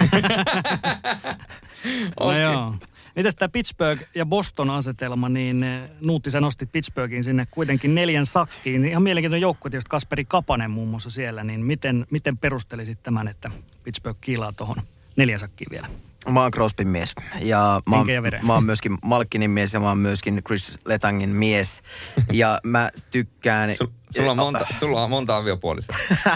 No joo. Mitäs tämä Pittsburgh ja Boston asetelma, niin Nuutti, sä nostit Pittsburghin sinne kuitenkin neljän sakkiin. Ihan mielenkiintoinen joukkue, tietysti Kasperi Kapanen muun muassa siellä, niin miten, miten perustelisit tämän, että Pittsburgh kiilaa tuohon neljän sakkiin vielä? Mä oon Crosbyn mies ja mä oon, ja mä oon myöskin Malkkinin mies ja mä oon myöskin Chris Letangin mies ja mä tykkään... Sul, sulla, on monta, sulla on monta aviopuolista.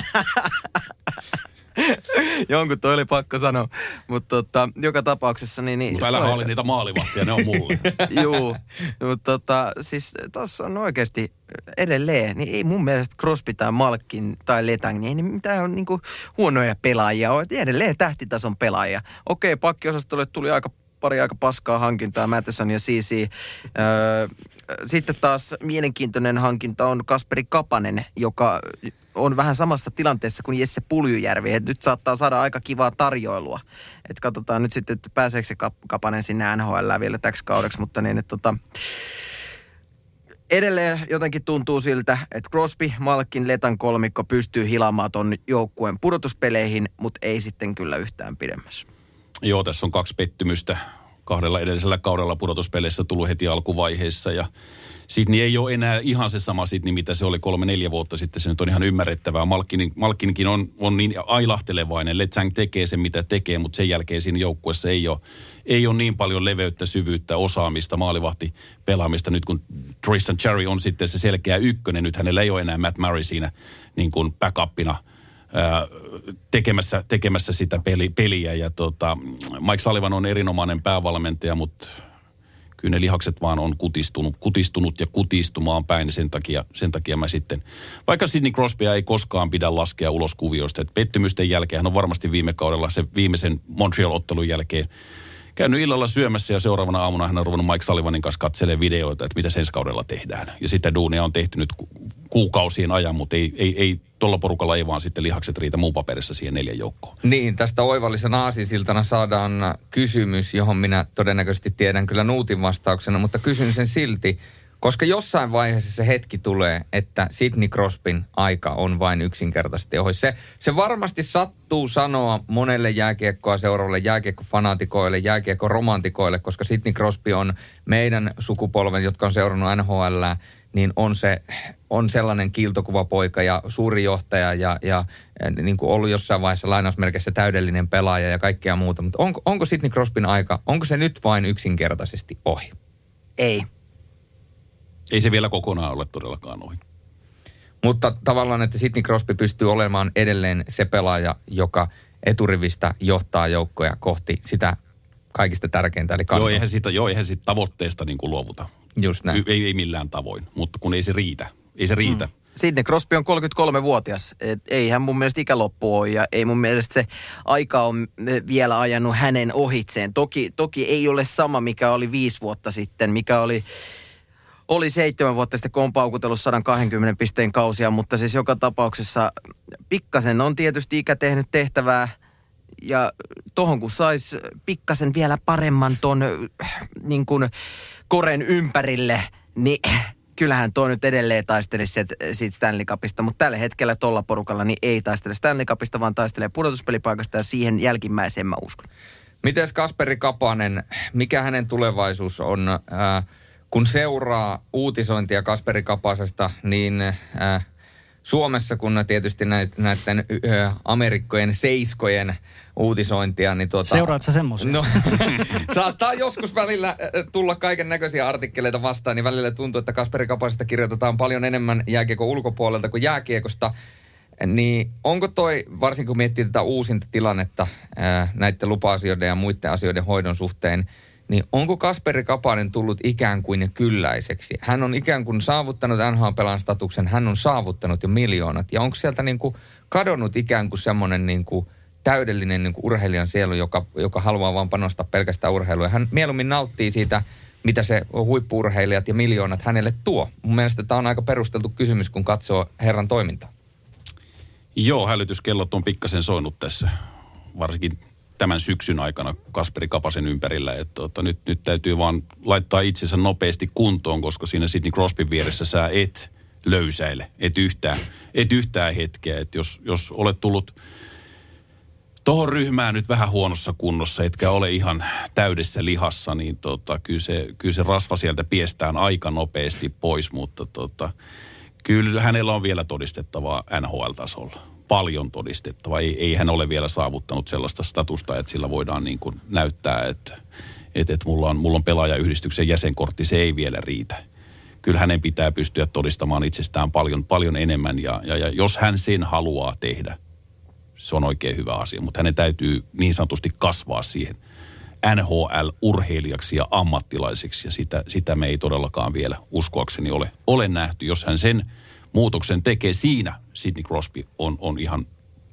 Jonkun toi oli pakko sanoa, mutta tota, joka tapauksessa niin... niin mutta älä haali niitä maalivahtia, ne on mulle. Juu, mutta tota, siis tossa on oikeasti edelleen, niin ei mun mielestä Crosby tai Malkin tai Letang, niin ei mitään on niinku huonoja pelaajia ole, edelleen tähtitason pelaajia. Okei, pakkiosastolle tuli aika pari aika paskaa hankintaa, Matheson ja C C. Öö, sitten taas mielenkiintoinen hankinta on Kasperi Kapanen, joka on vähän samassa tilanteessa kuin Jesse Puljujärvi. Et nyt saattaa saada aika kivaa tarjoilua. Et katsotaan nyt sitten, että pääseekö se Kapanen sinne N H L vielä täksi kaudeksi, mutta niin, että tota... Edelleen jotenkin tuntuu siltä, että Crosby, Malkin, Letan kolmikko pystyy hilaamaan ton joukkueen pudotuspeleihin, mutta ei sitten kyllä yhtään pidemmässä. Joo, tässä on kaksi pettymystä. Kahdella edellisellä kaudella pudotuspeleissä tullut heti alkuvaiheessa ja Sidney ei ole enää ihan se sama Sidney, mitä se oli kolme, neljä vuotta sitten. Se nyt on ihan ymmärrettävää. Malkin, Malkinkin on, on niin ailahtelevainen. Letang tekee sen, mitä tekee, mutta sen jälkeen siinä joukkueessa ei ole, ei ole niin paljon leveyttä, syvyyttä, osaamista, maalivahti pelaamista. Nyt kun Tristan Cherry on sitten se selkeä ykkönen, nyt hänellä ei ole enää Matt Murray siinä niin kuin backupina ää, tekemässä, tekemässä sitä peli, peliä. Ja tota, Mike Sullivan on erinomainen päävalmentaja, mutta kyllä ne lihakset vaan on kutistunut, kutistunut ja kutistumaan päin. Sen takia, sen takia mä sitten, vaikka Sidney Crosbya ei koskaan pidä laskea ulos kuviosta, että pettymysten jälkeen hän on varmasti viime kaudella sen viimeisen Montreal-ottelun jälkeen käynyt illalla syömässä ja seuraavana aamuna hän on ruvennut Mike Sullivanin kanssa katselemaan videoita, että mitä ensi kaudella tehdään. Ja sitä duunia on tehty nyt ku- kuukausien ajan, mutta ei, ei, ei tuolla porukalla ei vaan sitten lihakset riitä muun paperissa siihen neljän joukkoon. Niin, tästä oivallisena aasinsiltana saadaan kysymys, johon minä todennäköisesti tiedän kyllä Nuutin vastauksena, mutta kysyn sen silti, koska jossain vaiheessa se hetki tulee, että Sidney Crosbyn aika on vain yksinkertaisesti ohi. Se, se varmasti sattuu sanoa monelle jääkiekkoa seuraavalle jääkiekkofanaatikoille, jääkiekkoromanatikoille, koska Sidney Crosby on meidän sukupolven, jotka on seurannut N H L, niin on se on sellainen kiiltokuvapoika ja suuri johtaja ja, ja, ja niin kuin ollut jossain vaiheessa lainausmerkeissä täydellinen pelaaja ja kaikkea muuta. Mutta onko, onko Sidney Crosbyn aika, onko se nyt vain yksinkertaisesti ohi? Ei. Ei se vielä kokonaan ole todellakaan ohi. Mutta tavallaan, että Sidney Crosby pystyy olemaan edelleen se pelaaja, joka eturivistä johtaa joukkoja kohti sitä kaikista tärkeintä, eli kannua. Joo, eihän siitä, joo, eihän siitä tavoitteesta niin kuin luovuta. Just näin. Ei, ei millään tavoin, mutta kun ei se riitä. Ei se riitä. Mm. Sidney Crosby on kolmekymmentäkolmevuotias. Et ei hän mun mielestä ikäloppu ole ja ei mun mielestä se aika on vielä ajanut hänen ohitseen. Toki, toki ei ole sama, mikä oli viisi vuotta sitten, mikä oli... Oli seitsemän vuotta sitten, kun on paukutellut sata kaksikymmentä pisteen kausia, mutta siis joka tapauksessa pikkasen on tietysti ikä tehnyt tehtävää. Ja tohon kun saisi pikkasen vielä paremman ton niin kuin koren ympärille, niin kyllähän tuo nyt edelleen taistelisi siitä Stanley Cupista, mutta tällä hetkellä tuolla porukalla niin ei taistele Stanley Cupista, vaan taistelee pudotuspelipaikasta ja siihen jälkimmäiseen mä uskon. Mites Kasperi Kapanen, mikä hänen tulevaisuus on? Äh, kun seuraa uutisointia Kasperi Kapasesta, niin äh, Suomessa, kun tietysti näiden äh, Amerikkojen seiskojen uutisointia, niin tuota... Seuraat sä semmoisia? No, saattaa joskus välillä äh, tulla kaiken näköisiä artikkeleita vastaan, niin välillä tuntuu, että Kasperi Kapasesta kirjoitetaan paljon enemmän jääkiekon ulkopuolelta kuin jääkiekosta. Niin onko toi, varsinkin kun miettii tätä uusinta tilannetta ää, näiden lupa-asioiden ja muiden asioiden hoidon suhteen, niin onko Kasperi Kapanen tullut ikään kuin kylläiseksi? Hän on ikään kuin saavuttanut N H L-pelan statuksen, hän on saavuttanut jo miljoonat. Ja onko sieltä niin kuin kadonnut ikään kuin semmoinen niin kuin täydellinen niin kuin urheilijan sielu, joka, joka haluaa vaan panostaa pelkästään urheilua. Hän mieluummin nauttii siitä, mitä se huippu-urheilijat ja miljoonat hänelle tuo. Mun mielestä tämä on aika perusteltu kysymys, kun katsoo herran toimintaa. Joo, hälytyskellot on pikkasen soinut tässä, varsinkin tämän syksyn aikana Kasperi Kapasen ympärillä. Että tota, nyt, nyt täytyy vaan laittaa itsensä nopeasti kuntoon, koska siinä Sidney Crosbyn vieressä sä et löysäile, et yhtään, et yhtään hetkeä. Että jos, jos olet tullut tohon ryhmään nyt vähän huonossa kunnossa, etkä ole ihan täydessä lihassa, niin tota, kyllä, se, kyllä se rasva sieltä piestään aika nopeasti pois, mutta tota, kyllä hänellä on vielä todistettavaa N H L-tasolla. Paljon todistettavaa. Ei, ei hän ole vielä saavuttanut sellaista statusta, että sillä voidaan niin kuin näyttää, että, että, että mulla, on, mulla on pelaajayhdistyksen jäsenkortti, se ei vielä riitä. Kyllä hänen pitää pystyä todistamaan itsestään paljon, paljon enemmän ja, ja, ja jos hän sen haluaa tehdä, se on oikein hyvä asia, mutta hänen täytyy niin sanotusti kasvaa siihen N H L-urheilijaksi ja ammattilaiseksi ja sitä, sitä me ei todellakaan vielä uskoakseni ole, ole nähty. Jos hän sen muutoksen tekee, siinä Sidney Crosby on, on ihan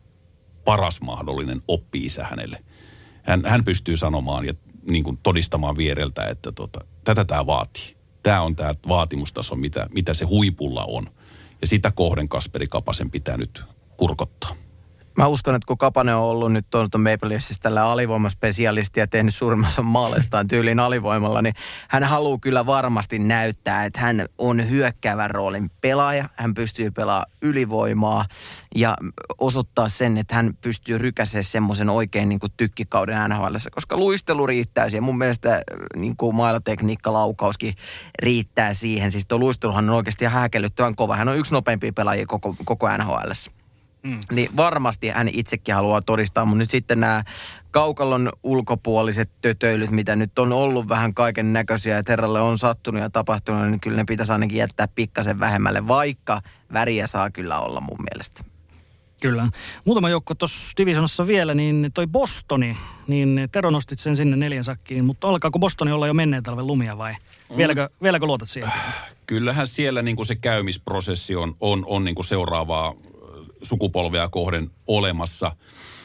paras mahdollinen oppi-isä hänelle. Hän, hän pystyy sanomaan ja niin kuin todistamaan viereltä, että tota, tätä tämä vaatii. Tämä on tämä vaatimustaso, mitä, mitä se huipulla on. Ja sitä kohden Kasperi Kapasen pitää nyt kurkottaa. Mä uskon, että kun Kapanen on ollut nyt tuon Maple Leafsissä tällä alivoimaspesialisti ja tehnyt suurimmansa maaleistaan tyyliin alivoimalla, niin hän haluaa kyllä varmasti näyttää, että hän on hyökkäävän roolin pelaaja. Hän pystyy pelaamaan ylivoimaa ja osoittaa sen, että hän pystyy rykäsemään semmoisen oikein niin kuin tykkikauden N H L:ssä, koska luistelu riittää siihen. Mun mielestä niin kuin mailatekniikka, laukauskin riittää siihen. Siis tuo luisteluhan on oikeasti ihan häkellyttävän kova. Hän on yksi nopeimpia pelaajia koko, koko N H L:ssä. Mm. Niin varmasti hän itsekin haluaa todistaa, mutta nyt sitten nämä kaukalon ulkopuoliset tötöilyt, mitä nyt on ollut vähän kaiken näköisiä, että herralle on sattunut ja tapahtunut, niin kyllä ne pitäisi ainakin jättää pikkasen vähemmälle, vaikka väriä saa kyllä olla mun mielestä. Kyllä. Muutama joukko tuossa divisionassa vielä, niin toi Bostoni, niin Tero nostit sen sinne neljän sakkiin, mutta alkaako Bostoni olla jo menneen talven lumia vai vieläkö, vieläkö luotat siihen? Kyllähän siellä niin kuin se käymisprosessi on, on, on niin kuin seuraavaa sukupolvea kohden olemassa.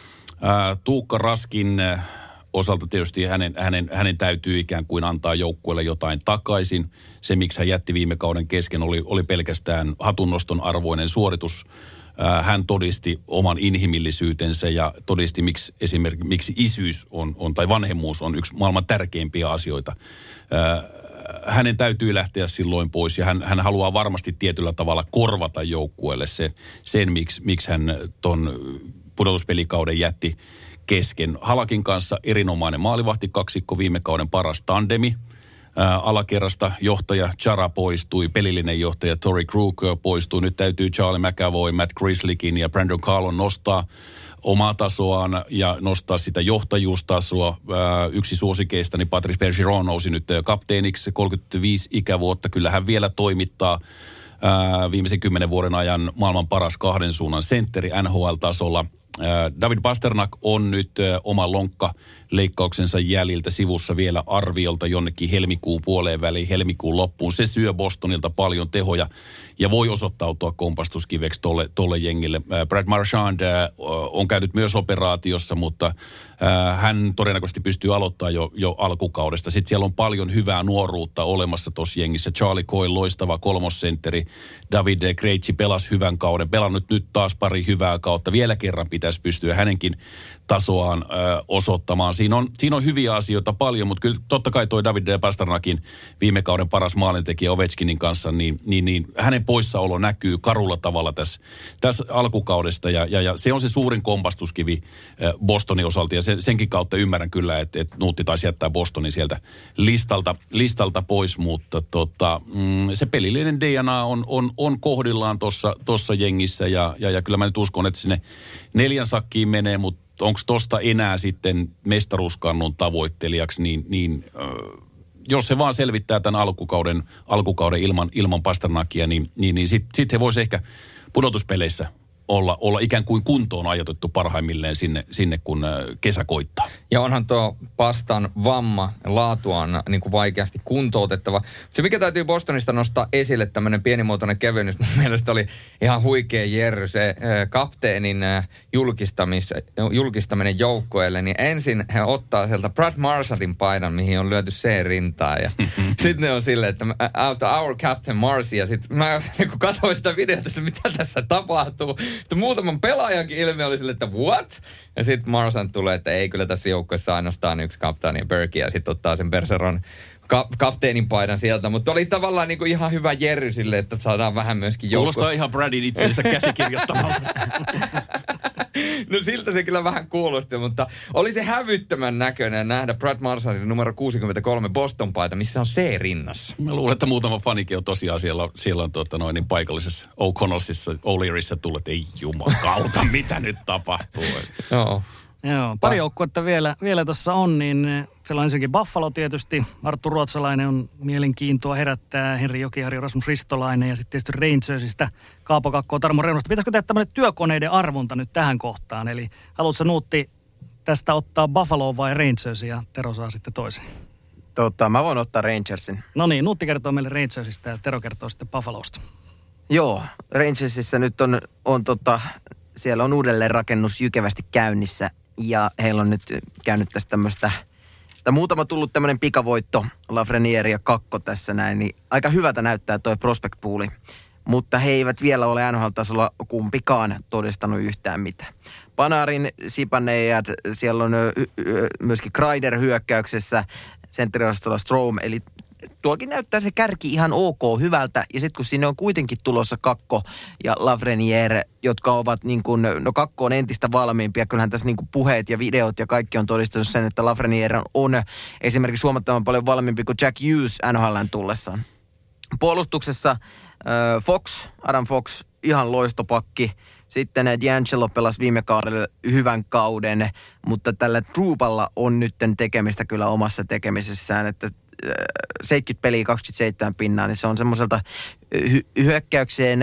Ää, Tuukka Raskin osalta tietysti hänen, hänen, hänen täytyy ikään kuin antaa joukkueelle jotain takaisin. Se, miksi hän jätti viime kauden kesken, oli, oli pelkästään hatunnoston arvoinen suoritus. Ää, hän todisti oman inhimillisyytensä ja todisti, miksi esimerkiksi miksi isyys on, on, tai vanhemmuus on yksi maailman tärkeimpiä asioita. Ää, hänen täytyy lähteä silloin pois ja hän, hän haluaa varmasti tietyllä tavalla korvata joukkueelle sen, sen miksi, miksi hän ton pudotuspelikauden jätti kesken. Halakin kanssa erinomainen maalivahtikaksikko, viime kauden paras tandemi. Ää, alakerrasta johtaja Chara poistui, pelillinen johtaja Torrey Krug poistui. Nyt täytyy Charlie McAvoy, Matt Grizzlykin ja Brandon Carlon nostaa omaa tasoaan ja nostaa sitä johtajuustasoa. Ää, yksi suosikeistani Patrice Bergeron nousi nyt kapteeniksi, kolmekymmentäviisi ikävuotta. Kyllä hän vielä toimittaa ää, viimeisen kymmenen vuoden ajan maailman paras kahden suunnan sentteri N H L-tasolla. David Pasternak on nyt oma lonkka-leikkauksensa jäljiltä sivussa vielä arviolta jonnekin helmikuun puoleen väliin, helmikuun loppuun. Se syö Bostonilta paljon tehoja ja voi osoittautua kompastuskiveksi tolle, tolle jengille. Brad Marchand on käynyt myös operaatiossa, mutta hän todennäköisesti pystyy aloittamaan jo, jo alkukaudesta. Sitten siellä on paljon hyvää nuoruutta olemassa tuossa jengissä. Charlie Coyle, loistava kolmossentteri. David Krejci pelasi hyvän kauden. Pelannut nyt taas pari hyvää kautta. Vielä kerran pitäisi pystyä hänenkin tasoaan ö, osoittamaan. Siinä on, siinä on hyviä asioita paljon, mutta kyllä totta kai toi David de Pastrnakin viime kauden paras maalintekijä Ovechkinin kanssa, niin, niin, niin hänen poissaolo näkyy karulla tavalla tässä, tässä alkukaudesta ja, ja, ja se on se suurin kompastuskivi ö, Bostonin osalta ja sen, senkin kautta ymmärrän kyllä, että, että Nuutti taisi jättää Bostonin sieltä listalta, listalta pois, mutta tota, mm, se pelillinen D N A on, on, on kohdillaan tuossa jengissä ja, ja, ja kyllä mä nyt uskon, että sinne neljän sakkiin menee, mutta onko tosta enää sitten mestaruuskannun tavoittelijaksi, niin, niin äh, jos se vaan selvittää tämän alkukauden, alkukauden ilman, ilman Pasternakia, niin, niin, niin sitten sit he voisi ehkä pudotuspeleissä olla, olla ikään kuin kuntoon ajoitettu parhaimmilleen sinne, sinne kun äh, kesä koittaa. Ja onhan tuo Pastan vamma laatuaan niin kuin vaikeasti kuntoutettava. Se, mikä täytyy Bostonista nostaa esille, tämmöinen pienimuotoinen kevennys, mun mielestä oli ihan huikea Jerry, se äh, kapteenin äh, julkistamis, julkistaminen joukkueelle, niin ensin he ottaa sieltä Brad Marchandin paidan, mihin on lyöty C-rintaa, ja sitten ne on silleen, että out our captain Marcy, ja sitten mä kun katsoin sitä videota, että mitä tässä tapahtuu, sitten muutaman pelaajankin ilme oli silleen, että what? Ja sitten Marchand tulee, että ei kyllä tässä joukkueessa ainoastaan yksi kapteeni Berkey, ja sitten ottaa sen Bergeron ka- kapteenin paidan sieltä. Mutta oli tavallaan niinku ihan hyvä Jerry sille, että saadaan vähän myöskin joukkue. Kuulostaa ihan Bradin itsensä käsikirjoittamalta. No siltä se kyllä vähän kuulosti, mutta oli se hävyttömän näköinen nähdä Brad Marchandin numero kuusikymmentäkolme Boston-paita, missä on C-rinnassa. Mä luulen, että muutama fanikin on tosiaan siellä, siellä on tuota noin, niin paikallisessa O'Connellsissa, O'Learyssä tullut, että ei jumakauta, mitä nyt tapahtuu. Joo. Joo, pari joukkuetta vielä, vielä tuossa on, niin siellä on ensinnäkin Buffalo tietysti. Arttu Ruotsalainen on mielenkiintoa herättää, Henri Jokiharju, Rasmus Ristolainen ja sitten tietysti Rangersista Kaapo Kakko, Tarmo Reunosta. Pitäisikö tehdä tämmöinen työkoneiden arvonta nyt tähän kohtaan? Eli haluatko Nuutti tästä ottaa Buffalo vai Rangersin ja Tero saa sitten toisen? Tota, mä voin ottaa Rangersin. No niin, Nuutti kertoo meille Rangersista ja Tero kertoo sitten Buffalosta. Joo, Rangersissa nyt on, on tota, siellä on uudelleenrakennus jykevästi käynnissä. Ja heillä on nyt käynyt tästä tämmöistä, tai muutama tullut tämmöinen pikavoitto, Lafreniere ja Kakko tässä näin, niin aika hyvältä näyttää toi prospect pooli. Mutta he eivät vielä ole N H L-tasolla kumpikaan todistanut yhtään mitään. Panarin, Sipaneijat, siellä on myöskin Kreider hyökkäyksessä, sentteriosastolla Strome, eli tuokin näyttää se kärki ihan ok hyvältä. Ja sitten kun sinne on kuitenkin tulossa Kakko ja Lafreniere, jotka ovat niin kuin, no Kakko on entistä valmiimpia. Kyllähän tässä niin kuin puheet ja videot ja kaikki on todistanut sen, että Lafreniere on esimerkiksi huomattavan paljon valmiimpi kuin Jack Hughes N H L:n tullessaan. Puolustuksessa äh, Fox, Adam Fox, ihan loistopakki. Sitten D'Angelo pelasi viime kaudella hyvän kauden, mutta tällä Troopalla on nyt tekemistä kyllä omassa tekemisessään, että seitsemänkymmentä peliä, kaksikymmentäseitsemän pinnaa, niin se on semmoiselta hy- hyökkäykseen,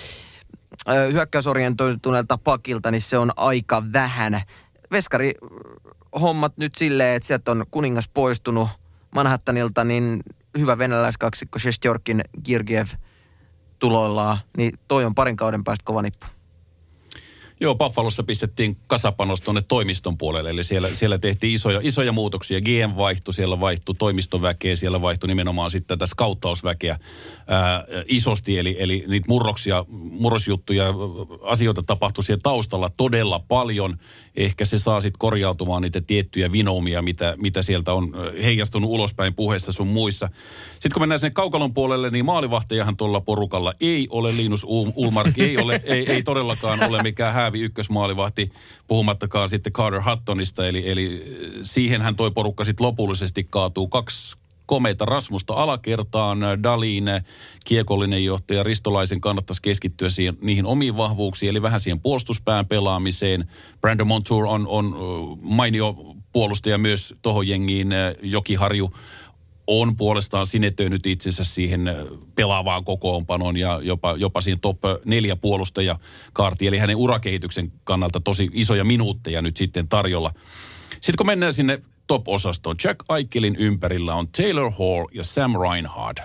hyökkäysorientoituneelta pakilta, niin se on aika vähän. Veskari hommat nyt silleen, että sieltä on kuningas poistunut Manhattanilta, niin hyvä venäläiskaksikko Shestjorkin Georgiev tuloillaan, niin toi on parin kauden päästä kova nippu. Joo, Buffalossa pistettiin kasapanos tuonne toimiston puolelle, eli siellä, siellä tehtiin isoja, isoja muutoksia. G M vaihtui, siellä vaihtui toimistoväkeä, siellä vaihtui nimenomaan sitten tätä skauttausväkeä ää, isosti, eli, eli niitä murroksia, murrosjuttuja, asioita tapahtui siellä taustalla todella paljon. Ehkä se saa sitten korjautumaan niitä tiettyjä vinoumia, mitä, mitä sieltä on heijastunut ulospäin puheissa sun muissa. Sitten kun mennään sinne kaukalon puolelle, niin maalivahtajahan tuolla porukalla ei ole Linus Ullmark, ei, ole, ei, ei todellakaan ole mikään häävi ykkösmaalivahti, puhumattakaan sitten Carter Huttonista, eli, eli siihenhän toi porukka sitten lopullisesti kaatuu. Kaksi komeita Rasmusta alakertaan, Dalin kiekollinen johtaja Ristolaisen kannattaisi keskittyä siihen, niihin omiin vahvuuksiin, eli vähän siihen puolustuspään pelaamiseen. Brandon Montour on, on mainio puolustaja myös tohon jengiin, Jokiharju on puolestaan sinetöinyt itsensä siihen pelaavaan kokoonpanoon ja jopa, jopa siihen top neljä puolustajakaartiin. Eli hänen urakehityksen kannalta tosi isoja minuutteja nyt sitten tarjolla. Sitten kun mennään sinne top-osastoon, Jack Eichelin ympärillä on Taylor Hall ja Sam Reinhart.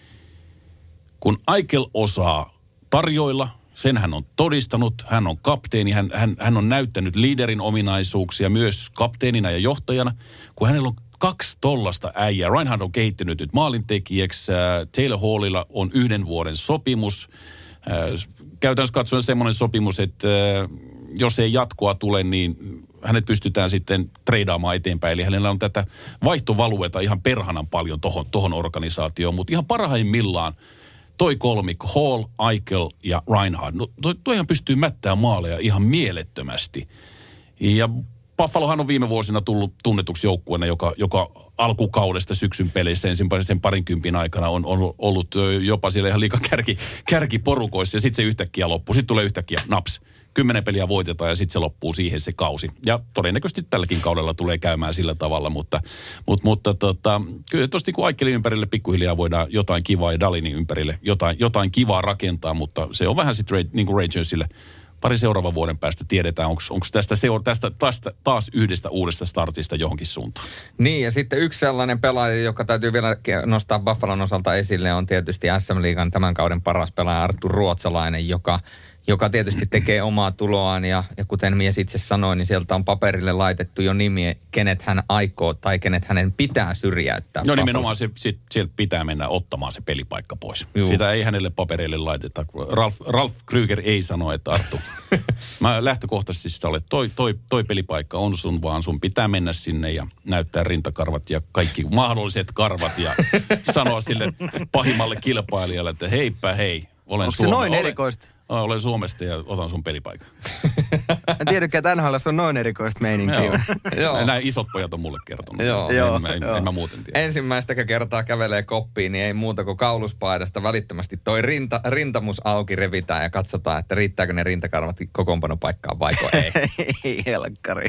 Kun Eichel osaa tarjoilla, sen hän on todistanut, hän on kapteeni, hän, hän, hän on näyttänyt liiderin ominaisuuksia myös kapteenina ja johtajana, kun hänellä on kaksi tollasta äijää. Reinhardt on kehittynyt nyt maalintekijäksi. Taylor Hallilla on yhden vuoden sopimus. Käytännössä katsoen semmoinen sopimus, että jos ei jatkoa tule, niin hänet pystytään sitten treidaamaan eteenpäin. Eli hänellä on tätä vaihtovalueta ihan perhanan paljon tohon, tohon organisaatioon, mutta ihan parhaimmillaan toi kolmikko, Hall, Eichel ja Reinhart, no toi, toihan pystyy mättää maaleja ihan mielettömästi. Ja Buffalohan on viime vuosina tullut tunnetuksi joukkueena, joka, joka alkukaudesta syksyn peleissä ensimmäisen parinkympin aikana on, on ollut jopa siellä ihan liikan kärki, kärkiporukoissa ja sitten se yhtäkkiä loppuu. Sitten tulee yhtäkkiä naps. Kymmenen peliä voitetaan ja sitten se loppuu siihen se kausi. Ja todennäköisesti tälläkin kaudella tulee käymään sillä tavalla, mutta, mutta, mutta tota, kyllä tuosta niin Aikkelin ympärille pikkuhiljaa voidaan jotain kivaa ja Dalinin ympärille jotain, jotain kivaa rakentaa, mutta se on vähän sitten niin kuin Rangersille. Pari seuraavan vuoden päästä tiedetään, onko tästä, seura- tästä taas, taas yhdestä uudesta startista johonkin suuntaan. Niin, ja sitten yksi sellainen pelaaja, joka täytyy vielä nostaa Buffalon osalta esille, on tietysti S M-liigan tämän kauden paras pelaaja Arttu Ruotsalainen, joka, joka tietysti tekee omaa tuloaan. Ja, ja kuten mies itse sanoi, niin sieltä on paperille laitettu jo nimi, kenet hän aikoo tai kenet hänen pitää syrjäyttää. No nimenomaan se, sit, sieltä pitää mennä ottamaan se pelipaikka pois. Juu. Sitä ei hänelle papereille laiteta. Ralf, Ralf Krüger ei sano, että Arttu, mä lähtökohtaisesti sä olet, toi, toi, toi pelipaikka on sun, vaan sun pitää mennä sinne ja näyttää rintakarvat ja kaikki mahdolliset karvat ja sanoa sille pahimmalle kilpailijalle, että heipä hei, olen Onko se noin olen, erikoista? Olen Suomesta ja otan sun pelipaikan. En tiedäkään, että N H L:ssä on noin erikoista meininkiä. Joo. Nämä isot pojat on mulle kertonut. Joo. En, Joo, en, en, joo. en mä muuten tiedä. Ensimmäistäkö kertaa kävelee koppiin, niin ei muuta kuin kauluspaidasta välittömästi toi rinta, rintamus auki revitään ja katsotaan, että riittääkö ne rintakarvat kokoonpanopaikkaan vaiko ei. Ei helkkari.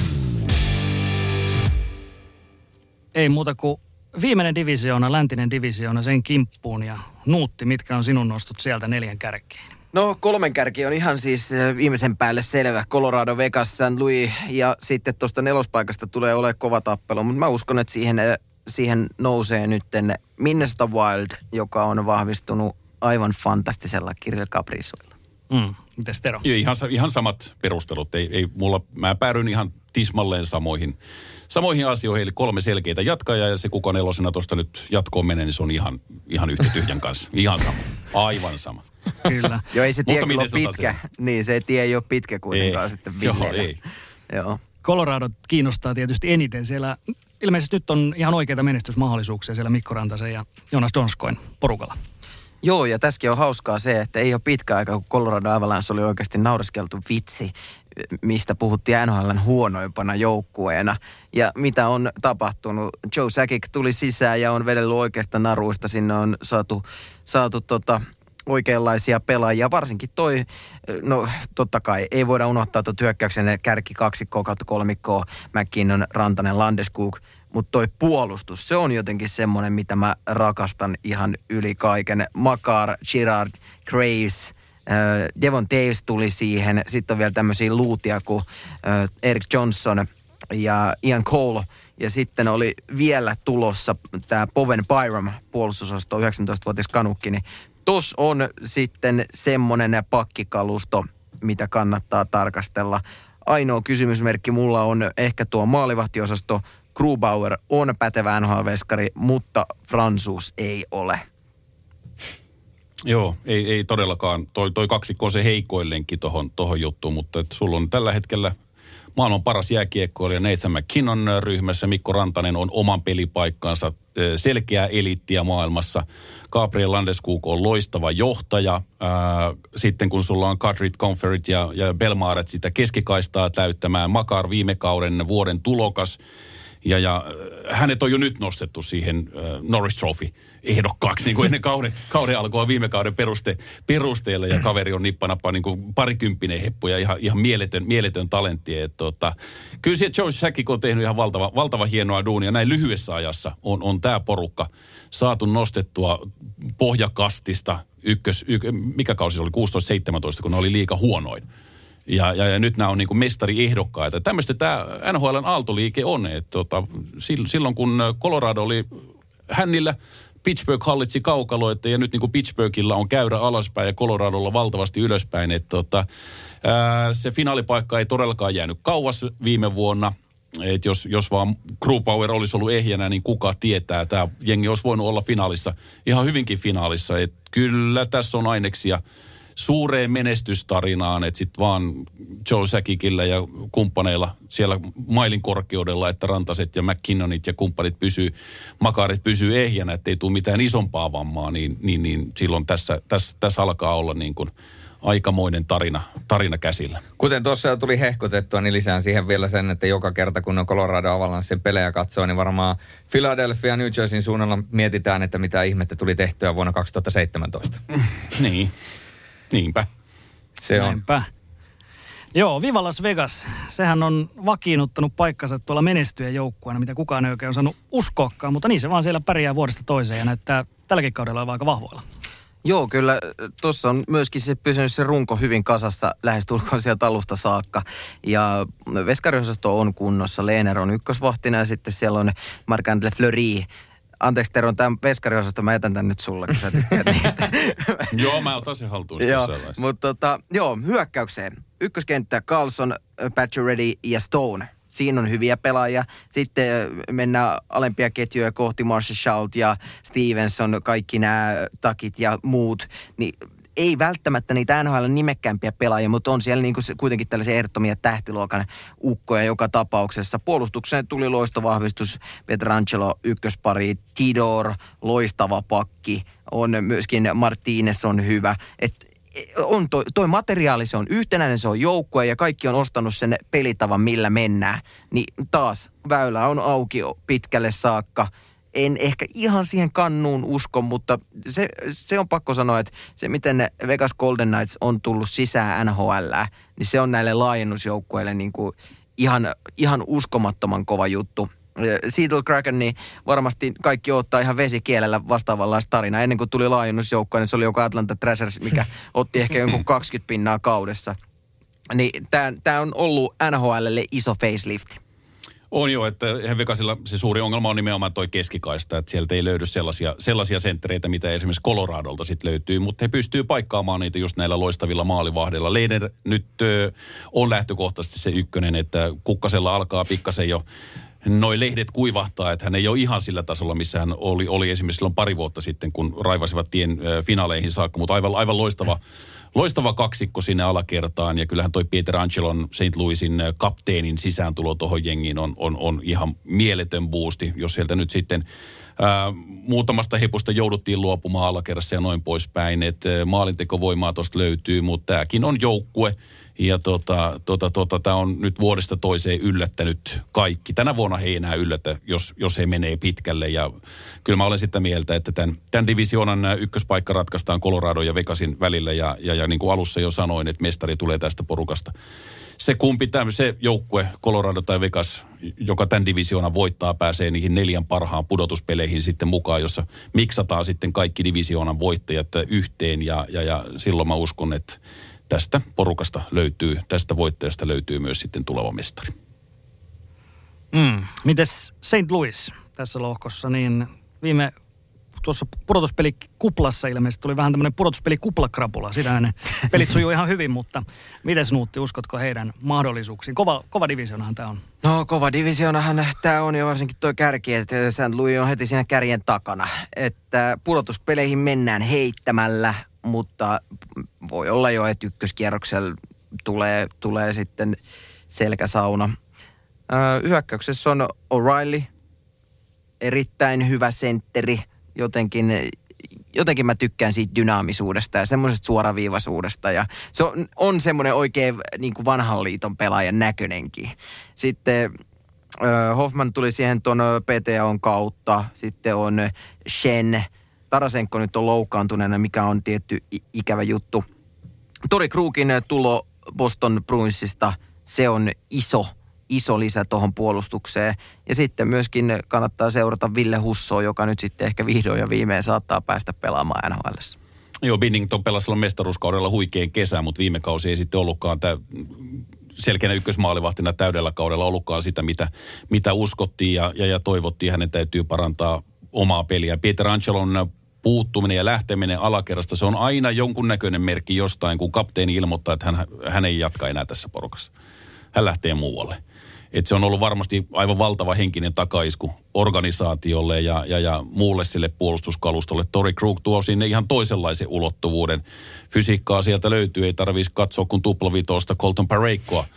Ei muuta kuin viimeinen divisioona, läntinen divisioona, sen kimppuun ja Nuutti, mitkä on sinun nostot sieltä neljän kärkeen? No kolmen kärki on ihan siis viimeisen päälle selvä. Colorado, Vegas, Saint Louis ja sitten tuosta nelospaikasta tulee olemaan kova tappelu. Mutta mä uskon, että siihen, siihen nousee nytten Minnesota Wild, joka on vahvistunut aivan fantastisella Kirill Kaprizovilla. Mm. Mites Tero? Ihan, ihan samat perustelut. Ei, ei mulla, mä päädyin ihan tismalleen samoihin, samoihin asioihin. Eli kolme selkeitä jatkajaa ja se kuka nelosena tuosta nyt jatkoon menee, niin se on ihan, ihan yhtä tyhjän kanssa. Ihan sama. Aivan sama. Kyllä. Joo, ei se tie kyllä ole pitkä. Niin, se tie ei ole pitkä kuitenkaan ei. sitten Villeillä. Joo, ei. Joo. Colorado kiinnostaa tietysti eniten. Siellä ilmeisesti nyt on ihan oikeita menestysmahdollisuuksia siellä Mikko Rantasen ja Jonas Donskoin porukalla. Joo, ja tässäkin on hauskaa se, että ei ole pitkä aika, kun Colorado Avalanche oli oikeasti naureskeltu vitsi, mistä puhuttiin N H L:n huonoimpana joukkueena. Ja mitä on tapahtunut? Joe Sakic tuli sisään ja on vedellyt oikeasta naruista. Sinne on saatu, saatu tota, oikeanlaisia pelaajia. Varsinkin toi, no totta kai, ei voida unohtaa tuon hyökkäyksen kärki kaksikkoa kautta kolmikkoa, McKinnon, Rantanen, Landeskog. Mutta toi puolustus, se on jotenkin semmoinen, mitä mä rakastan ihan yli kaiken. Makar, Girard, Graves, äh, Devon Taves tuli siihen. Sitten on vielä tämmöisiä luutia kuin äh, Eric Johnson ja Ian Cole. Ja sitten oli vielä tulossa tämä Bowen Byram, puolustusosasto, yhdeksäntoistavuotias kanukki. Niin tos on sitten semmoinen pakkikalusto, mitä kannattaa tarkastella. Ainoa kysymysmerkki mulla on ehkä tuo maalivahtiosasto. Grubauer on pätevä N H L-veskari, mutta Fransuus ei ole. Joo, ei, ei todellakaan. Toi, toi kaksikko on se heikoin lenkki tohon, tohon juttuun, mutta et sulla on tällä hetkellä maailman paras jääkiekkoilija Nathan McKinnon ryhmässä. Mikko Rantanen on oman pelipaikkansa, selkeää eliittiä maailmassa. Gabriel Landeskog on loistava johtaja. Sitten kun sulla on Kadrit, Conferit ja, ja Belmaret sitä keskikaistaa täyttämään. Makar viime kauden vuoden tulokas. Ja, ja hänet on jo nyt nostettu siihen uh, Norris Trophy-ehdokkaaksi niin kuin ennen kauden, kauden alkua viime kauden peruste, perusteella. Ja kaveri on nippanappa niin kuin parikymppinen heppu ja ihan, ihan mieletön, mieletön talentti. Et, tota, kyllä siellä Joe Sakic on tehnyt ihan valtava, valtava hienoa duunia. Näin lyhyessä ajassa on, on tämä porukka saatu nostettua pohjakastista. Ykkös, yk, mikä kausi se oli? kuusitoista seitsemäntoista, kun ne oli liiga huonoin. Ja, ja, ja nyt nämä on niin kuin mestariehdokkaita. Tämmöistä tämä N H L:n aaltoliike on. Että tota, silloin kun Colorado oli hännillä, Pittsburgh hallitsi kaukaloita ja nyt niin kuin Pittsburghilla on käyrä alaspäin ja Coloradolla valtavasti ylöspäin. Että tota, ää, se finaalipaikka ei todellakaan jäänyt kauas viime vuonna. Että jos, jos vaan Grubauer olisi ollut ehjänä, niin kuka tietää. Tämä jengi olisi voinut olla finaalissa, ihan hyvinkin finaalissa. Että kyllä tässä on aineksia suureen menestystarinaan, että sitten vaan Joe Sakicilla ja kumppaneilla siellä mailin korkeudella, että Rantaset ja McKinnonit ja kumppanit pysyy, makarit pysyy ehjänä, ettei tule mitään isompaa vammaa, niin, niin, niin silloin tässä, tässä, tässä alkaa olla niin kuin aikamoinen tarina, tarina käsillä. Kuten tuossa jo tuli hehkotettua, niin lisään siihen vielä sen, että joka kerta kun on Colorado Avalancen pelejä katsoo, niin varmaan Philadelphia, New Jerseyn suunnalla mietitään, että mitä ihmettä tuli tehtyä vuonna kaksituhattaseitsemäntoista. Niin, niinpä. Se on. Näinpä. Joo, Viva Las Vegas. Sehän on vakiinnuttanut paikkansa tuolla menestyjän joukkueena, mitä kukaan ei oikein osannut uskoakaan, mutta niin se vaan siellä pärjää vuodesta toiseen ja näyttää tälläkin kaudella olevan aika vahvoilla. Joo, kyllä tuossa on myöskin se pysynyt se runko hyvin kasassa lähestulkoon sieltä alusta saakka. Ja veskariosasto on kunnossa. Lehner on ykkösvahtina ja sitten siellä on Marc-André Fleury. Anteeksi Tero, on tämän veskariosasto, mä jätän tän nyt sulle, kun sä tykkäät niistä. Joo, mä otan sen haltuun. Joo, mutta tota, joo, hyökkäykseen. Ykköskenttä Carlson, Pacioretty ja Stone. Siinä on hyviä pelaajia. Sitten mennään alempia ketjuja kohti Marshall Schultz ja Stevenson, kaikki nämä takit ja muut. Niin ei välttämättä niitä N H L nimekkäämpiä pelaajia, mutta on siellä niinku kuitenkin tällaisia ehdottomia tähtiluokan ukkoja joka tapauksessa. Puolustukseen tuli loistovahvistus, Pietrangelo ykköspari, Tidor, loistava pakki, on myöskin Martinez on hyvä. Et on toi, toi materiaali, se on yhtenäinen, se on joukkue ja kaikki on ostanut sen pelitavan, millä mennään. Niin taas väylä on auki pitkälle saakka. En ehkä ihan siihen kannuun usko, mutta se, se on pakko sanoa, että se miten Vegas Golden Knights on tullut sisään N H L:ään, niin se on näille laajennusjoukkueille niin kuin ihan, ihan uskomattoman kova juttu. Seattle Kraken, niin varmasti kaikki ottaa ihan vesikielellä vastaavanlaista tarinaa. Ennen kuin tuli laajennusjoukkoa, niin se oli joku Atlanta Thrashers, mikä otti ehkä jonkun kaksikymmentä pinnaa kaudessa. Niin tämä on ollut N H L:lle iso facelift. On jo, että Vegasilla se suuri ongelma on nimenomaan toi keskikaista, että sieltä ei löydy sellaisia, sellaisia senttereitä, mitä esimerkiksi Coloradolta sitten löytyy, mutta he pystyy paikkaamaan niitä just näillä loistavilla maalivahdeilla. Lehner nyt ö, on lähtökohtaisesti se ykkönen, että Kukkasella alkaa pikkasen jo noi lehdet kuivahtaa, että hän ei ole ihan sillä tasolla, missä hän oli, oli esimerkiksi silloin pari vuotta sitten, kun raivasivat tien ö, finaaleihin saakka, mutta aivan, aivan loistava, loistava kaksikko sinne alakertaan, ja kyllähän toi Pietrangelon Saint Louisin kapteenin sisääntulo tuohon jengiin on, on, on ihan mieletön boosti, jos sieltä nyt sitten ää, muutamasta hepusta jouduttiin luopumaan alakerrassa ja noin poispäin, että maalintekovoimaa tuosta löytyy, mutta tämäkin on joukkue, ja tota, tota, tota, tämä on nyt vuodesta toiseen yllättänyt kaikki. Tänä vuonna he ei enää yllätä, jos, jos he menee pitkälle. Ja kyllä mä olen sitä mieltä, että tämän, tämän divisioonan ykköspaikka ratkaistaan Colorado ja Vegasin välillä. Ja, ja, ja niin kuin alussa jo sanoin, että mestari tulee tästä porukasta. Se kumpi, tämän, se joukkue, Colorado tai Vegas, joka tämän divisioonan voittaa, pääsee niihin neljän parhaan pudotuspeleihin sitten mukaan, jossa miksataan sitten kaikki divisioonan voittajat yhteen. Ja, ja, ja silloin mä uskon, että tästä porukasta löytyy, tästä voittajasta löytyy myös sitten tuleva mestari. Mm. Mites Saint Louis tässä lohkossa, niin viime tuossa pudotuspelikuplassa ilmeisesti tuli vähän tämmöinen pudotuspelikuplakrapula. Sitä ne pelit sujuu ihan hyvin, mutta mites Nuutti, uskotko heidän mahdollisuuksiin? Kova, kova divisionahan tämä on. No kova divisionahan tämä on ja varsinkin tuo kärki, että Saint Louis on heti siinä kärjen takana. Että pudotuspeleihin mennään heittämällä, mutta voi olla jo, että ykköskierroksella tulee, tulee sitten selkäsauna. Öö, hyökkäyksessä on O'Reilly, erittäin hyvä sentteri. Jotenkin, jotenkin mä tykkään siitä dynaamisuudesta ja semmoisesta suoraviivaisuudesta. Ja se on, on semmoinen oikein niin kuin vanhan liiton pelaajan näköinenkin. Sitten öö, Hoffman tuli siihen tuon P T O:n kautta. Sitten on Shen. Tarasenko nyt on loukkaantuneena, mikä on tietty ikävä juttu. Tori Krugin tulo Boston Bruinsista, se on iso, iso lisä tuohon puolustukseen. Ja sitten myöskin kannattaa seurata Ville Hussoa, joka nyt sitten ehkä vihdoin ja viimein saattaa päästä pelaamaan N H L:ssä. Joo, Binnington pelasi silloin mestaruuskaudella huikean kesän, mutta viime kausi ei sitten ollutkaan tämä selkeänä ykkösmaalivahtina täydellä kaudella ollutkaan sitä, mitä, mitä uskottiin ja, ja, ja toivottiin. Hänen täytyy parantaa omaa peliä. Pietrangelon puuttuminen ja lähteminen alakerrasta, se on aina jonkunnäköinen merkki jostain, kun kapteeni ilmoittaa, että hän, hän ei jatka enää tässä porukassa. Hän lähtee muualle. että se on ollut varmasti aivan valtava henkinen takaisku organisaatiolle ja, ja, ja muulle sille puolustuskalustolle. Torrey Krug tuo sinne ihan toisenlaisen ulottuvuuden. Fysiikkaa sieltä löytyy, ei tarvitsisi katsoa kuin tuplavitoista Colton Paraykoa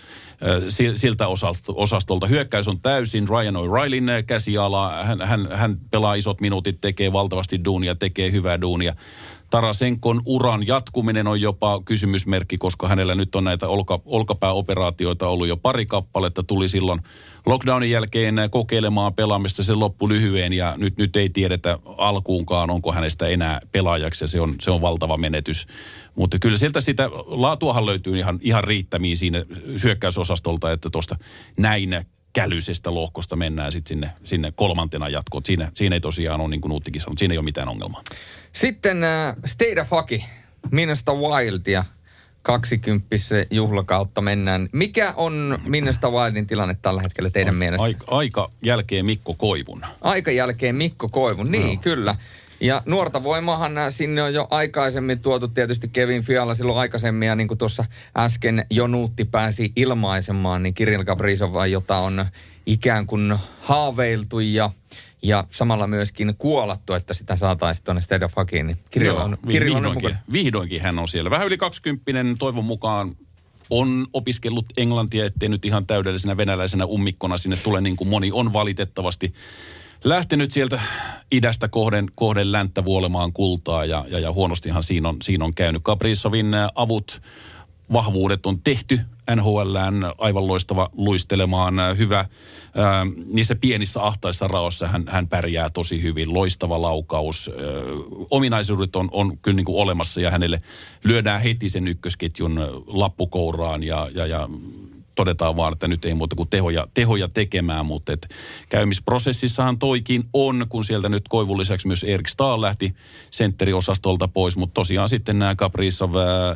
siltä osastolta. Hyökkäys on täysin Ryan O'Reillyn käsiala. Hän, hän, hän pelaa isot minuutit, tekee valtavasti duunia, tekee hyvää duunia. Tarasenkon uran jatkuminen on jopa kysymysmerkki, koska hänellä nyt on näitä olka, olkapääoperaatioita ollut jo pari kappaletta. Tuli silloin lockdownin jälkeen kokeilemaan pelaamista, se loppu lyhyen ja nyt, nyt ei tiedetä alkuunkaan, onko hänestä enää pelaajaksi ja se on, se on valtava menetys. Mutta kyllä sieltä sitä laatuahan löytyy ihan, ihan riittämiin siinä hyökkäysosastolta, että tuosta näin kälyisestä lohkosta mennään sitten sinne, sinne kolmantena jatkoon. Siinä, siinä ei tosiaan ole, niin kuin Nuuttikin sanoi, siinä ei ole mitään ongelmaa. Sitten uh, State of Hockey, Minnesota Wild ja kaksikymppisen juhlakautta mennään. Mikä on Minnesota Wildin tilanne tällä hetkellä teidän aika, mielestä? Aika, aika jälkeen Mikko Koivun. Aika jälkeen Mikko Koivun, niin no. Kyllä. Ja nuorta voimahan sinne on jo aikaisemmin tuotu tietysti Kevin Fiala silloin aikaisemmin. Ja niin kuin tuossa äsken jo Nuutti pääsi ilmaisemaan, niin Kirill Kaprizov, jota on ikään kuin haaveiltu ja, ja samalla myöskin kuolattu, että sitä saataisiin tuonne State of Hockeyin. Niin Kirill on, Joo, Kirill on vihdoinkin, vihdoinkin hän on siellä. Vähän yli kaksikymppinen, toivon mukaan on opiskellut englantia, ettei nyt ihan täydellisenä venäläisenä ummikkona sinne tule niin kuin moni on valitettavasti. Lähtenyt sieltä idästä kohden, kohden länttä vuolemaan kultaa ja, ja, ja huonostihan siinä on, siinä on käynyt. Kaprizovin avut, vahvuudet on tehty N H L:ään aivan loistava luistelemaan. Hyvä, ää, niissä pienissä ahtaissa raoissa hän, hän pärjää tosi hyvin. Loistava laukaus. Ää, ominaisuudet on, on kyllä niin kuin olemassa ja hänelle lyödään heti sen ykkösketjun lappukouraan ja, ja, ja todetaan vaan, että nyt ei muuta kuin tehoja, tehoja tekemään, mutta et käymisprosessissahan toikin on, kun sieltä nyt Koivun lisäksi myös Erik Stahl lähti sentteriosastolta pois, mutta tosiaan sitten nämä Kaprizov,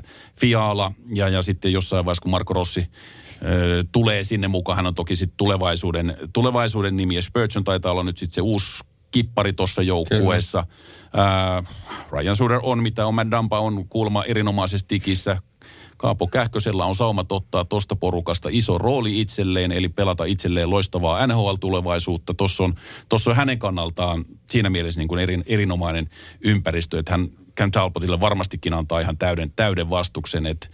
Fiala ja, ja sitten jossain vaiheessa, kun Marco Rossi äh, tulee sinne mukaan, hän on toki sitten tulevaisuuden, tulevaisuuden nimi, ja Spurgeon taitaa olla nyt sitten se uusi kippari tuossa joukkueessa. Äh, Ryan Suter on, mitä on, Matt Dampa on kuulemma erinomaisessa tikissä. Kaapo Kähkösellä on saumat ottaa tuosta porukasta iso rooli itselleen, eli pelata itselleen loistavaa N H L-tulevaisuutta. Tuossa on, tossa on hänen kannaltaan siinä mielessä niin kuin erin, erinomainen ympäristö, että hän Cam Talbotille varmastikin antaa ihan täyden, täyden vastuksen. Että,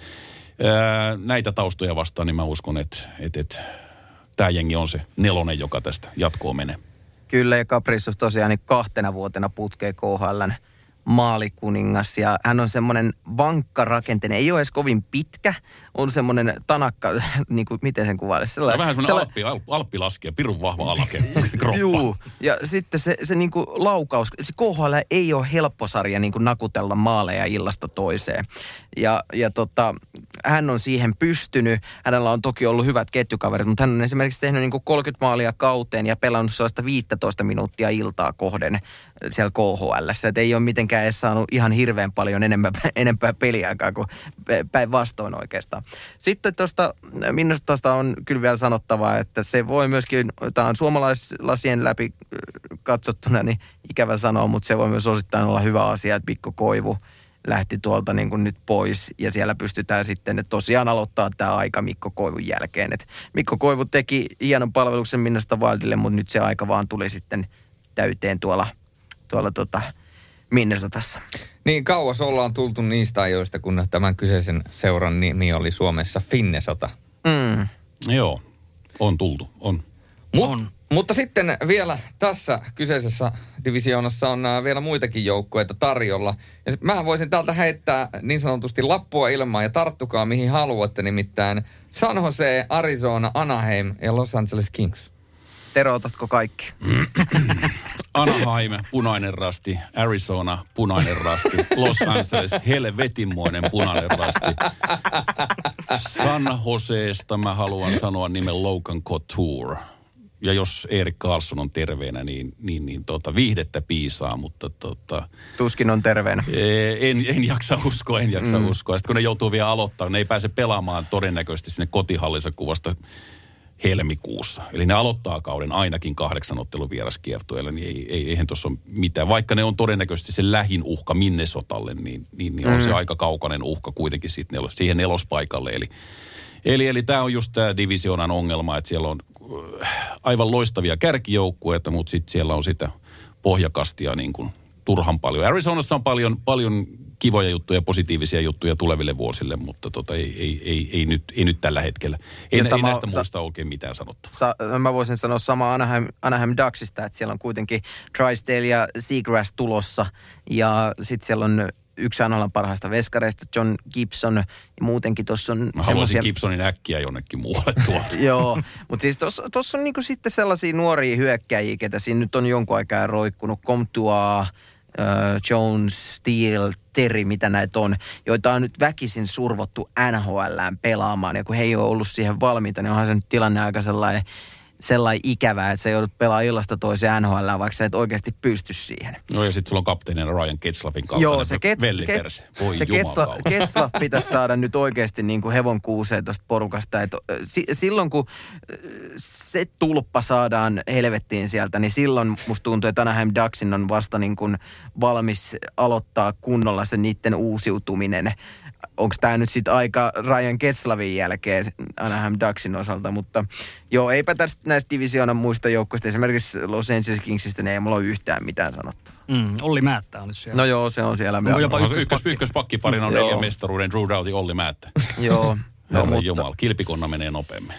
ää, näitä taustoja vastaan, niin mä uskon, että, että, että tämä jengi on se nelonen, joka tästä jatkoon menee. Kyllä, ja Kaprizov tosiaan niin kahtena vuotena putkee K H L:n maalikuningas ja hän on semmoinen vankka rakenteinen, ei ole edes kovin pitkä, on semmoinen tanakka, niin kuin, miten sen kuvailisi? Se on vähän semmoinen sella... alppi, alppi, alppilaskija, pirun vahva alake, kroppa. Juu, ja sitten se, se niin kuin laukaus, se K H L ei ole helppo sarja niin kuin nakutella maaleja illasta toiseen. Ja, ja tota, hän on siihen pystynyt, hänellä on toki ollut hyvät ketjukaverit, mutta hän on esimerkiksi tehnyt niin kuin kolmekymmentä maalia kauteen ja pelannut sellaista viisitoista minuuttia iltaa kohden siellä K H L:ssä. Että ei ole mitenkään edes saanut ihan hirveän paljon enemmän, enempää peliaikaa kuin päinvastoin oikeastaan. Sitten tuosta Minnesotasta on kyllä vielä sanottavaa, että se voi myöskin, tämä on suomalaislasien läpi katsottuna, niin ikävä sanoa, mutta se voi myös osittain olla hyvä asia, että Mikko Koivu lähti tuolta niin kuin nyt pois ja siellä pystytään sitten että tosiaan aloittaa tämä aika Mikko Koivun jälkeen. Et Mikko Koivu teki hienon palveluksen Minnesota Wildille, mutta nyt se aika vaan tuli sitten täyteen tuolla, tuolla tota Minnesotassa. Niin kauas ollaan tultu niistä ajoista, kun tämän kyseisen seuran nimi oli Suomessa Finnesota. Mm. Joo, on tultu, on. Mut, on. Mutta sitten vielä tässä kyseisessä divisioonassa on vielä muitakin joukkueita tarjolla. Ja mä voisin täältä heittää niin sanotusti lappua ilmaan ja tarttukaa mihin haluatte, nimittäin San Jose, Arizona, Anaheim ja Los Angeles Kings. Tero, otatko kaikki? Anaheim, punainen rasti. Arizona, punainen rasti. Los Angeles, helvetinmoinen punainen rasti. San Joseesta mä haluan sanoa nimen Logan Couture. Ja jos Erik Karlsson on terveenä, niin, niin, niin tota, viihdettä piisaa, mutta tota... Tuskin on terveenä. En, en jaksa uskoa, en jaksa mm. uskoa. Sitten kun ne joutuu vielä aloittamaan, ne ei pääse pelaamaan todennäköisesti sinne kotihallinsa kuvasta helmikuussa. Eli ne aloittaa kauden ainakin kahdeksan ottelun vieraskiertueella, niin ei, ei, eihän tuossa ole mitään. Vaikka ne on todennäköisesti se lähin uhka Minnesotalle, niin, niin, niin on mm. se aika kaukainen uhka kuitenkin siitä, siihen nelospaikalle. Eli, eli, eli tämä on just tämä divisioonan ongelma, että siellä on aivan loistavia kärkijoukkueita, mutta sitten siellä on sitä pohjakastia niin kuin turhan paljon. Arizonassa on paljon, paljon kivoja juttuja, positiivisia juttuja tuleville vuosille, mutta tota, ei, ei, ei, ei, nyt, ei nyt tällä hetkellä. Ei, ei sama, näistä muista sa- oikein mitään sanottu. Sa- mä voisin sanoa sama Anaheim, Anaheim Ducksista, että siellä on kuitenkin Drysdale ja Seagrass tulossa ja sitten siellä on yksi N H L:n parhaista veskareista, John Gibson, ja muutenkin tuossa on... Mä haluaisin semmosia... Gibsonin äkkiä jonnekin muualle tuolta. Joo, mutta siis tuossa on niinku sitten sellaisia nuoria hyökkäjiä, ketä siinä nyt on jonkun aikaa roikkunut, Comtois, Uh, Jones, Steele, Terry, mitä näitä on, joita on nyt väkisin survottu N H L:ään pelaamaan. Ja kun he ei ole ollut siihen valmiita, niin onhan se nyt tilanne aika sellainen, sellainen ikävää, että sä joudut pelaamaan illasta toiseen N H L:ään, vaikka sä et oikeasti pysty siihen. No ja sitten sulla on kapteenina Ryan Getzlaffin kautta. Joo, se, Gets, velliperse. Voi se Getzlaff, Getzlaff pitäisi saada nyt oikeasti niin kuin hevon kuuseen tuosta porukasta. Et, si, silloin kun se tulppa saadaan helvettiin sieltä, niin silloin musta tuntuu, että Anaheim Ducksin on vasta niin kuin valmis aloittaa kunnolla se niiden uusiutuminen. Onko tämä nyt sitten aika Ryan Getzlaffin jälkeen Anaheim Ducksin osalta, mutta joo, eipä tästä näistä divisioonan muista joukkoista, esimerkiksi Los Angeles Kingsistä, niin ei mulla ole yhtään mitään sanottavaa. Mm, Olli Määttä on nyt siellä. No joo, se on siellä. No, jopa ykköspakki. Ykköspakkiparina on neljä mestaruuden, Drew Doughty, Olli Määttä. Joo. No, mutta... Jumala, kilpikonna menee nopeammin.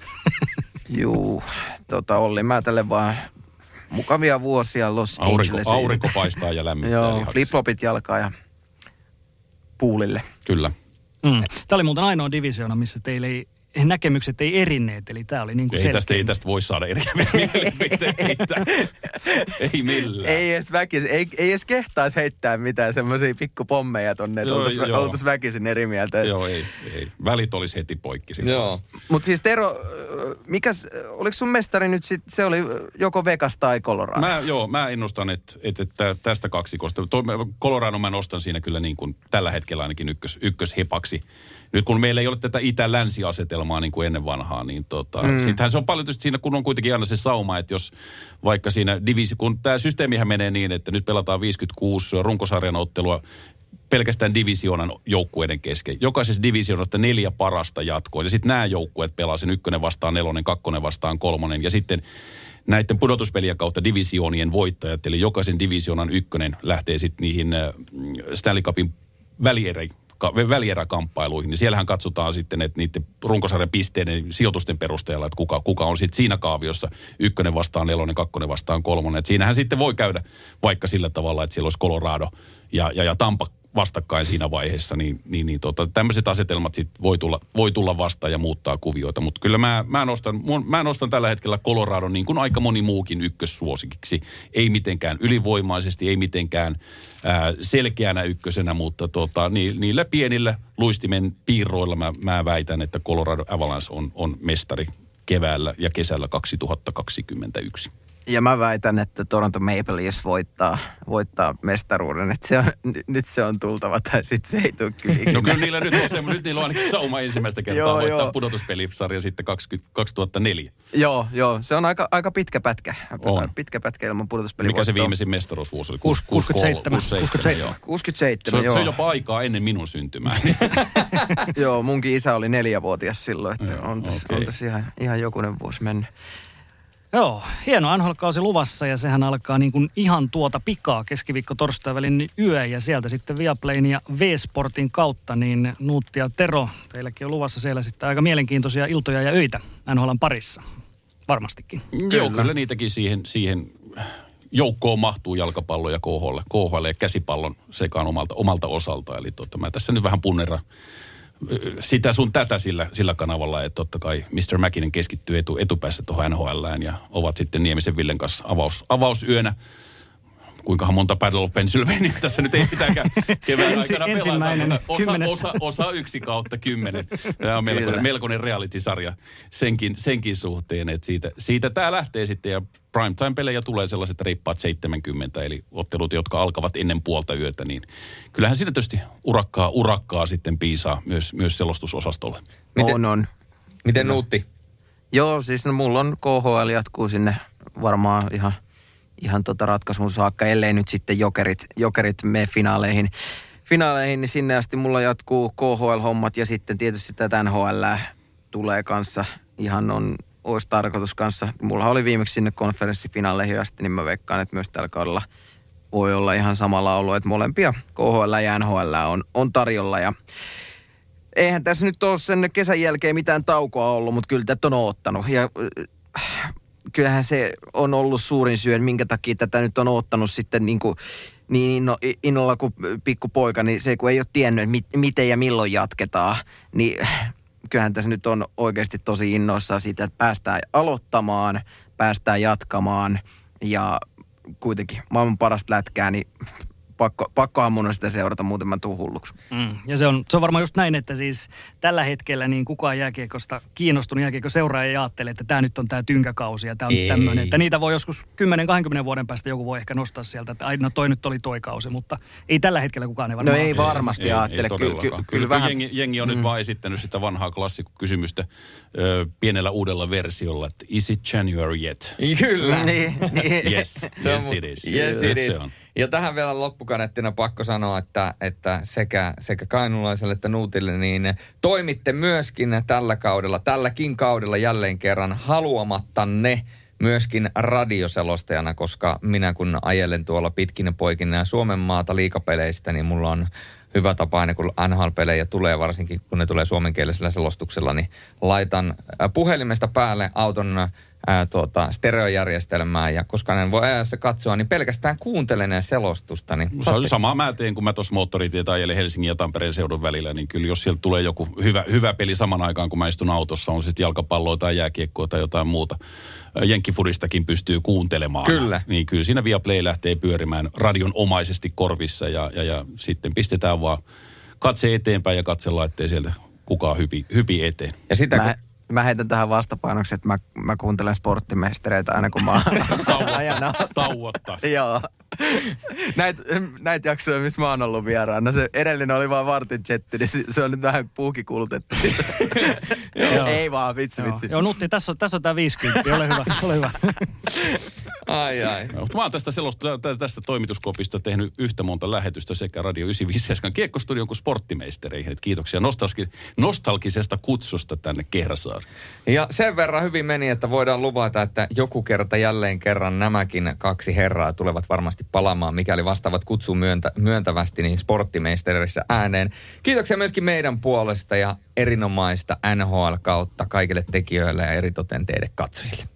Juu, tota Olli Määtälle vaan mukavia vuosia Los Angelesiin. Aurinko paistaa ja lämmittää. Joo, flip-flopit jalkaa ja puulille. Kyllä. Mm. Tämä oli muuten ainoa divisioona, missä teille ei, näkemykset ei erinneet, eli tämä oli niin kuin ei tästä, ei tästä voi saada eri mielipiteitä. Ei millään. Ei edes väkisin, ei, ei edes kehtaisi heittää mitään semmoisia pikkupommeja tonne, että oltaisiin oltais väkisin eri mieltä. Joo, ei, ei. Välit olisi heti poikki. Joo. Mutta siis Tero, mikäs, oliko sun mestari nyt sit, se oli joko Vegas tai Colorado? Mä, joo, mä ennustan, että et, et tästä kaksikosta. Colorado mä nostan siinä kyllä niin kuin tällä hetkellä ainakin ykkös, ykköshepaksi. Nyt kun meillä ei ole tätä itä-länsi-asetelmaa niin kuin ennen vanhaa, niin tota, mm. sittenhän se on paljon tietysti siinä, kun on kuitenkin aina se sauma, että jos vaikka siinä divisi, kun tämä systeemihän menee niin, että nyt pelataan viisikymmentäkuusi runkosarjan ottelua pelkästään divisioonan joukkueiden kesken. Jokaisessa divisioonasta neljä parasta jatkoa. Ja sitten nämä joukkueet pelaa sen ykkönen vastaan nelonen, kakkonen vastaan kolmonen. Ja sitten näiden pudotuspelien kautta divisioonien voittajat, eli jokaisen divisioonan ykkönen lähtee sitten niihin Stanley Cupin välierä, välieräkamppailuihin. Niin siellähän katsotaan sitten, että niiden runkosarjan pisteiden sijoitusten perusteella, että kuka, kuka on sitten siinä kaaviossa ykkönen vastaan nelonen, kakkonen vastaan kolmonen. Et siinähän sitten voi käydä vaikka sillä tavalla, että siellä olisi Colorado ja, ja, ja Tampa vastakkain siinä vaiheessa, niin, niin, niin tota, tämmöiset asetelmat sitten voi tulla, voi tulla vastaan ja muuttaa kuvioita. Mutta kyllä mä, mä, nostan, mä nostan tällä hetkellä Coloradon niin kuin aika moni muukin ykkössuosikiksi. Ei mitenkään ylivoimaisesti, ei mitenkään ää, selkeänä ykkösenä, mutta tota, ni, niillä pienillä luistimen piirroilla mä, mä väitän, että Colorado Avalanche on, on mestari keväällä ja kesällä kaksituhattakaksikymmentäyksi. Ja mä väitän, että Toronto Maple Leafs voittaa, voittaa mestaruuden. Että se on, nyt se on tultava tai sitten se ei tule kyllä. No kyllä niillä nyt on se, nyt niillä on ainakin sauma ensimmäistä kertaa joo, voittaa joo. pudotuspelisarja sitten kaksituhattaneljä. Joo, joo. Se on aika, aika pitkä pätkä. On. Pitkä pätkä ilman pudotuspelivoittoa. Mikä se viimeisin mestaruusvuosi oli? kuusikymmentäseitsemän. kuusikymmentäseitsemän, se, joo. Se on jopa aikaa ennen minun syntymää. Joo, munkin isä oli neljävuotias silloin, että joo, on tässä okay. ihan, ihan jokunen vuosi mennyt. Joo, hieno N H L-kausi luvassa ja sehän alkaa niin kuin ihan tuota pikaa keskiviikko torstai välin yö ja sieltä sitten Viaplayn ja V-Sportin kautta, niin Nuutti ja Tero, teilläkin on luvassa siellä sitten aika mielenkiintoisia iltoja ja öitä N H L:n parissa, varmastikin. Joo, kyllä, kyllä niitäkin siihen, siihen joukkoon mahtuu jalkapallo ja K H L, K H L ja käsipallon sekaan omalta, omalta osalta, eli tota, mä tässä nyt vähän punneran sitä sun tätä sillä, sillä kanavalla, että totta kai mister Mäkinen keskittyy etu, etupäässä tuohon N H L:ään ja ovat sitten Niemisen Villen kanssa avaus, avausyönä. Kuinkahan monta Battle of Pennsylvania tässä nyt ei pitääkään kevään Ensi, aikana pelata. Osa, osa, osa yksi kautta kymmenen. Tämä on melkoinen, melkoinen reality-sarja senkin, senkin suhteen, että siitä, siitä tämä lähtee sitten ja primetime-pelejä tulee sellaiset reippaat seitsemänkymmentä, eli ottelut, jotka alkavat ennen puolta yötä, niin kyllähän siinä tietysti urakkaa, urakkaa sitten piisaa myös, myös selostusosastolle. Miten, on, on. Miten Nuutti? Joo, siis no, mulla on K H L jatkuu sinne varmaan ihan, ihan tota ratkaisuun saakka, ellei nyt sitten jokerit, jokerit mene finaaleihin. Finaaleihin, niin sinne asti mulla jatkuu K H L-hommat ja sitten tietysti tätä N H L tulee kanssa ihan on olisi tarkoitus kanssa. Mulla oli viimeksi sinne konferenssifinaaleihin asti, niin mä veikkaan, että myös tällä kaudella voi olla ihan samalla ollut, että molempia K H L ja N H L on, on tarjolla. Ja eihän tässä nyt ole sen kesän jälkeen mitään taukoa ollut, mutta kyllä tätä on oottanut. Ja kyllähän se on ollut suurin syy, minkä takia tätä nyt on oottanut sitten niin kuin niin innolla kuin pikkupoika, niin se kun ei ole tiennyt, miten ja milloin jatketaan, niin kyllähän tässä nyt on oikeasti tosi innoissaan siitä, että päästään aloittamaan, päästään jatkamaan ja kuitenkin maailman parasta lätkää, niin pakko, pakkohan mun on sitä seurata, muuten mä tuun hulluksi. Mm. Ja se on, se on varmaan just näin, että siis tällä hetkellä niin kukaan jääkiekosta kiinnostunut jääkiekko seuraaja ei ajattele, että tämä nyt on tämä tynkäkausi ja tämä on tämmöinen. Että niitä voi joskus kymmenen kaksikymmentä vuoden päästä joku voi ehkä nostaa sieltä, että no toi nyt oli toi kausi, mutta ei tällä hetkellä kukaan ei varmaan. No ei varmasti ei, ajattele. Ei, ei ky- ky- kyllä vähän. Jengi, jengi on mm. nyt vaan esittänyt sitä vanhaa klassikkokysymystä ö, pienellä uudella versiolla, että is it January yet? Kyllä. niin, niin. Yes, yes it is. Yes it is. Ja tähän vielä loppukaneettina pakko sanoa, että, että sekä, sekä kainulaiselle että Nuutille, niin toimitte myöskin tällä kaudella, tälläkin kaudella jälleen kerran haluamattanne myöskin radioselostajana, koska minä kun ajelen tuolla pitkinä poikina ja Suomen maata liigapeleistä, niin mulla on hyvä tapa aina, kun N H L-pelejä tulee, varsinkin kun ne tulee suomenkielisellä selostuksella, niin laitan puhelimesta päälle auton ää, tuota, stereojärjestelmää, ja koska en voi ajassa katsoa, niin pelkästään kuuntelen selostusta. Niin se on samaa mä teen, kun mä tuossa moottoritietä ajelen Helsingin ja Tampereen seudun välillä, niin kyllä jos sieltä tulee joku hyvä, hyvä peli saman aikaan, kun mä istun autossa, on sitten jalkapalloa tai jääkiekkoa tai jotain muuta, jenkkifuristakin pystyy kuuntelemaan. Kyllä. Niin kyllä siinä Viaplay lähtee pyörimään radionomaisesti korvissa, ja, ja, ja sitten pistetään vaan katse eteenpäin ja katsellaan, ettei sieltä kukaan hypi, hypi eteen. Ja sitä mä, mä heitän tähän vastapainoksi, että mä, mä kuuntelen sporttimestareita aina kun mä ajan. Tauottaa. Joo. Näitä näit jaksoja, missä mä oon ollut vieraana. Se edellinen oli vaan vartin jetti, niin se on nyt vähän puukikulutettu. Ei vaan, vitsi, vitsi. Joo, Nutti, tässä on, tässä on tää viisikymmentä. Ole hyvä, ole hyvä. Ai ai. No, mä oon tästä, selosta, tästä toimituskopista tehnyt yhtä monta lähetystä sekä Radio yhdeksänkymmentäviisi Kiekkostudion kuin sporttimeistereihin. Kiitoksia nostalgi, nostalgisesta kutsusta tänne Kehräsaari. Ja sen verran hyvin meni, että voidaan luvata, että joku kerta jälleen kerran nämäkin kaksi herraa tulevat varmasti palaamaan, mikäli vastaavat kutsun myöntä, myöntävästi niin sporttimeisterissä ääneen. Kiitoksia myöskin meidän puolesta ja erinomaista N H L-kautta kaikille tekijöille ja eritoten teille katsojille.